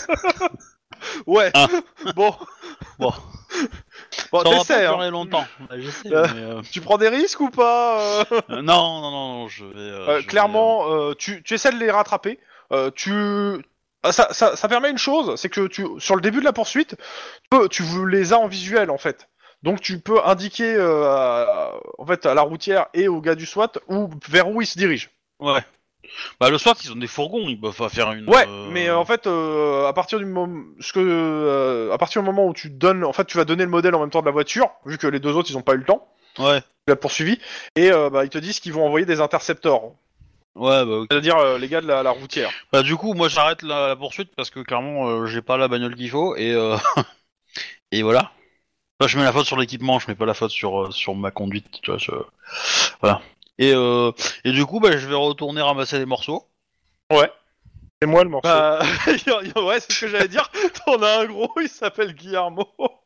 S2: Ouais.
S1: Ah.
S2: Bon.
S1: Bon.
S2: Bon,
S1: Ça aura
S2: t'essaies,
S1: pas
S2: hein.
S1: duré longtemps. Bah, j'essaie,
S2: Euh.
S1: mais, euh,
S2: Tu prends des risques ou pas euh
S1: euh, non, non, non, non, je vais. euh,
S2: Euh,
S1: je vais,
S2: Clairement, euh, tu, tu essaies de les rattraper. Euh, tu Ah, ça, ça, ça permet une chose, c'est que tu sur le début de la poursuite, tu, peux- tu les as en visuel en fait. Donc tu peux indiquer euh, à, en fait à la routière et au gars du SWAT où vers où ils se dirigent.
S1: euh, Ouais. Bah le soir, ils ont des fourgons, ils peuvent pas faire une.
S2: Ouais,
S1: euh,
S2: mais euh, en fait, euh, à partir du moment, ce que, euh, à partir du moment où tu donnes, en fait, tu vas donner le modèle en même temps de la voiture, vu que les deux autres ils ont pas eu le temps,
S1: Ouais.
S2: tu l'as poursuivi, et euh, bah, ils te disent qu'ils vont envoyer des intercepteurs,
S1: Ouais, bah ok.
S2: c'est-à-dire euh, les gars de la, la routière.
S1: Bah du coup, moi j'arrête la, la poursuite parce que clairement, euh, j'ai pas la bagnole qu'il faut et euh... et voilà. Là, je mets la faute sur l'équipement, je mets pas la faute sur euh, sur ma conduite, tu vois. Je... Voilà. Et euh... et du coup, bah je vais retourner ramasser les morceaux.
S2: Ouais.
S4: C'est moi le morceau.
S2: Bah, ouais, c'est ce que j'allais dire. T'en as un gros, il s'appelle Guillermo.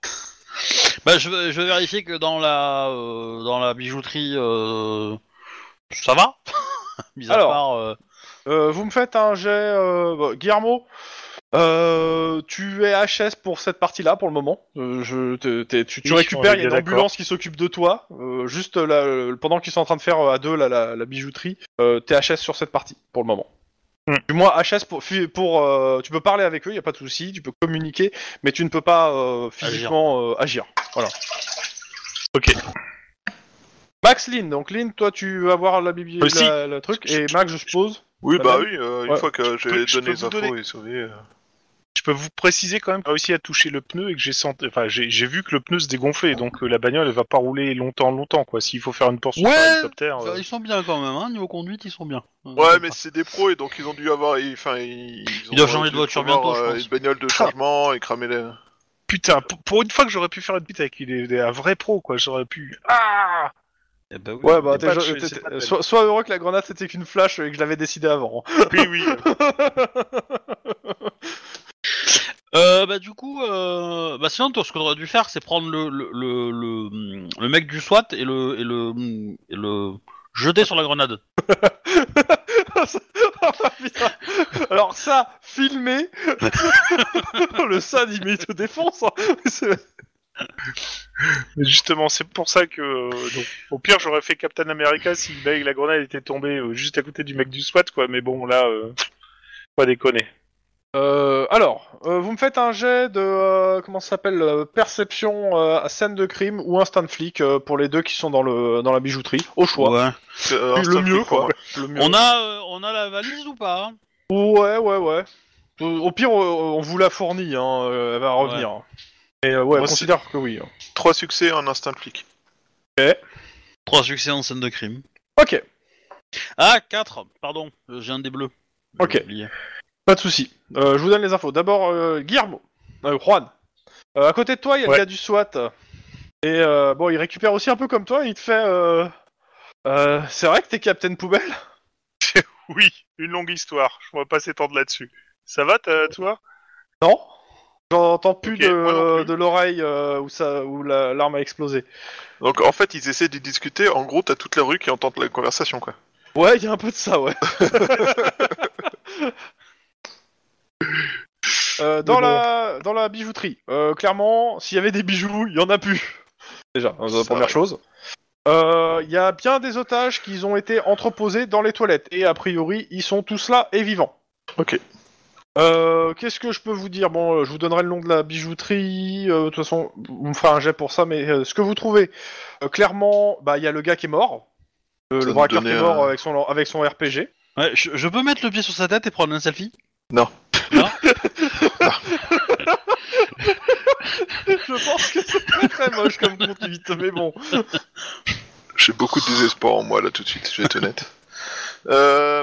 S1: Bah je vais je vais vérifier que dans la euh, dans la bijouterie, euh... ça va. Mis à
S2: Alors.
S1: part. euh,
S2: Euh, vous me faites un jet, euh, bah, Guillermo. Euh, tu es H S pour cette partie-là pour le moment. Euh, je, t'es- t'es- tu, tu
S4: Oui,
S2: récupères, il y a une
S4: d'accord.
S2: ambulance qui s'occupe de toi. Euh, juste là, euh, pendant qu'ils sont en train de faire euh, à deux la, la, la bijouterie, euh, t'es H S sur cette partie pour le moment.
S4: Hmm.
S2: Du moins H S pour, fi- pour euh, tu peux parler avec eux, il y a pas de souci, tu peux communiquer, mais tu ne peux pas euh, physiquement euh, agir. Voilà.
S4: Ok.
S2: Max, Lynn. Donc Lynn, toi tu vas voir la bibi,
S4: Aussi.
S2: la- le truc, et Max, je suppose.
S3: Oui,
S2: Madame
S3: bah oui. euh, une
S2: Ouais.
S3: fois que j'ai
S4: peux- je
S3: donné
S4: peux
S3: les
S4: vous
S3: infos
S4: donner-
S3: et surveillé. euh.
S4: Je peux vous préciser quand même que j'ai réussi à toucher le pneu et que j'ai senti, enfin j'ai j'ai vu que le pneu se dégonflait, donc euh, la bagnole elle va pas rouler longtemps, longtemps quoi. S'il faut faire une poursuite
S1: Ouais.
S4: par hélicoptère. euh,
S1: Ils sont bien quand même, hein. Niveau conduite, ils sont bien.
S3: Ouais, mais c'est des pros et donc ils ont dû avoir. Enfin, ils, ils ont
S1: doivent changer de
S3: dû
S1: voiture
S3: prévoir,
S1: bientôt, je
S3: euh,
S1: pense.
S3: Une bagnole de changement et cramer les.
S4: Putain, pour, pour une fois que j'aurais pu faire une pute avec une, un vrai pro quoi, j'aurais pu. Ah
S1: Eh bah oui.
S2: Ouais, bah,
S4: c'est
S2: t'es-
S4: pas-
S2: t'es-
S4: c'est
S2: t'es-
S4: pas de
S2: sois, sois heureux que la grenade c'était qu'une flash et que je l'avais décidé avant.
S4: Oui, oui.
S1: Euh, bah du coup, euh... bah sinon toi, ce qu'on aurait dû faire, c'est prendre le le, le le le mec du SWAT et le et le et le jeter sur la grenade.
S2: Putain. Alors ça, filmé, le S A D il te défonce. Hein. C'est-
S4: Mais justement, c'est pour ça que, euh, donc, au pire, j'aurais fait Captain America si la, la grenade était tombée euh, juste à côté du mec du SWAT, quoi. Mais bon, là, euh, pas déconner.
S2: Euh, alors, euh, vous me faites un jet de euh, comment ça s'appelle euh, perception euh, à scène de crime ou instant flic euh, pour les deux qui sont dans le dans la bijouterie, au choix.
S1: Ouais.
S3: Euh,
S2: Le
S3: un
S2: mieux
S3: truc pour
S2: quoi.
S3: moi.
S2: Le mieux.
S1: On a euh, on a la valise ou pas hein?
S2: Ouais, ouais, ouais. Euh, Au pire, euh, on vous la fournit, hein, euh, elle va revenir. Et euh, ouais,
S3: Moi,
S2: considère que oui. hein.
S3: Trois succès en instinct flic.
S1: Trois succès en scène de crime.
S2: Ok,
S1: Ah quatre. Pardon, euh, j'ai un des bleus. J'ai
S2: Ok.
S1: oublié.
S2: pas de souci. Euh, je vous donne les infos. D'abord, euh, Guillermo, euh, Juan. Euh, à côté de toi, il y a
S4: Ouais.
S2: le gars du SWAT. Et euh, bon, il récupère aussi un peu comme toi. Il te fait. Euh... Euh, c'est vrai que t'es Captain Poubelle.
S4: Oui, une longue histoire. Je vais pas s'étendre là-dessus. Ça va, t'as- toi?
S2: Non. J'entends plus
S3: Ok,
S2: de,
S3: moi non plus.
S2: de l'oreille euh, où, ça, où la- l'arme a explosé.
S3: Donc en fait, ils essaient de discuter. En gros, t'as toute la rue qui entend la conversation, quoi.
S2: Ouais, il y a un peu de ça, ouais. Euh, dans,
S3: Mais bon.
S2: la, dans la bijouterie, euh, clairement, s'il y avait des bijoux, il y en a plus. Déjà, hein, c'est la
S3: Ça
S2: première
S3: arrive.
S2: chose. Euh, Il y a bien des otages qui ont été entreposés dans les toilettes. Et a priori, ils sont tous là et vivants.
S3: Ok.
S2: Euh, Qu'est-ce que je peux vous dire? Bon, euh, je vous donnerai le nom de la bijouterie. euh, De toute façon, vous me ferez un jet pour ça. Mais euh, ce que vous trouvez, euh, clairement, bah il y a le gars qui est mort, euh,
S3: Ça
S2: le
S3: nous
S2: braqueur qui est
S3: donnait
S2: mort
S3: un-
S2: euh, avec son avec son R P G.
S1: Ouais, je, je peux mettre le pied sur sa tête et prendre un selfie?
S3: Non.
S1: Non.
S2: Je pense que c'est très très moche comme conduite, mais bon.
S3: J'ai beaucoup de désespoir en moi là tout de suite, je vais être honnête. Euh,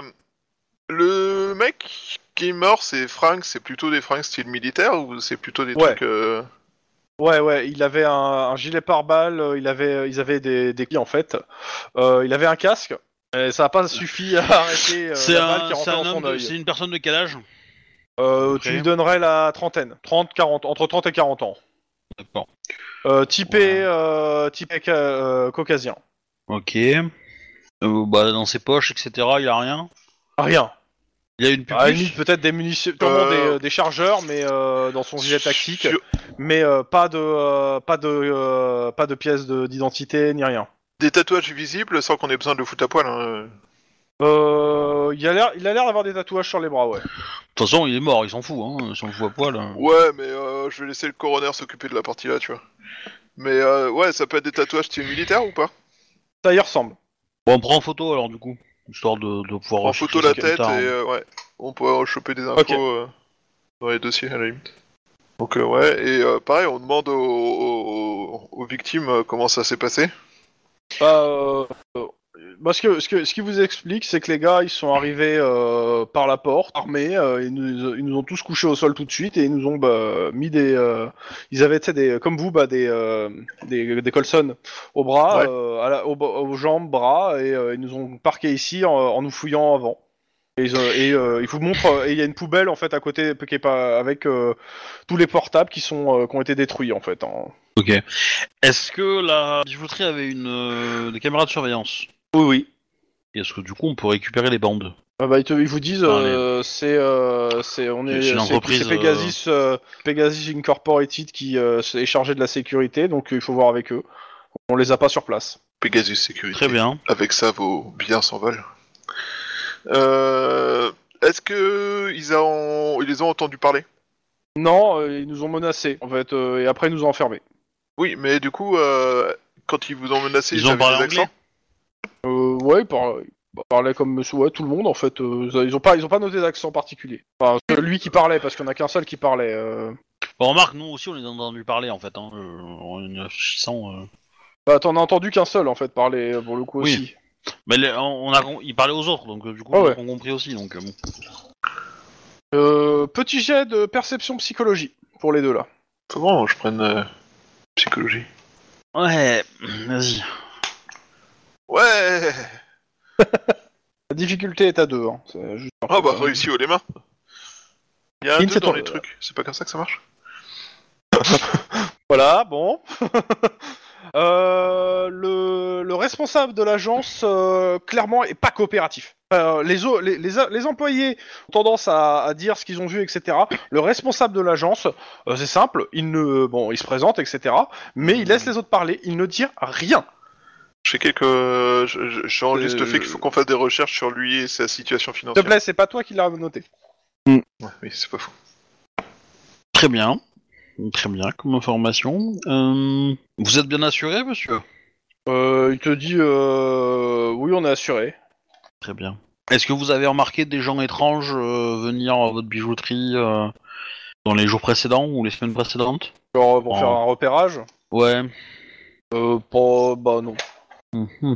S3: le mec qui est mort, c'est fringues, c'est plutôt des fringues style militaire ou c'est plutôt des
S2: Ouais.
S3: trucs. Euh...
S2: Ouais, ouais, il avait un, un gilet pare-balles, euh, il avait, ils avaient des, des clés en fait. Euh, il avait un casque, et ça n'a pas suffi à arrêter euh,
S1: C'est
S2: la balle qui
S1: un, c'est
S2: rentrait
S1: un
S2: dans son
S1: homme, de-
S2: œil.
S1: c'est une personne de quel âge?
S2: Euh,
S1: Ok.
S2: tu lui donnerais la trentaine, trente, quarante, entre trente et quarante ans.
S1: D'accord.
S2: Euh, typé,
S1: Ouais.
S2: euh, typé ca- euh, caucasien.
S1: Ok. Euh, bah, dans ses poches, et cetera, il a rien.
S2: Rien.
S1: Il a une
S2: À la
S1: pupuche.
S2: limite, peut-être des munitions, sûrement
S3: Euh,
S2: des, des chargeurs, mais euh, dans son gilet tactique,
S3: sur-
S2: mais euh, pas de, euh, pas de, euh, pas de pièces de- d'identité ni rien.
S3: Des tatouages visibles sans qu'on ait besoin de le foutre à poil. Hein.
S2: Euh, il a l'air, il a l'air d'avoir des tatouages sur les bras, ouais.
S1: De toute façon, il est mort, il s'en fout, hein. Il s'en fout à poil. hein.
S3: Ouais, mais euh, je vais laisser le coroner s'occuper de la partie là, tu vois. Mais euh, ouais, ça peut être des tatouages style militaire ou pas?
S2: Ça y ressemble.
S1: Bon, on prend en photo alors, du coup. Histoire de, de pouvoir
S3: En
S1: rechercher
S3: photo la
S1: ça plus
S3: tête
S1: tard,
S3: et
S1: hein.
S3: euh, ouais, on peut choper des infos
S2: Ok.
S3: euh, dans les dossiers à la limite. Donc euh, ouais, et euh, pareil, on demande aux, aux- aux victimes euh, comment ça s'est passé.
S2: Bah, euh, euh, parce que ce que ce qui vous explique, c'est que les gars, ils sont arrivés euh, par la porte, armés, euh, ils, nous, ils nous ont tous couchés au sol tout de suite et ils nous ont bah, mis des, euh, ils avaient, tu sais, des, comme vous, bah, des, euh, des, des colsons au bras,
S3: Ouais.
S2: euh, à la- aux, aux jambes, bras, et euh, ils nous ont parqués ici en, en nous fouillant avant. Et, ils, euh, et euh, ils vous montrent, euh, et il y a une poubelle en fait à côté, qui est pas avec euh, tous les portables qui sont, euh, qui ont été détruits en fait. Hein.
S1: Ok. Est-ce que la bijouterie avait une euh, des caméras de surveillance?
S2: Oui, oui.
S1: Et est-ce que du coup on peut récupérer les bandes?
S2: Ah bah, ils, te- ils vous disent,
S1: Enfin,
S2: euh, c'est, euh, c'est, on est,
S1: C'est une
S2: c'est-
S1: entreprise,
S2: c'est Pegasus, euh, Pegasus Incorporated qui euh, est chargé de la sécurité, donc euh, il faut voir avec eux. On les a pas sur place.
S3: Pegasus Sécurité.
S1: Très bien.
S3: Avec ça, vos biens s'envolent. Euh, Est-ce que ils, ont... ils les ont entendus parler?
S2: Non, euh, ils nous ont menacés, en fait, euh, et après ils nous ont enfermés.
S3: Oui, mais du coup, euh, quand ils vous ont menacé,
S1: Ils
S3: ils,
S1: ont
S3: avaient
S1: parlé
S3: des
S1: anglais?
S3: accents?
S2: Euh, ouais, ils parlaient, ils parlaient comme monsieur, ouais, tout le monde en fait. euh, ils ont pas, ils ont pas noté d'accent particulier. Enfin, c'est lui qui parlait, parce qu'il y en a qu'un seul qui parlait. Euh...
S1: Bon, remarque, nous aussi on les a entendu parler en fait, hein, euh, en réfléchissant. Euh...
S2: Bah, t'en as entendu qu'un seul en fait parler euh, pour le coup
S1: Oui.
S2: aussi.
S1: Mais les- on on a, ils parlaient aux autres, donc euh, du coup
S2: Ah
S1: on
S2: ouais.
S1: a compris aussi, donc euh, bon.
S2: Euh, petit jet de perception psychologie pour les deux là.
S3: Comment je prenne euh, psychologie?
S1: Ouais, vas-y.
S3: Ouais.
S2: La difficulté est à deux. Hein. C'est juste...
S3: Ah bah réussi haut les mains. Il y a un
S2: Kin,
S3: deux
S2: c'est
S3: dans
S2: ton-
S3: les trucs. C'est pas comme ça que ça marche?
S2: Voilà, bon. Euh, le, le responsable de l'agence, euh, clairement, est pas coopératif. Euh, les, o- les, les, les employés ont tendance à, à dire ce qu'ils ont vu, et cetera. Le responsable de l'agence, euh, c'est simple, il ne, bon, il se présente, et cetera. Mais il laisse les autres parler, il ne dit rien.
S3: Je fais quelques... je- je- J'enregistre le
S2: Euh,
S3: fait qu'il faut qu'on fasse des recherches sur lui et sa situation
S2: S'il te
S3: financière.
S2: plaît, c'est pas toi qui l'as noté.
S3: Ouais, oui, c'est pas faux.
S1: Très bien. Très bien comme information. Euh, vous êtes bien assuré, monsieur?
S2: Euh, il te dit, euh, oui, on est assuré.
S1: Très bien. Est-ce que vous avez remarqué des gens étranges euh, venir à votre bijouterie euh, dans les jours précédents ou les semaines précédentes?
S2: Genre, pour
S1: Oh.
S2: faire un repérage.
S1: Ouais.
S2: Euh, pas, bah non.
S1: Mhm.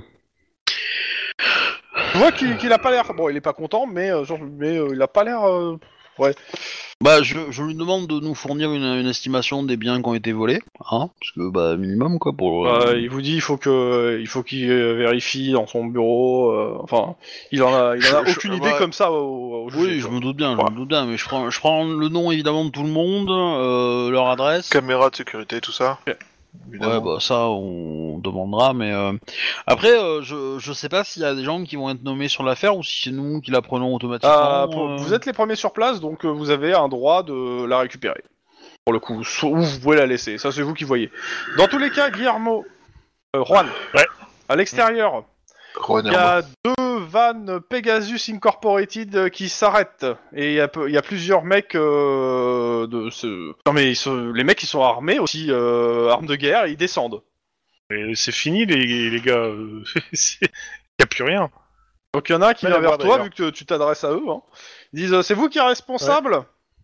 S2: Tu vois qu'il qu'il a pas l'air. Bon, il est pas content, mais, euh, genre- mais euh, il a pas l'air. euh, Ouais.
S1: Bah, je, je lui demande de nous fournir une, une estimation des biens qui ont été volés, hein, parce que bah minimum quoi pour.
S2: Euh,
S1: euh,
S2: il vous dit il faut que il faut qu'il euh, vérifie dans son bureau. euh, enfin, il en a il en a
S1: Je- je-
S2: aucune
S1: bah,
S2: idée comme ça au, au jugé,
S1: Oui, je
S2: quoi.
S1: me doute bien, je
S2: Voilà.
S1: me doute bien, mais je prends, je prends le nom évidemment de tout le monde, euh, leur adresse.
S3: Caméra de sécurité, tout ça.
S2: Ok.
S3: Évidemment.
S1: Ouais, bah ça on demandera, mais euh, après euh, je, je sais pas s'il y a des gens qui vont être nommés sur l'affaire ou si c'est nous qui la prenons automatiquement.
S2: Euh, pour-
S1: euh.
S2: Vous êtes les premiers sur place, donc euh, vous avez un droit de la récupérer. Pour le coup, Soit- ou vous pouvez la laisser. Ça, c'est vous qui voyez. Dans tous les cas, Guillermo, euh, Juan,
S4: Ouais.
S2: à l'extérieur,
S3: Juan
S2: il y
S3: Hermo.
S2: a deux vannes Pegasus Incorporated euh, qui s'arrêtent et il y, a peu- il y a plusieurs mecs euh, de ce. Non mais ils sont- les mecs ils sont armés aussi, euh, armes de guerre, et ils descendent.
S4: Mais c'est fini, les, les gars. euh, c'est- y a plus rien.
S2: Donc il y en a un qui
S3: Ouais,
S2: vient
S3: la
S2: vers
S3: barre,
S2: toi
S3: d'ailleurs.
S2: vu que tu t'adresses à eux. Hein. Ils disent euh, c'est vous qui êtes responsable.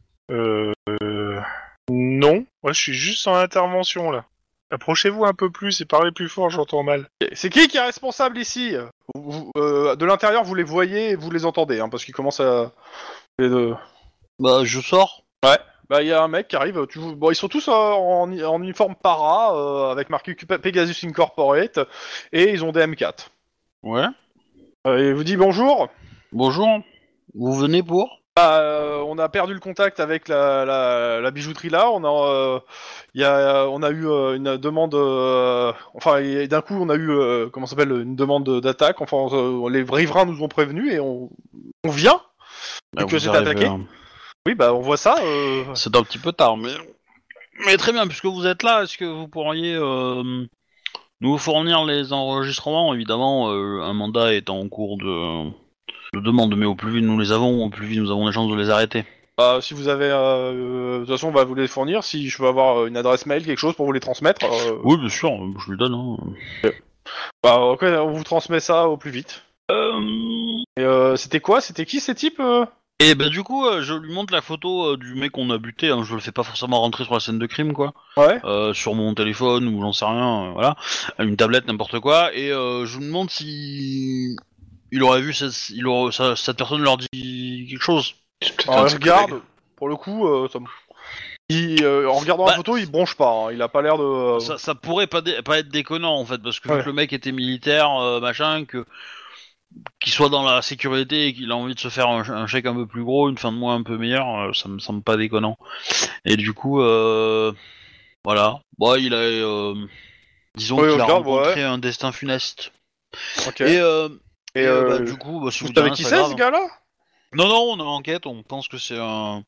S4: Euh, euh, non, moi je suis juste en intervention là. Approchez-vous un peu plus et parlez plus fort, j'entends mal.
S2: C'est qui qui est responsable ici? Vous- vous- euh, De l'intérieur vous les voyez et vous les entendez hein, parce qu'ils commencent à. Les deux.
S1: Bah je sors.
S2: Bah il y a un mec qui arrive. Tu... Bon ils sont tous euh, en, en uniforme para euh, avec marqué Pegasus Incorporate et ils ont des M quatre.
S1: Ouais.
S2: Euh, et il vous dit bonjour.
S1: Bonjour. Vous venez pour?
S2: Bah, euh, on a perdu le contact avec la, la, la bijouterie là. On a, euh, y a, on a eu euh, une demande. euh, enfin, et d'un coup, on a eu euh, comment ça s'appelle une demande d'attaque. Enfin, euh, les riverains nous ont prévenus et on, on vient.
S1: Bah,
S2: Vu que
S1: vous
S2: c'est
S1: arrivez,
S2: attaqué.
S1: hein.
S2: Oui, bah on voit ça. euh,
S1: C'est un petit peu tard, mais mais très bien puisque vous êtes là. Est-ce que vous pourriez euh, nous fournir les enregistrements? Évidemment, euh, un mandat est en cours de, de demande, mais au plus vite nous les avons, au plus vite nous avons les chances de les arrêter.
S2: Bah, si vous avez, euh, euh, de toute façon, on va vous les fournir. Si je peux avoir euh, une adresse mail, quelque chose pour vous les transmettre. euh,
S1: Oui, bien sûr, je lui donne. Hein.
S2: Bah, ok, on vous transmet ça au plus vite.
S1: Euh...
S2: Et euh, c'était quoi? C'était qui ces types euh
S1: Et bah du coup, euh, je lui montre la photo euh, du mec qu'on a buté. Hein. Je le fais pas forcément rentrer sur la scène de crime, quoi.
S2: Ouais.
S1: Euh, sur mon téléphone ou j'en sais rien, euh, voilà, une tablette, n'importe quoi. Et euh, je lui demande si il aurait vu cette, il aurait, ça- cette personne leur dit quelque chose.
S3: C'est peut-être
S2: Alors,
S3: un de
S2: il
S3: ses
S2: regarde.
S3: collègues.
S2: Pour le coup, euh, ça me- il, euh, en regardant
S1: Bah,
S2: la photo, il bronche pas. Hein. Il a pas l'air de. euh,
S1: Ça, ça pourrait pas, dé- pas être déconnant en fait, parce que vu
S2: Ouais.
S1: que le mec était militaire, euh, machin, que qu'il soit dans la sécurité et qu'il a envie de se faire un, un chèque un peu plus gros, une fin de mois un peu meilleure, euh, ça me semble pas déconnant. Et du coup, euh, voilà. Bon, il a, euh, disons
S2: Oui,
S1: qu'il a
S2: regarde,
S1: rencontré un destin funeste.
S2: Ok.
S1: Et, euh,
S2: Et,
S1: et, euh,
S2: euh,
S1: bah, du coup, bah, si
S2: vous
S1: vous
S2: savez
S1: dites
S2: qui
S1: rien,
S2: c'est
S1: pas
S2: ce
S1: grave.
S2: gars-là?
S1: Non, non, on est en enquête. On pense que c'est un,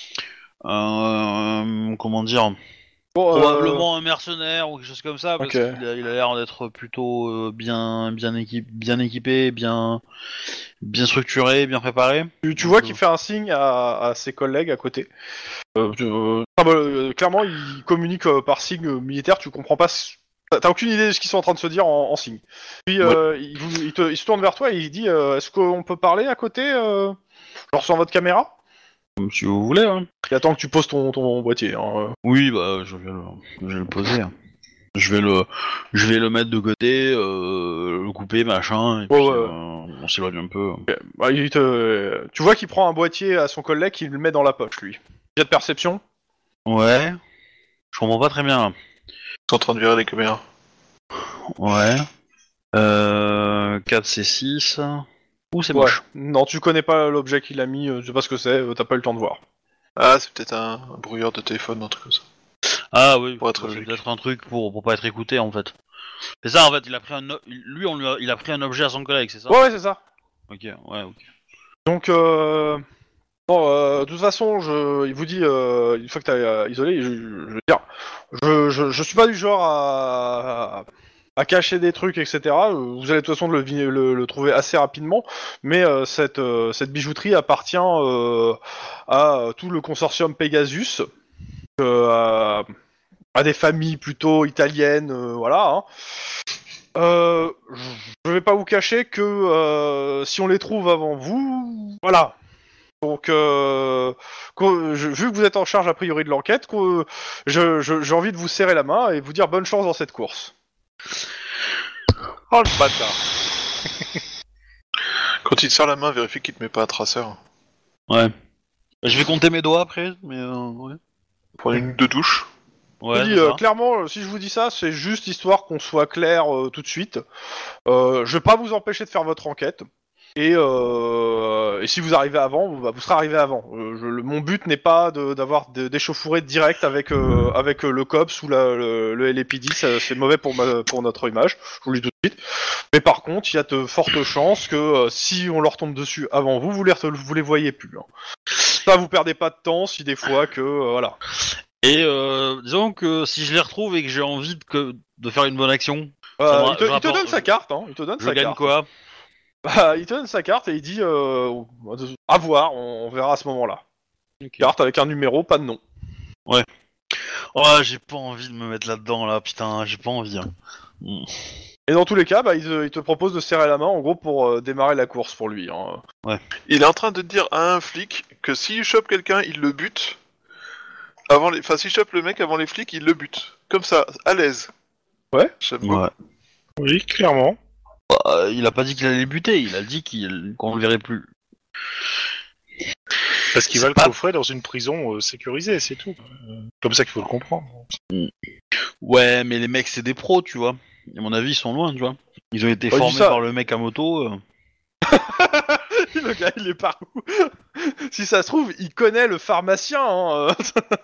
S1: un, comment dire,
S2: Bon, euh,
S1: probablement un mercenaire ou quelque chose comme ça, parce
S2: ok.
S1: qu'il a, il a l'air d'être plutôt euh, bien, bien équipé, bien équipé, bien, bien structuré, bien préparé.
S2: Tu, tu
S1: Donc,
S2: vois
S1: euh,
S2: qu'il fait un signe à, à ses collègues à côté. Euh, euh, ah bah, euh, clairement, il communique euh, par signe euh, militaire. Tu comprends pas. ce- T'as t'as aucune idée de ce qu'ils sont en train de se dire en, en signe. Puis euh, il, vous- il, te- il se tourne vers toi et il dit euh, est-ce qu'on peut parler à côté euh... Genre sur votre caméra?
S1: Comme si vous voulez. Hein.
S2: Il attend que tu poses ton, ton boîtier. Hein.
S1: Oui, bah, je vais le, je vais le poser. hein. Je vais le, je vais le mettre de côté, euh, le couper, machin, et puis
S2: ouais.
S1: euh, on s'éloigne un peu.
S2: Bah, il te... Tu vois qu'il prend un boîtier à son collègue, qu'il le met dans la poche, lui. Jet de perception.
S1: Ouais. Je comprends pas très bien.
S3: Ils sont en train de virer les caméras.
S1: Ouais. Euh, quatre C six. Ouh, c'est
S2: Ouais.
S1: moche.
S2: Non, tu connais pas l'objet qu'il a mis, euh, je sais pas ce que c'est, euh, t'as pas eu le temps de voir.
S3: Ah, c'est peut-être un, un brouilleur de téléphone, un truc comme ça.
S1: Ah oui,
S3: Pour être
S1: c'est
S3: logique.
S1: peut-être un truc pour, pour pas être écouté en fait. C'est ça en fait, il a pris un o- lui on lui a, il a pris un objet à son collègue, c'est ça?
S2: Ouais, ouais, c'est ça.
S1: Ok, ouais, ok.
S2: Donc, euh... Bon, euh, de toute façon, je... il vous dit, euh, une fois que t'as euh, isolé, je, je veux dire, je, je, je suis pas du genre à... à cacher des trucs, et cetera. Vous allez de toute façon le, vi- le, le trouver assez rapidement, mais euh, cette, euh, cette bijouterie appartient euh, à tout le consortium Pegasus, euh, à, à des familles plutôt italiennes, euh, voilà. Hein. Euh, je vais pas vous cacher que euh, si on les trouve avant vous, voilà. Donc, euh, qu'au- je- vu que vous êtes en charge a priori de l'enquête, qu'au- je- je- j'ai envie de vous serrer la main et vous dire bonne chance dans cette course.
S4: Oh le bâtard.
S3: Quand il te serre la main, vérifie qu'il te met pas un traceur.
S1: Ouais. Je vais compter mes doigts après, mais euh, ouais.
S3: Prendre une de douche.
S1: Ouais,
S2: je dis,
S1: c'est
S2: euh,
S1: ça.
S2: clairement, euh, si je vous dis ça, c'est juste histoire qu'on soit clair euh, tout de suite. Euh, je vais pas vous empêcher de faire votre enquête. Et, euh, et si vous arrivez avant, bah, vous serez arrivé avant. Euh, je, le, mon but n'est pas de, d'avoir de, d'échauffourées directes avec, euh, avec euh, le COPS ou la, le, le L A P D, ça, c'est mauvais pour, ma, pour notre image, je vous le dis tout de suite. Mais par contre, il y a de fortes chances que euh, si on leur tombe dessus avant vous, vous les, vous les voyez plus. Hein. Ça, vous perdez pas de temps si des fois que... Euh, voilà.
S1: Et euh, disons que si je les retrouve et que j'ai envie de, que, de faire une bonne action,
S2: Euh,
S1: Ça me-
S2: il, te,
S1: je
S2: il te
S1: rapporte-
S2: donne sa carte, hein, il te donne
S1: je
S2: sa
S1: gagne
S2: carte.
S1: quoi?
S2: Bah, il te donne sa carte et il dit euh, à voir, on, on verra à ce moment-là. Une carte avec un numéro, pas de nom.
S1: Oh, j'ai pas envie de me mettre là-dedans, là, putain, j'ai pas envie. Hein. Mm.
S2: Et dans tous les cas, bah, il, te, il te propose de serrer la main, en gros, pour euh, démarrer la course pour lui. Hein.
S3: Il est en train de dire à un flic que s'il chope quelqu'un, il le bute. Avant les... Enfin, s'il chope le mec avant les flics, il le bute. Comme ça, à l'aise.
S2: Ouais.
S3: J'aime beaucoup.
S1: Ouais.
S4: Oui, clairement.
S1: Bah, il a pas dit qu'il allait le buter, il a dit qu'il... qu'on le verrait plus.
S4: Parce qu'il
S1: C'est
S4: va le
S1: pas-
S4: coffrer dans une prison euh, sécurisée, c'est tout. Euh, comme ça qu'il faut le comprendre.
S1: Ouais, mais les mecs, c'est des pros, tu vois. À mon avis, ils sont loin, tu vois. Ils ont été
S2: Ouais, dis
S1: formés
S2: ça.
S1: par le mec à moto. euh.
S2: Le gars, il est par où? Si ça se trouve, il connaît le pharmacien, hein, euh.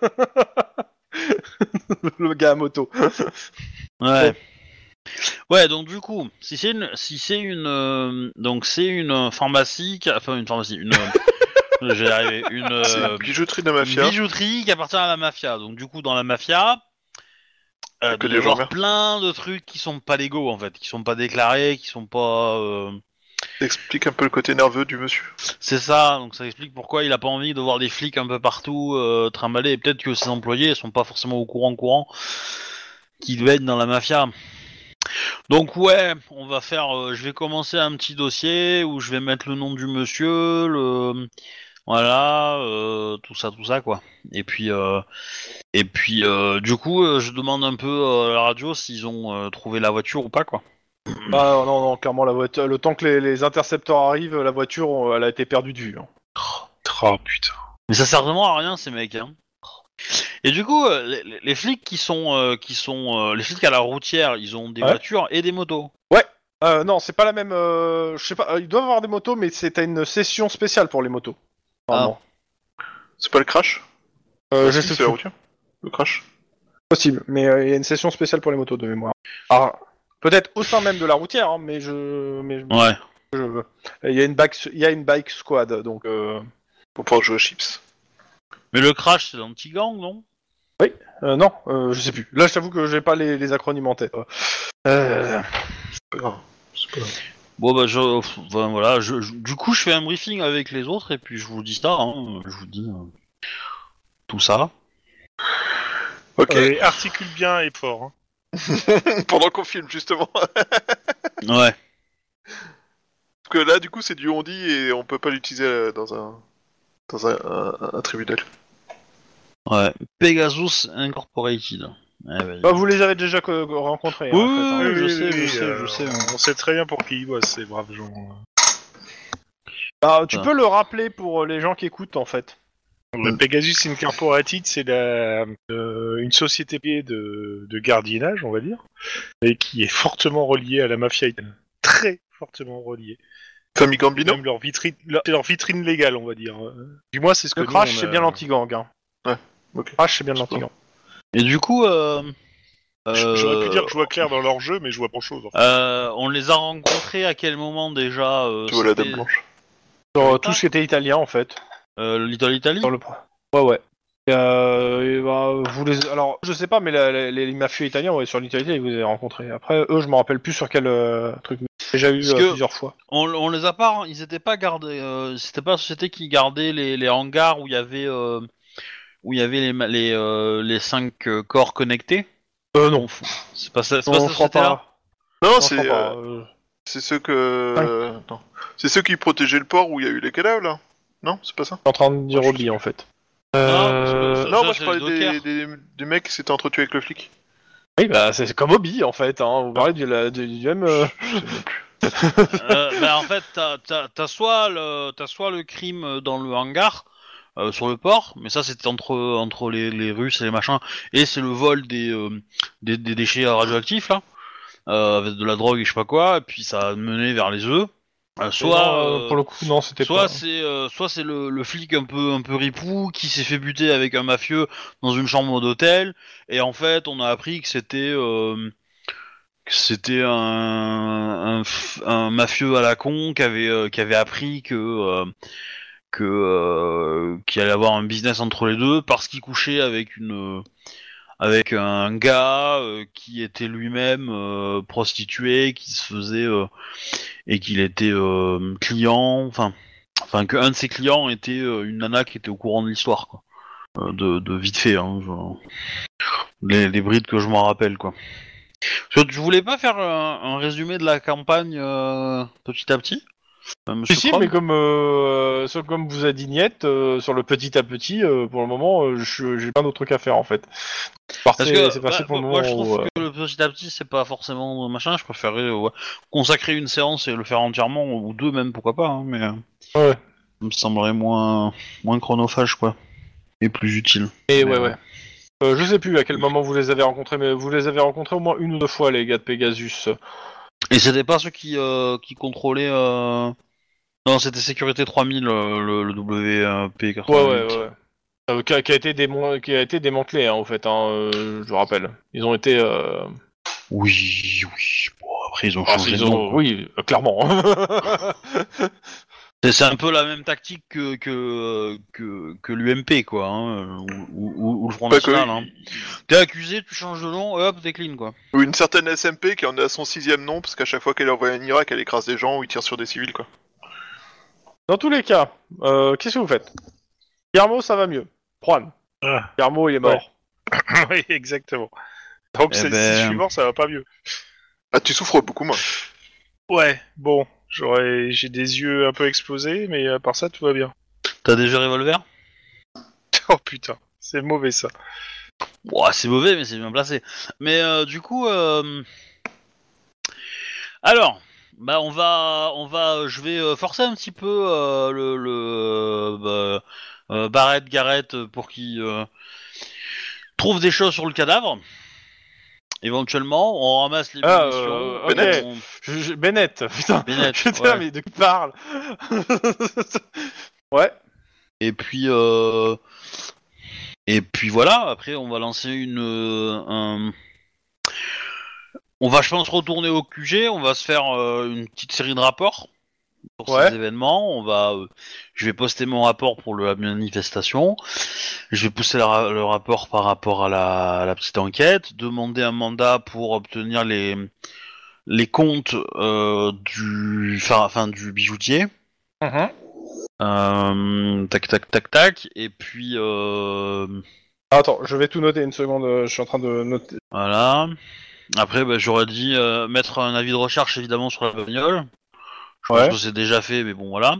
S2: Le gars à moto.
S1: Ouais. Ouais, donc du coup, si c'est une, si c'est une, euh, donc c'est une euh, pharmacie, qui- enfin une pharmacie, une, euh, j'ai arrivé, une,
S3: C'est
S1: euh,
S3: une bijouterie de la
S1: une
S3: mafia.
S1: bijouterie qui appartient à la mafia. Donc du coup, dans la mafia, euh,
S3: Que
S1: il
S3: des
S1: y
S3: gens
S1: avoir
S3: bien.
S1: plein de trucs qui sont pas légaux en fait, qui sont pas déclarés, qui sont pas. Euh...
S3: Explique un peu le côté nerveux du monsieur.
S1: C'est ça, donc ça explique pourquoi il a pas envie de voir des flics un peu partout euh, trimballer. Et peut-être que ses employés sont pas forcément au courant courant qu'ils doivent être dans la mafia. Donc ouais, on va faire. Euh, je vais commencer un petit dossier où je vais mettre le nom du monsieur, le voilà, euh, tout ça, tout ça quoi. Et puis euh, et puis euh, du coup, euh, je demande un peu euh, à la radio s'ils ont euh, trouvé la voiture ou pas quoi.
S2: Ah non, non, clairement, la voiture, le temps que les, les intercepteurs arrivent, la voiture, on- elle a été perdue de vue. Hein.
S4: Oh putain.
S1: Mais ça sert vraiment à rien ces mecs. Hein. Et du coup, euh, les, les- les flics qui sont euh, qui sont euh, les flics à la routière, ils ont des
S2: Ouais.
S1: voitures et des motos.
S2: Euh, non, c'est pas la même. Euh, je sais pas. euh, Ils doivent avoir des motos, mais c'est à une session spéciale pour les motos. Normalement.
S3: C'est pas le crash
S2: Euh,
S3: Ah,
S2: je
S3: si,
S2: sais
S3: c'est la
S2: plus.
S3: routière. Le crash.
S2: Possible, mais euh, il y a une session spéciale pour les motos de mémoire. Ah, peut-être au sein même de la routière, hein, mais je, mais je-
S1: Ouais.
S2: je- il y a une bike, il y a une bike squad, donc. Euh...
S3: Pour pouvoir jouer aux chips.
S1: Mais le crash, c'est l'anti-gang, non?
S2: euh, non, euh, je sais plus. Là, je t'avoue que j'ai pas les, les acronymes en tête. Euh...
S3: C'est pas grave. C'est pas grave.
S1: Bon bah je, enfin, voilà, je, je- du coup je fais un briefing avec les autres et puis je vous dis ça, hein, je vous dis euh, tout ça.
S3: Ok.
S4: Et articule bien et fort. Hein.
S3: Pendant qu'on filme, justement.
S1: Ouais.
S3: Parce que là, du coup, c'est du on dit et on peut pas l'utiliser euh, dans un dans un, un, un tribunal.
S1: Ouais. Pegasus Incorporated. Ouais, bah,
S2: Bah, vous les avez déjà co- rencontrés.
S1: Oui,
S2: hein, en fait, hein.
S1: oui, je sais, je
S4: oui,
S1: sais,
S4: euh,
S1: je sais.
S4: On sait très bien pour qui ils bossent, ces braves gens.
S2: Bah, tu
S1: Ah.
S2: peux le rappeler pour les gens qui écoutent, en fait.
S4: Le Pegasus Incorporated, c'est la, euh, une société de, de gardiennage, on va dire, et qui est fortement reliée à la mafia italienne. Très fortement reliée.
S3: Famille Gambino.
S4: Même leur vitrine, leur, c'est leur vitrine légale, on va dire. Du moins, c'est ce que
S2: Le
S4: nous,
S2: crash,
S4: on
S2: c'est
S4: a-
S2: bien l'anti-gang. Hein.
S3: Ouais, ok.
S2: Le crash, c'est bien l'anti-gang.
S1: Et du coup, euh,
S4: J'aurais pu
S1: euh,
S4: dire que je vois clair dans leur jeu, mais je vois pas chose. En fait.
S1: euh, on les a rencontrés à quel moment déjà euh,
S3: Tu vois la
S1: c'était,
S3: dame blanche.
S2: Sur euh,
S1: Putain.
S2: tout ce qui était italien, en fait.
S1: euh, Little Italy.
S2: Sur le... Ouais, ouais. Et, euh, et bah, vous les... Alors, je sais pas, mais la- la- les mafieux italiens, ouais, sur l'Italie, ils vous avez rencontrés. Après, eux, je me rappelle plus sur quel euh, truc. J'ai déjà eu
S1: Parce
S2: euh,
S1: que-
S2: plusieurs fois.
S1: On, on les a pas, ils étaient pas gardés. Euh, c'était pas la société qui gardait les, les hangars où il y avait euh, où il y avait les ma- les euh, les cinq euh, corps connectés.
S2: Euh, non.
S1: C'est pas ça. C'est
S2: Non,
S1: pas
S2: on
S1: cette
S2: fera
S1: société-là.
S2: pas.
S3: Non,
S2: On
S3: c'est
S2: fera pas.
S3: euh,
S2: euh,
S3: c'est ceux que euh, non. C'est ceux qui protégeaient le port où il y a eu les cadavres là. Non, c'est pas ça.
S2: Je suis en train de dire
S3: Moi, je
S2: Obi, en fait.
S1: Non,
S2: Euh...
S1: parce que-
S3: Non,
S1: ça,
S3: moi
S1: c'est
S3: je parlais
S1: les
S3: des,
S1: dockers.
S3: des, des mecs qui s'étaient entretués avec le flic.
S2: Oui, bah, c'est c'est comme Obi, en fait. Hein. Vous parlez du, la- du, du même... euh,
S3: Je sais même plus.
S1: Euh, bah, en fait, t'as, t'as, t'as soit le t'as soit le crime dans le hangar, euh, sur le port, mais ça c'était entre entre les, les Russes et les machins, et c'est le vol des euh, des, des déchets radioactifs là, euh, avec de la drogue et je sais pas quoi, et puis ça a mené vers les œufs. Euh, soit
S2: Non, euh,
S1: euh,
S2: pour le coup, non, c'était
S1: soit
S2: pas.
S1: c'est euh, soit c'est le, le flic un peu un peu ripou qui s'est fait buter avec un mafieux dans une chambre d'hôtel, et en fait on a appris que c'était euh, que c'était un, un, f- un mafieux à la con qui avait euh, qui avait appris que euh, que euh, qu'il allait avoir un business entre les deux parce qu'il couchait avec une avec un gars euh, qui était lui-même euh, prostitué, qui se faisait euh, et qu'il était euh, client, enfin enfin qu'un de ses clients était euh, une nana qui était au courant de l'histoire quoi. Euh, de, de vite fait hein, genre, les, les brides que je m'en rappelle quoi. Parce que tu voulais pas faire un, un résumé de la campagne euh, petit à petit, euh,
S2: Si,
S1: Monsieur
S2: si,
S1: Chrome
S2: mais comme, euh, sur- comme vous a dit Niette, euh, sur le petit à petit, euh, pour le moment, euh, je- j'ai plein d'autres trucs à faire en fait. C'est
S1: Parce
S2: parti,
S1: que
S2: c'est parti
S1: bah,
S2: pour le
S1: moi
S2: moment
S1: je trouve
S2: où, euh,
S1: que le petit à petit c'est pas forcément machin, je préférerais euh, ouais, consacrer une séance et le faire entièrement, ou deux même pourquoi pas, hein, mais euh,
S2: Ouais.
S1: ça me semblerait moins, moins chronophage quoi, et plus utile.
S2: Et
S1: Mais,
S2: ouais,
S1: euh,
S2: ouais. Euh, je sais plus à quel moment vous les avez rencontrés, mais vous les avez rencontrés au moins une ou deux fois, les gars de Pegasus.
S1: Et c'était pas ceux qui, euh, qui contrôlaient... Euh... Non, c'était Sécurité trois mille, euh, le, le W P
S2: Ouais,
S1: quatre-vingt-huit.
S2: ouais, ouais. Euh, qui, a, qui a été démon- qui a été démantelé, hein, au fait, hein, euh, je vous rappelle. Ils ont été... Euh...
S1: Oui, oui. Bon, après, ils ont
S2: ah,
S1: changé
S2: ils
S1: de
S2: ont...
S1: nom. quoi.
S2: Oui, euh, clairement.
S1: C'est c'est un peu la même tactique que, que, que, que l'U M P, quoi, hein, ou, ou- ou- ou le Front
S3: Pas que-
S1: National. Hein. T'es accusé, tu changes de nom, hop, t'es clean, quoi.
S3: Ou une certaine S M P qui en est à son sixième nom, parce qu'à chaque fois qu'elle envoie un Irak, elle écrase des gens ou il tire sur des civils, quoi.
S2: Dans tous les cas, euh, qu'est-ce que vous faites? Guillermo, ça va mieux. Juan.
S4: Ah.
S2: Guillermo, il est mort.
S4: Oui, exactement. Donc
S1: Eh
S4: c'est
S1: ben-
S4: si suivant, ça va pas mieux.
S3: Ah, tu souffres beaucoup moins.
S4: Ouais, bon, j'aurais, j'ai des yeux un peu explosés, mais à part ça, tout va bien.
S1: T'as déjà revolver?
S4: Oh putain, c'est mauvais ça.
S1: Ouah, c'est mauvais, mais c'est bien placé. Mais euh, du coup, euh... alors, bah on va, on va, je vais euh, forcer un petit peu euh, le, le euh, bah, euh, Barrett Garrett pour qu'il euh, trouve des choses sur le cadavre. Éventuellement, on ramasse les
S2: Ah,
S1: munitions.
S2: euh,
S1: on-
S3: Bennett.
S1: on-
S2: Je, je- Bennett, putain.
S1: Bennett,
S2: J'étais
S1: ouais.
S2: là, mais de qui parle? Ouais.
S1: Et puis, euh... et puis voilà. Après, on va lancer une, euh, un... on va, je pense, retourner au Q G. On va se faire euh, une petite série de rapports sur
S2: Ouais.
S1: ces événements. On va, euh, je vais poster mon rapport pour le- la manifestation. Je vais pousser le, ra- le rapport par rapport à la, à la petite enquête. Demander un mandat pour obtenir les les comptes euh, du, enfin, enfin, du bijoutier.
S2: Mhm.
S1: Euh, tac tac tac tac. Et puis euh,
S2: Attends, je vais tout noter une seconde. euh, Je suis en train de noter.
S1: voilà. Après, bah, j'aurais dit euh, mettre un avis de recherche évidemment sur la bagnole. Je
S2: Ouais.
S1: pense que c'est déjà fait, mais bon, voilà.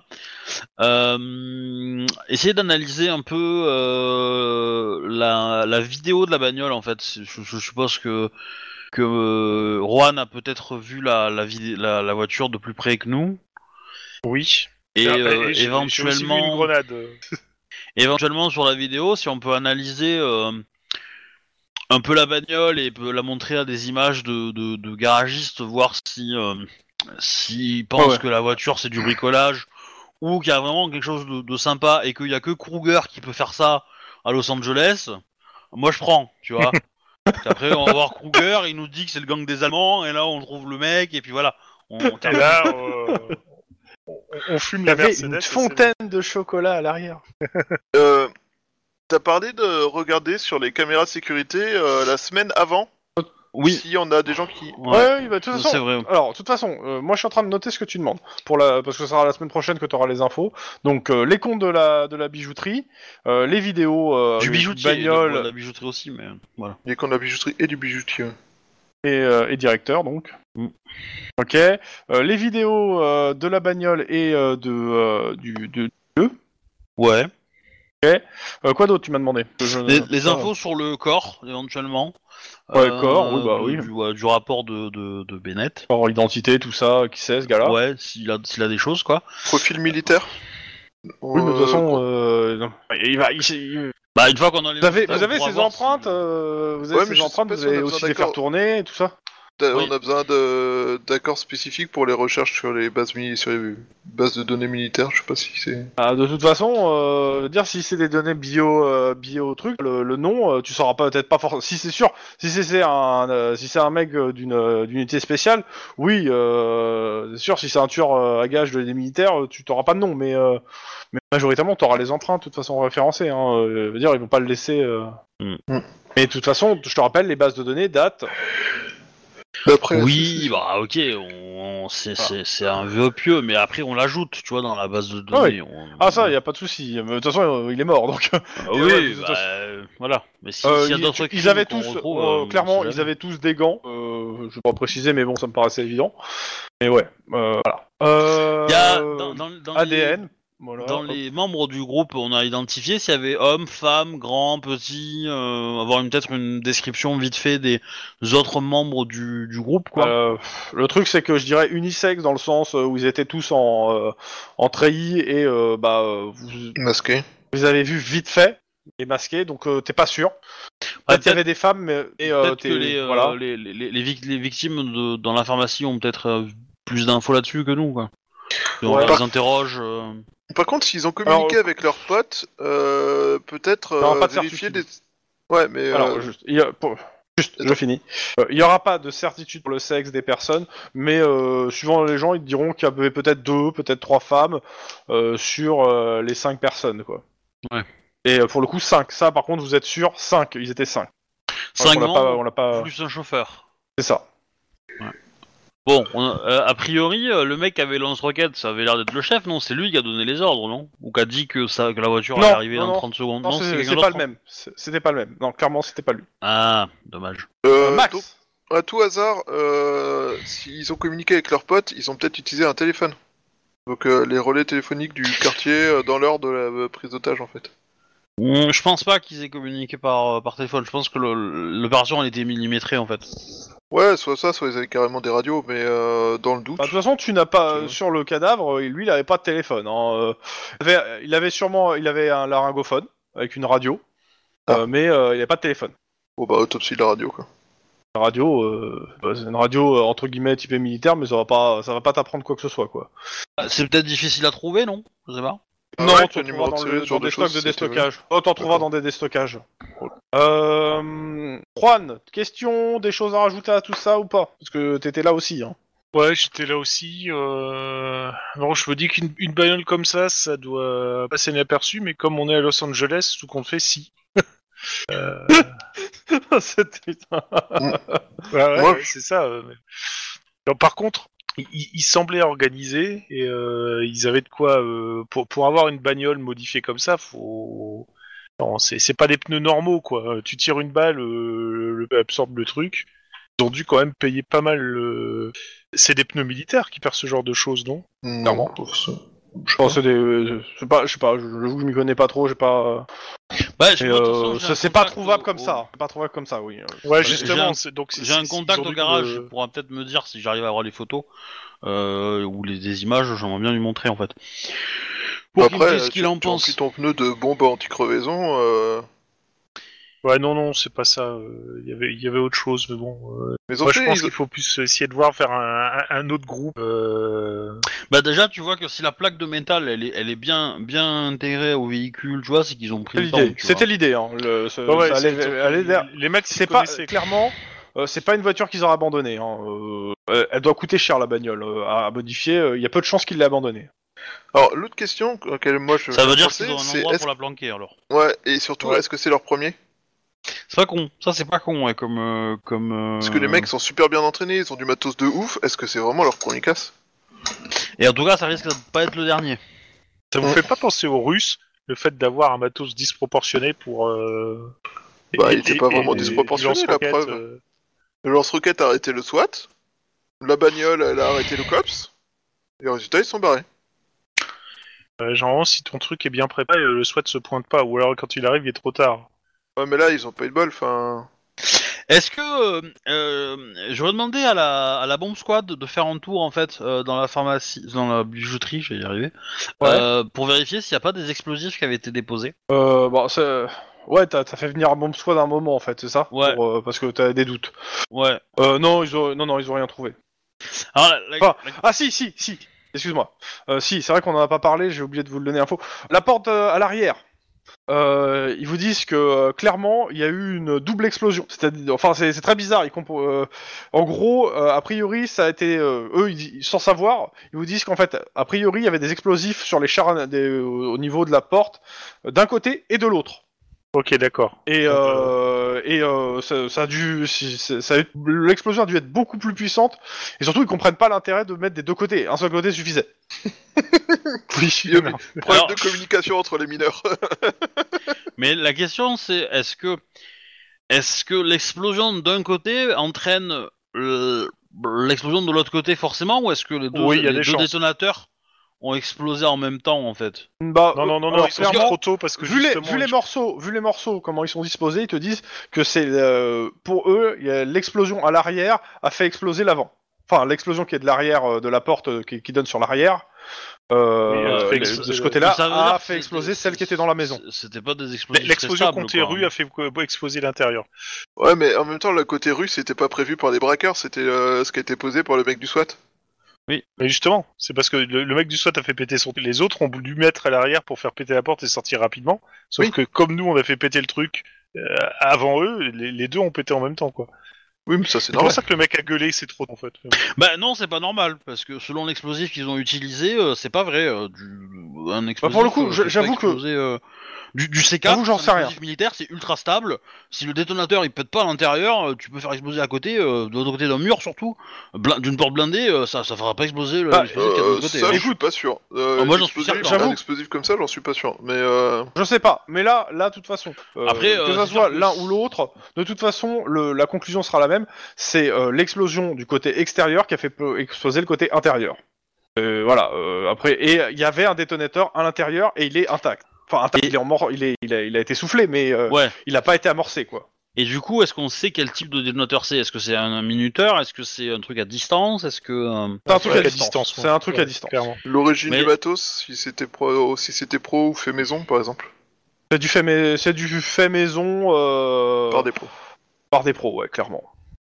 S1: Euh, essayer d'analyser un peu euh, la, la vidéo de la bagnole, en fait. Je, je suppose que, que euh, Juan a peut-être vu la, la, vidé- la, la voiture de plus près que nous.
S4: Oui.
S1: Et
S4: Ah,
S1: euh,
S4: j'ai- J'ai aussi vu une
S1: éventuellement,
S4: grenade.
S1: éventuellement sur la vidéo, si on peut analyser euh, un peu la bagnole et peut la montrer à des images de, de, de garagistes, voir si euh, s'ils pensent
S2: Ouais, ouais.
S1: que la voiture c'est du bricolage ou qu'il y a vraiment quelque chose de, de sympa et qu'il y a que Kruger qui peut faire ça à Los Angeles, moi je prends, tu vois. Après on va voir Kruger, il nous dit que c'est le gang des Allemands et là on trouve le mec et puis voilà. On, on
S4: Et
S1: termine.
S4: là, euh, on, on fume
S2: Il y
S4: la
S2: avait
S4: Mercedes.
S2: une
S4: et c'est
S2: fontaine de chocolat à l'arrière.
S3: Euh, T'as parlé de regarder sur les caméras de sécurité euh, la semaine avant,
S1: Oui,
S3: si on a des gens qui...
S1: ouais,
S2: Ouais, oui, bah, de toute façon.
S1: c'est vrai.
S2: Alors, de toute façon, euh, moi je suis en train de noter ce que tu demandes, pour la, parce que ce sera la semaine prochaine que tu auras les infos. Donc, euh, les comptes de la, de la bijouterie, euh, les vidéos, euh,
S1: Du
S2: les
S1: bijoutier,
S2: bagnoles
S1: de la bijouterie aussi, mais voilà.
S3: Il y a qu'on a la bijouterie et du bijoutier.
S2: et, euh, et directeur, donc.
S1: Mm.
S2: Ok. Euh, les vidéos euh, de la bagnole et euh, de euh, du de.
S1: Ouais.
S2: Euh, quoi d'autre tu m'as demandé? Je-
S1: Les, les
S2: Ah.
S1: infos sur le corps, éventuellement.
S2: Ouais, corps, oui, bah
S1: de-
S2: oui.
S1: Du, ouais, du rapport de, de, de Bennett.
S2: Genre identité, tout ça, qui c'est ce gars-là?
S1: Ouais, s'il a, s'il a des choses, quoi.
S3: Profil militaire.
S2: Oui, mais de toute façon, euh, non. il va. Il, il-
S1: Bah, une fois qu'on a les
S2: Vous avez,
S1: résultats,
S2: vous
S1: on
S2: avez
S1: pourra
S2: ces
S1: voir
S2: empreintes,
S1: si-
S2: euh, vous avez
S3: Ouais, mais
S2: ces
S3: je sais
S2: empreintes,
S3: pas
S2: vous
S3: si on a
S2: allez
S3: besoin
S2: aussi les
S3: d'accord.
S2: faire tourner et tout ça.
S1: Oui.
S3: On a besoin de d'accords spécifiques pour les recherches sur les bases mili- sur les bases de données militaires. Je sais pas si c'est.
S2: Ah, de toute façon, euh, dire si c'est des données bio, euh, bio truc, le, le nom, euh, tu sauras pas peut-être pas forcément. Si c'est sûr, si c'est c'est un, euh, si c'est un mec euh, d'une euh, d'une unité spéciale, oui, euh, c'est sûr. Si c'est un tueur euh, à gage de des militaires, euh, tu t'auras pas de nom, mais euh, mais majoritairement, t'auras les empreintes de toute façon référencées. Hein, euh, je veux dire, ils vont pas le laisser. Euh...
S1: Mm.
S3: Mm.
S2: Mais de toute façon, je te rappelle, les bases de données datent.
S3: Après,
S1: Oui,
S3: c'est-
S1: bah ok, on, c'est, c'est, c'est un vœu pieux, mais après on l'ajoute, tu vois, dans la base de
S2: Ah oui.
S1: données. on-
S2: Ah ça, y a pas de souci. Mais de toute façon, euh, il est mort, donc.
S1: Ah
S2: Et
S1: oui,
S2: ouais, de toute
S1: bah,
S2: façon-
S1: euh, voilà. Mais si-
S2: Euh,
S1: s'il y a
S2: ils,
S1: d'autres
S2: ils
S1: crimes
S2: avaient
S1: qu'on
S2: tous,
S1: retrouve,
S2: euh,
S1: euh, on
S2: clairement,
S1: sait
S2: ils
S1: jamais.
S2: avaient tous des gants. Euh, je vais pas préciser, mais bon, ça me paraissait évident. Mais ouais, euh, voilà. Euh,
S1: Il y a dans, dans, dans
S2: A D N,
S1: les,
S2: voilà.
S1: dans les membres du groupe, on a identifié s'il y avait hommes, femmes, grands, petits, euh, avoir une, peut-être une description vite fait des autres membres du, du groupe, quoi.
S2: Euh, le truc, c'est que je dirais unisexe dans le sens où ils étaient tous en, euh, en treillis et euh, bah euh, vous,
S3: masqué.
S2: vous avez vu vite fait et masqué, donc euh, t'es pas sûr.
S1: Ouais,
S2: Peut-être qu'il y avait des femmes, mais et euh,
S1: peut-être
S2: t'es-
S1: que les, euh,
S2: voilà.
S1: les, les, les, vic- les victimes de, dans la pharmacie ont peut-être euh, plus d'infos là-dessus que nous, quoi. Et on
S2: Ouais.
S1: les interroge. euh,
S3: Par contre, s'ils ont communiqué
S2: Alors,
S3: avec leurs potes, euh, peut-être
S2: Il y aura
S3: euh,
S2: pas de
S3: vérifier des.
S2: certitude.
S3: Ouais, mais.
S2: Alors,
S3: euh,
S2: juste, il y a- pour- juste, je
S3: Attends.
S2: finis. Euh, il n'y aura pas de certitude pour le sexe des personnes, mais euh, suivant les gens, ils te diront qu'il y avait peut-être deux, peut-être trois femmes euh, sur euh, les cinq personnes, quoi.
S1: Ouais.
S2: Et euh, pour le coup, cinq. Ça, par contre, vous êtes sûr, cinq. Ils étaient cinq.
S1: Cinq
S2: on l'a pas,
S1: membres,
S2: on l'a pas.
S1: plus un chauffeur.
S2: C'est ça.
S1: Bon, on a- euh, a priori, euh, le mec qui avait lance-roquette, ça avait l'air d'être le chef, non? C'est lui qui a donné les ordres, non? Ou qui a dit que, ça, que la voiture
S2: Non,
S1: allait arriver
S2: non,
S1: dans
S2: non.
S1: trente secondes.
S2: Non,
S1: Non,
S2: c'est,
S1: quelqu'un
S2: c'est pas
S1: d'autre,
S2: le même. C'est- C'était pas le même. Non, clairement, c'était pas lui.
S1: Ah, dommage.
S3: euh,
S2: Max.
S3: donc, à tout hasard, euh, s'ils ont communiqué avec leurs potes, ils ont peut-être utilisé un téléphone. Donc euh, les relais téléphoniques du quartier euh, dans l'heure de la euh, prise d'otage, en fait.
S1: Hum, Je pense pas qu'ils aient communiqué par, euh, par téléphone. Je pense que le- l'opération elle était millimétrée en fait.
S3: Ouais, soit ça, soit ils avaient carrément des radios, mais euh, dans le doute.
S2: Bah, de toute façon, tu n'as pas
S3: Tu vois.
S2: sur le cadavre. Lui, il avait pas de téléphone. Hein. euh, Il, avait, il avait sûrement, il avait un laryngophone avec une radio,
S3: Ah.
S2: euh, mais euh, il avait pas de téléphone.
S3: Bon bah autopsie de la radio, quoi.
S2: La radio, euh, bah, c'est une radio euh, entre guillemets typée militaire, mais ça va pas, ça va pas t'apprendre quoi que ce soit, quoi.
S1: Ah, C'est peut-être difficile à trouver, non? Je sais pas.
S3: Ah
S2: non,
S3: ouais,
S2: tu
S3: le
S2: en
S3: numéro
S2: trouveras
S3: de
S2: dans,
S3: série,
S2: le,
S3: ce genre
S2: dans
S3: de
S2: des stocks
S3: choses,
S2: de
S3: c'était-
S2: déstockage. Oh, t'en trouveras
S3: D'accord.
S2: dans des déstockages. Euh... Juan, question, des choses à rajouter à tout ça ou pas? Parce que t'étais là aussi, hein.
S4: Ouais, j'étais là aussi. Euh... Non, je me dis qu'une une bagnole comme ça, ça doit passer inaperçu, mais comme on est à Los Angeles, tout compte fait, si. euh...
S2: C'était... putain.
S4: Ouais, ouais,
S3: Moi,
S4: ouais, c'est ça. euh, mais- Alors, par contre, ils, ils- ils semblaient organisés et euh, ils avaient de quoi euh, pour pour avoir une bagnole modifiée comme ça, faut. Non, c'est c'est pas des pneus normaux quoi. Tu tires une balle, euh, le absorbe le truc. Ils ont dû quand même payer pas mal. euh, C'est des pneus militaires qui perdent ce genre de choses, non?
S3: Non,
S2: Je pense que c'est des... euh, je sais pas, je sais pas, je, je, je m'y connais pas trop, j'ai pas...
S1: Ouais, je
S2: Mais,
S1: vois, de toute
S2: euh,
S1: façon, j'ai
S2: ça,
S1: un
S2: c'est pas
S1: contact
S2: trouvable
S1: au-
S2: comme
S1: au-
S2: ça. C'est pas trouvable comme ça, oui.
S4: Ouais,
S1: j'ai
S4: justement.
S1: un-
S4: c'est- donc c'est-
S1: J'ai un
S4: c'est-
S1: contact
S4: ils ont
S1: au
S4: dû
S1: garage,
S4: me-
S1: il pourra peut-être me dire si j'arrive à avoir les photos euh, ou les, des images, j'aimerais bien lui montrer en fait. Pour qu'il me
S3: Après,
S1: dise ce
S3: tu,
S1: qu'il en
S3: tu remplis
S1: pense.
S3: ton pneu de bombe anti-crevaison, euh...
S4: Ouais, non, non, c'est pas ça. euh, Il y avait, il y avait autre chose, mais bon. euh,
S3: mais en
S4: Moi,
S3: fait,
S4: je pense
S3: ils-
S4: qu'il faut plus essayer de voir faire un, un- un autre groupe. Euh...
S1: Bah déjà, tu vois que si la plaque de métal, elle est, elle est bien, bien intégrée au véhicule, tu vois, c'est qu'ils ont pris le temps.
S2: L'idée.
S1: tu
S2: C'était
S1: vois.
S2: l'idée, hein. Le, ce-
S4: Ouais, ouais,
S2: ça allait,
S4: c'est-
S2: allait vers-
S4: les mecs,
S2: C'est
S4: ils
S2: pas,
S4: connaissaient.
S2: clairement, euh, c'est pas une voiture qu'ils auraient abandonnée. Hein. Euh, elle- elle doit coûter cher, la bagnole, euh, à, à modifier. Il y a peu de chances qu'ils l'aient abandonnée.
S3: Alors, l'autre question auquel moi je
S1: Ça veut dire
S3: pensais,
S1: qu'ils ont un
S3: c'est
S1: endroit
S3: est-ce-
S1: pour la planquer alors.
S3: Ouais, et surtout,
S4: Ouais.
S3: est-ce que c'est leur premier?
S1: C'est pas con, ça c'est pas con, ouais, comme. euh, comme euh,
S3: Parce que les mecs sont super bien entraînés, ils ont du matos de ouf, est-ce que c'est vraiment leur premier casse?
S1: Et en tout cas, ça risque de pas être le dernier.
S4: Ça vous
S3: Ouais.
S4: fait pas penser aux Russes, le fait d'avoir un matos disproportionné pour. Euh...
S3: Bah,
S4: et-
S3: il était
S4: et-
S3: pas vraiment
S4: et-
S3: disproportionné,
S4: et
S3: la
S4: lance-roquettes,
S3: preuve.
S4: euh,
S3: Le lance-roquette a arrêté le SWAT, la bagnole elle a arrêté le COPS, et le résultat ils sont barrés.
S4: euh, genre, si ton truc est bien préparé, le SWAT se pointe pas, ou alors quand il arrive, il est trop tard.
S3: Ouais, mais là ils ont pas eu de bol, enfin.
S1: Est-ce que euh, euh, j'aurais demandé à la, à la bombe squad de faire un tour en fait euh, dans la pharmacie, dans la bijouterie, je vais y arriver,
S2: Ouais.
S1: euh, pour vérifier s'il n'y a pas des explosifs qui avaient été déposés.
S2: Euh, bon, c'est... Ouais, t'as, t'as fait venir un bomb squad à un moment en fait, c'est ça?
S1: Ouais.
S2: Pour, euh, parce que t'as des doutes.
S1: Ouais.
S2: Euh, non, ils ont, non, non, ils ont rien trouvé.
S1: Alors, la- la-
S2: Enfin,
S1: la-
S2: Ah si, si, si. Excuse-moi. Euh, si, c'est vrai qu'on en a pas parlé, j'ai oublié de vous le donner info. La porte euh, à l'arrière. Euh, ils vous disent que euh, clairement il y a eu une double explosion. C'est-à-dire, enfin c'est, c'est très bizarre. Ils compo- euh, en gros, euh, a priori ça a été euh, eux ils, sans savoir. Ils vous disent qu'en fait a priori il y avait des explosifs sur les chars des, au, au niveau de la porte euh, d'un côté et de l'autre.
S4: Ok, d'accord.
S2: Et,
S4: Donc,
S2: euh, et euh, ça, ça a dû, si- ça, ça a eu- l'explosion a dû être beaucoup plus puissante. Et surtout ils comprennent pas l'intérêt de mettre des deux côtés. Un seul côté suffisait.
S4: Oui,
S3: Il y a
S4: non.
S3: problème
S1: Alors-
S3: de communication entre les mineurs.
S1: Mais la question c'est est-ce que est-ce que l'explosion d'un côté entraîne euh, l'explosion de l'autre côté forcément, ou est-ce que les deux,
S4: Oui, il y a
S1: les
S4: des
S1: deux
S4: chances.
S1: détonateurs ont explosé en même temps en fait?
S2: Bah,
S4: Non, non, non, non,
S2: alors,
S4: ils sont
S2: clairement,
S4: trop tôt parce que
S2: vu les,
S4: justement,
S2: vu les
S4: ils-
S2: morceaux, vu les morceaux, comment ils sont disposés, ils te disent que c'est euh, pour eux, il y a l'explosion à l'arrière a fait exploser l'avant. Enfin, l'explosion qui est de l'arrière euh, de la porte euh, qui, qui donne sur l'arrière, euh,
S4: Oui, elle a fait
S2: les-
S4: exploser
S2: de ce
S4: le-
S2: côté-là,
S1: Ça veut dire
S2: a
S1: que
S2: fait
S1: c'était-
S2: exploser celle qui était dans la maison.
S1: C'était pas des explosifs
S4: l'explosion
S1: très stables,
S4: côté
S1: quoi.
S4: rue a fait quoi- exploser l'intérieur.
S3: Ouais, mais en même temps, le côté russe, c'était pas prévu par les braqueurs, c'était euh, ce qui a été posé par le mec du SWAT.
S4: Mais justement, c'est parce que le, le mec du SWAT a fait péter son... Les autres ont voulu mettre à l'arrière pour faire péter la porte et sortir rapidement. Sauf
S3: Oui.
S4: que comme nous, on a fait péter le truc euh, avant eux, les, les deux ont pété en même temps, quoi.
S3: Oui, mais ça c'est
S4: C'est pour
S3: normal.
S4: ça que le mec a gueulé, c'est trop, en fait.
S1: Bah non, c'est pas normal parce que selon l'explosif qu'ils ont utilisé, euh, c'est pas vrai. euh, du... Un explosif.
S2: Bah, pour le coup,
S1: euh,
S2: je-
S1: fait
S2: j'avoue
S1: pas
S2: que-
S1: exploser, euh, Du, du C quatre,
S2: J'avoue que j'en
S1: un
S2: sais rien.
S1: explosif militaire, c'est ultra stable. Si le détonateur il pète pas à l'intérieur, euh, tu peux faire exploser à côté, euh, de l'autre côté d'un mur surtout, blin- d'une porte blindée, euh, ça, ça fera pas exploser le-
S2: Bah,
S1: l'explosif qu'il y a de
S3: Euh,
S1: l'autre côté.
S3: ça,
S1: hein.
S3: je suis pas sûr. Euh,
S1: Ah, moi, j'en suis
S3: explosif-
S1: certain.
S3: Un explosif comme ça, j'en suis pas sûr. Mais euh...
S2: Je sais pas, mais là, là, de toute façon, euh,
S1: Après,
S2: que
S1: euh,
S2: ça
S1: c'est
S2: soit
S1: sûr que
S2: l'un
S1: si-
S2: ou l'autre, de toute façon, le, la conclusion sera la même. C'est euh, l'explosion du côté extérieur qui a fait pe- exploser le côté intérieur. Euh, voilà. Euh, après, et il y avait un détonateur à l'intérieur et il est intact. Enfin, intact,
S1: Et-
S2: il est en mort, il est, il a, il a été soufflé, mais euh,
S1: Ouais.
S2: il a pas été amorcé, quoi.
S1: Et du coup, est-ce qu'on sait quel type de détonateur c'est? Est-ce que c'est un minuteur? Est-ce que c'est un truc à distance? Est-ce que euh,
S2: C'est un truc
S4: Ouais,
S2: à distance. C'est un truc
S4: ouais,
S2: à distance.
S4: Clairement.
S3: l'origine
S1: Mais-
S3: du matos, si c'était pro, si c'était pro ou fait maison, par exemple,
S2: C'est du fait, mais c'est du fait maison euh,
S3: par des pros.
S2: par des pros, ouais, clairement.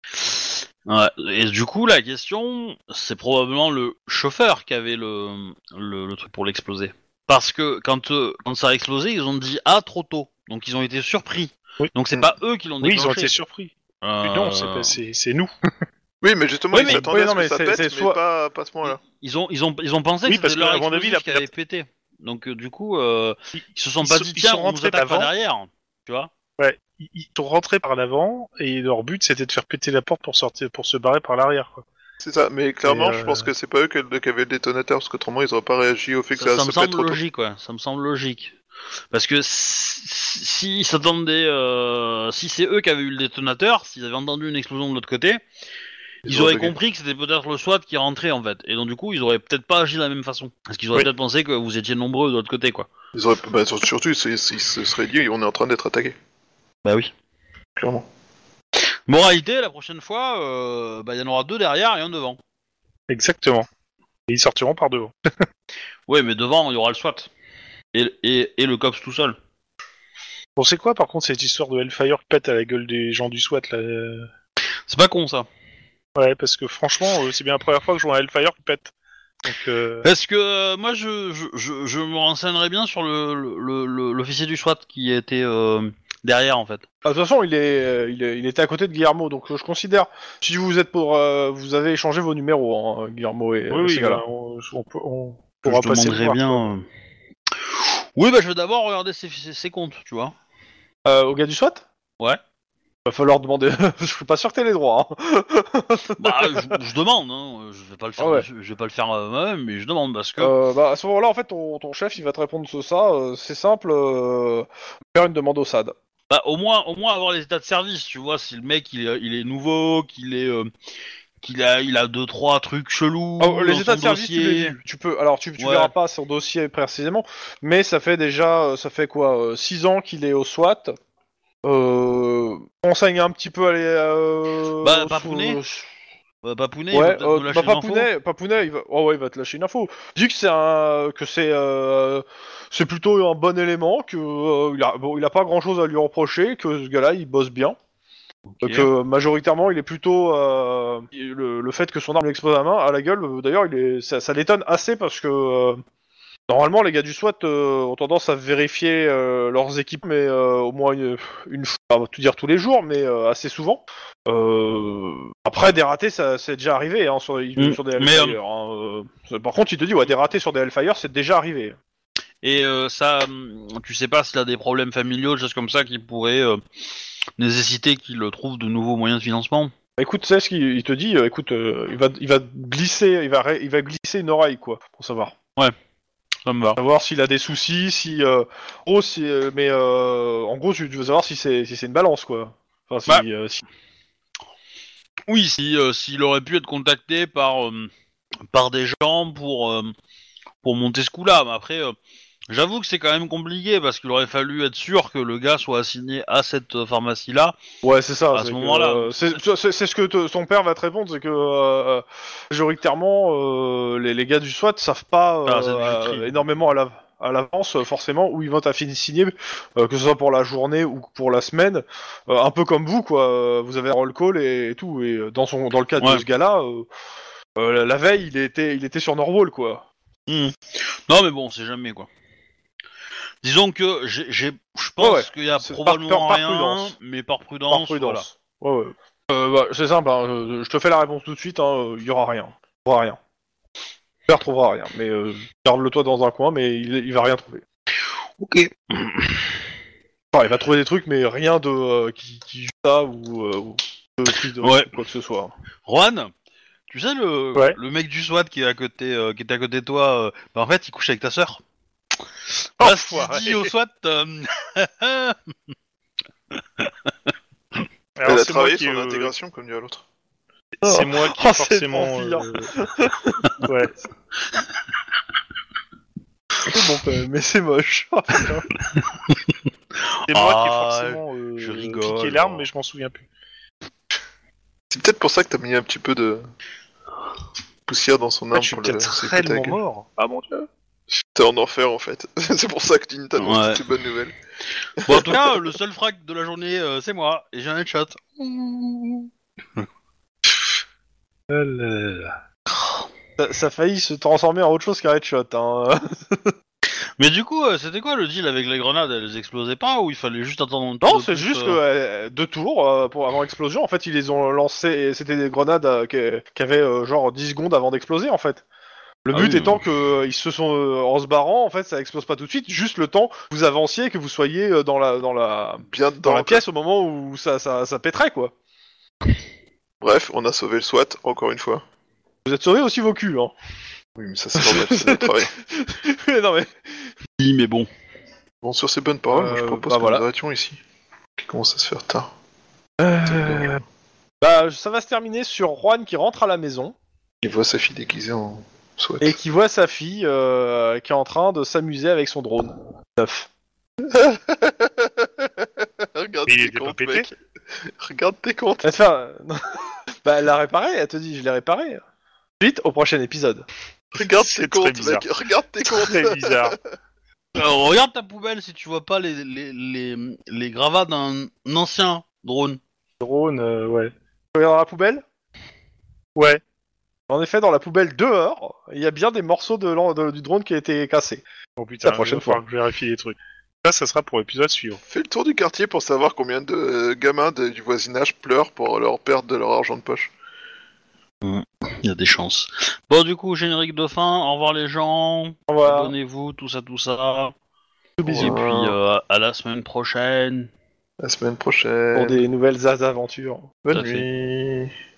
S1: Ouais, et du coup, la question, c'est probablement le chauffeur qui avait le, le, le truc pour l'exploser. Parce que quand, euh, quand ça a explosé, ils ont dit « Ah, trop tôt !» Donc ils ont été surpris.
S4: Oui.
S1: Donc c'est
S3: Mm.
S1: pas eux qui l'ont
S4: Oui, ils
S1: déclenché.
S4: ont été surpris.
S1: Euh,
S4: Mais non, c'est pas- c'est c'est nous.
S3: Oui, mais justement,
S1: Oui,
S3: ils
S1: mais-
S3: s'attendaient
S2: oui,
S3: à ce
S2: non,
S3: que
S2: mais
S3: ça
S2: c'est-
S3: pète,
S2: c'est
S3: mais
S2: soit-
S3: pas, pas à ce moment-là.
S1: Ils ont, ils ont, ils ont pensé
S4: Oui,
S1: que
S4: parce
S1: c'était
S4: que,
S1: leur
S4: à mon avis,
S1: explosif
S4: la-
S1: qui
S4: la-
S1: avait pété. Donc euh, du coup, euh,
S4: Ils,
S1: ils se sont
S4: ils
S1: pas
S4: sont-
S1: dit «
S4: ils
S1: Tiens,
S4: sont
S1: on nous
S4: rentrés
S1: attaque pas
S4: d'avant.
S1: derrière !» Tu vois.
S4: Ouais, ils, ils sont rentrés par l'avant et leur but c'était de faire péter la porte pour sortir, pour se barrer par l'arrière, quoi.
S3: C'est ça, mais clairement,
S4: Et, euh,
S3: je pense que c'est pas eux qui qui avaient le détonateur, parce qu'autrement, ils auraient pas réagi au fait que
S1: Ça,
S3: ça,
S1: ça
S3: se
S1: me
S3: pète
S1: semble
S3: trop tôt.
S1: logique, ouais. Ça me semble logique. Parce que si- si- s'ils s'attendaient, euh, si c'est eux qui avaient eu le détonateur, s'ils avaient entendu une explosion de l'autre côté, ils,
S3: Ils
S1: auraient
S3: auraient bugué.
S1: compris que c'était peut-être le SWAT qui rentrait en fait. Et donc du coup, ils auraient peut-être pas agi de la même façon. Parce qu'ils auraient
S4: Oui.
S1: peut-être pensé que vous étiez nombreux de l'autre côté, quoi.
S3: Ils auraient, bah, sur- surtout, c'est- c'est- ils se seraient dit, on est en train d'être attaqué.
S1: Bah oui.
S3: Clairement.
S1: Moralité, la prochaine fois, euh, bah il y en aura deux derrière et un devant.
S4: Exactement. Et ils sortiront par devant.
S1: Ouais, mais devant, il y aura le SWAT. Et, et, et le cops tout seul.
S4: Bon, c'est quoi par contre cette histoire de Hellfire qui pète à la gueule des gens du SWAT là euh
S1: C'est pas con ça.
S4: Ouais, parce que franchement, euh, c'est bien la première fois que je vois un Hellfire qui pète. Donc, euh...
S1: Parce que euh, moi, je, je, je, je me renseignerai bien sur le, le, le- l'officier du SWAT qui était euh, derrière en fait.
S2: Ah, de toute façon, il est, euh, il est, il était à côté de Guillermo, donc euh, je considère. Si vous êtes pour, euh, vous avez échangé vos numéros, hein, Guillermo et
S4: oui,
S2: euh,
S4: oui,
S2: ces gars-là.
S4: bah, on, on, peut- on
S1: Je
S4: pourra
S1: te
S4: passer le
S1: demanderai
S4: voir,
S1: bien.
S4: quoi.
S1: euh. Oui, bah je vais d'abord regarder ses, ses, ses comptes, tu vois.
S2: Euh, au gars du SWAT.
S1: Ouais.
S2: Va falloir demander. Je suis pas sûr que t'aies les droits. Hein.
S1: Bah, je, je demande, hein. Je vais pas le faire,
S2: Ah ouais.
S1: je vais pas le faire euh, moi-même, mais je demande parce que.
S2: Euh, bah, à ce moment-là, en fait, ton, ton chef, il va te répondre sur ça. euh, c'est simple. Euh, faire une demande au S A D.
S1: Bah, au moins, au moins avoir les états de service, tu vois. Si le mec il est, il est nouveau, qu'il est, euh, qu'il a, il a deux trois trucs chelous.
S2: Oh, les
S1: dans
S2: états
S1: son
S2: de service, tu,
S1: dossier.
S2: les, tu peux. Alors, tu, tu
S1: Ouais.
S2: verras pas son dossier précisément, mais ça fait déjà, euh, ça fait quoi, six ans qu'il est au SWAT. Euh, enseigne un petit peu à les. Euh,
S1: Bah, Papounet
S2: sur-
S1: Bah, Papounet, il
S2: Ouais,
S1: va peut-être
S2: euh,
S1: nous lâcher
S2: bah,
S1: une info.
S2: Papounet, Papounet, il va, oh ouais, il va te lâcher une info. Dis que c'est un, que c'est, euh, c'est plutôt un bon élément, que euh, il a, bon, il a pas grand chose à lui reprocher, que ce gars-là, il bosse bien,
S1: Ok.
S2: que majoritairement, il est plutôt, euh, le, le fait que son arme lui explose à la main, à la gueule. euh, D'ailleurs, il est, ça, ça l'étonne assez parce que euh, normalement, les gars du SWAT euh, ont tendance à vérifier euh, leurs équipes, mais euh, au moins une, une fois, pas tout dire tous les jours, mais euh, assez souvent. Euh, après, des ratés, ça c'est déjà arrivé hein, sur,
S1: Mm.
S2: sur des
S1: Mais,
S2: Hellfire. hein, euh, Par contre, il te dit, ouais, des ratés sur des Hellfire, c'est déjà arrivé.
S1: Et euh, ça, hum, tu sais pas s'il a des problèmes familiaux, des choses comme ça qui pourraient euh, nécessiter qu'il trouve de nouveaux moyens de financement.
S2: Bah, écoute, tu sais ce qu'il il te dit, euh, écoute, euh, il va, il va glisser, il va, ré- il va glisser une oreille, quoi, pour savoir.
S1: Ça me va.
S2: Savoir s'il a des soucis, si, euh, en gros, si, euh, mais euh, en gros, tu, tu veux savoir si c'est, si c'est une balance, quoi. Enfin, si,
S1: Bah.
S2: euh, si-
S1: Oui, si euh, s'il aurait pu être contacté par euh, par des gens pour euh, pour monter ce coup-là. Mais après, euh, j'avoue que c'est quand même compliqué parce qu'il aurait fallu être sûr que le gars soit assigné à cette euh, pharmacie-là.
S2: Ouais, c'est ça.
S1: À
S2: c'est
S1: ce
S2: que,
S1: moment-là,
S2: euh,
S1: donc
S2: c'est, c'est- c'est ce que te- son père va te répondre, c'est que euh, majoritairement, euh, les, les gars du SWAT savent pas euh,
S1: Ah, c'est du
S2: euh,
S1: tri.
S2: énormément à la- à l'avance, euh, forcément, où ils vont t'afficher, euh, que ce soit pour la journée ou pour la semaine. Euh, un peu comme vous, quoi. euh, Vous avez un roll call et, et tout. Et dans son, dans le cas
S1: Ouais.
S2: de ce gars-là, euh, euh, la, la veille, il était, il était sur Norwall, quoi.
S1: Hmm. Non, mais bon, c'est jamais quoi. Disons que j'ai, j'ai- je pense
S2: Ouais, ouais.
S1: qu'il y a
S2: C'est par-
S1: probablement
S2: par- par
S1: rien,
S2: prudence.
S1: mais par
S2: Par
S1: prudence,
S2: prudence. Ouais, ouais. Euh, bah, c'est simple. Hein, je, je te fais la réponse tout de suite. hein, Il y aura rien. Il y aura rien. Il ne retrouvera rien, mais euh, garde-le toi dans un coin, mais il, il va rien trouver.
S1: voilà. Ok.
S2: Enfin, il va trouver des trucs, mais rien de euh, qui, qui joue ça ou, euh, ou de prise de risque
S1: Ouais.
S2: ou quoi que ce soit.
S1: Juan, tu sais le
S2: Ouais.
S1: le mec du SWAT qui est à côté, euh, qui était à côté de toi, euh, bah en fait il couche avec ta sœur.
S2: Oh,
S1: Là, ce qu'il
S2: enfoiré.
S1: dit au SWAT. euh,
S3: Elle
S4: Alors,
S3: a
S4: c'est moi
S3: travaillé
S4: qui,
S3: sur
S4: euh,
S3: l'intégration, comme dit à l'autre.
S4: C'est moi qui
S2: Oh, c'est
S4: forcément.
S2: de l'envie,
S4: euh, ouais.
S2: C'est bon, quand même, mais c'est moche. Oh, putain.
S4: C'est moi qui ai
S1: Ah,
S4: forcément euh,
S1: je rigole,
S4: piqué l'arme,
S1: oh.
S4: mais je m'en souviens plus.
S3: C'est peut-être pour ça que t'as mis un petit peu de poussière dans son
S4: Ah,
S3: arme
S4: je suis
S3: pour le
S4: peut-être
S3: c'est péter la
S4: réellement
S3: gueule.
S4: mort. Ah mon dieu.
S3: T'es en enfer en fait. C'est pour ça que Dean t'annonce
S1: Ouais.
S3: toutes ces bonnes nouvelles.
S1: Bon, en tout cas, le seul frac de la journée, euh, c'est moi, et j'ai un headshot.
S2: ça, ça a failli se transformer en autre chose qu'un headshot. Hein.
S1: Mais du coup, euh, c'était quoi le deal avec les grenades? Elles explosaient pas ou il fallait juste attendre un
S2: Non,
S1: tour de
S2: c'est
S1: plus,
S2: juste que
S1: euh,
S2: euh, deux tours euh, pour avant explosion. En fait, ils les ont lancés. C'était des grenades euh, qui, qui avaient euh, genre dix secondes avant d'exploser. En fait. Le
S1: Ah
S2: but
S1: oui,
S2: étant
S1: euh.
S2: que euh, ils se sont euh, en se barrant, en fait, ça explose pas tout de suite. Juste le temps que vous avanciez, que vous soyez euh, dans la dans la
S3: Bien
S2: dans
S3: dedans.
S2: la
S3: quoi.
S2: pièce au moment où ça ça, ça pèterait quoi.
S3: Bref, on a sauvé le SWAT, encore une fois.
S2: Vous êtes sauvés aussi vos culs. Hein.
S3: Oui, mais ça c'est normal, c'est notre travail.
S2: non mais.
S1: Oui, mais bon.
S3: Bon, sur ces bonnes paroles, moi je
S2: Euh,
S3: propose
S2: bah
S3: que
S2: voilà.
S3: nous arrêtions ici. Qui commence à se faire tard.
S2: Euh, Bah, ça va se terminer sur Juan qui rentre à la maison
S3: Il voit sa fille déguisée en SWAT.
S2: et qui voit sa fille euh, qui est en train de s'amuser avec son drone neuf.
S3: Regarde
S4: Mais il
S3: tes
S4: était pas
S3: comptes,
S4: pété.
S3: mec. Regarde tes comptes.
S2: Elle te fait un- bah, elle l'a réparé, elle te dit, je l'ai réparé. Suite au prochain épisode.
S3: Regarde tes
S4: C'est très
S3: comptes,
S4: bizarre.
S3: mec. Regarde tes comptes.
S4: Très bizarre.
S1: Alors, regarde ta poubelle si tu vois pas les, les, les, les gravats d'un ancien drone.
S4: Drone, euh, ouais.
S2: Tu regardes dans la poubelle.
S4: Ouais.
S2: En effet, dans la poubelle dehors, il y a bien des morceaux de, l'en- de- du drone qui a été cassé.
S4: Bon putain,
S2: La prochaine
S4: il va falloir que je vérifie les trucs. Ça, ça sera pour l'épisode suivant.
S3: Fais le tour du quartier pour savoir combien de euh, gamins de- du voisinage pleurent pour leur perte de leur argent de poche.
S1: Il y a des chances. Bon, du coup, générique de fin. Au revoir les gens.
S2: Au revoir.
S1: Abonnez-vous, tout ça, tout ça.
S2: Bisous,
S1: Et
S2: bisous.
S1: puis, euh, à la semaine prochaine.
S3: La semaine prochaine.
S2: Pour des nouvelles aventures.
S1: Tout à
S3: Bonne
S1: fait.
S3: nuit.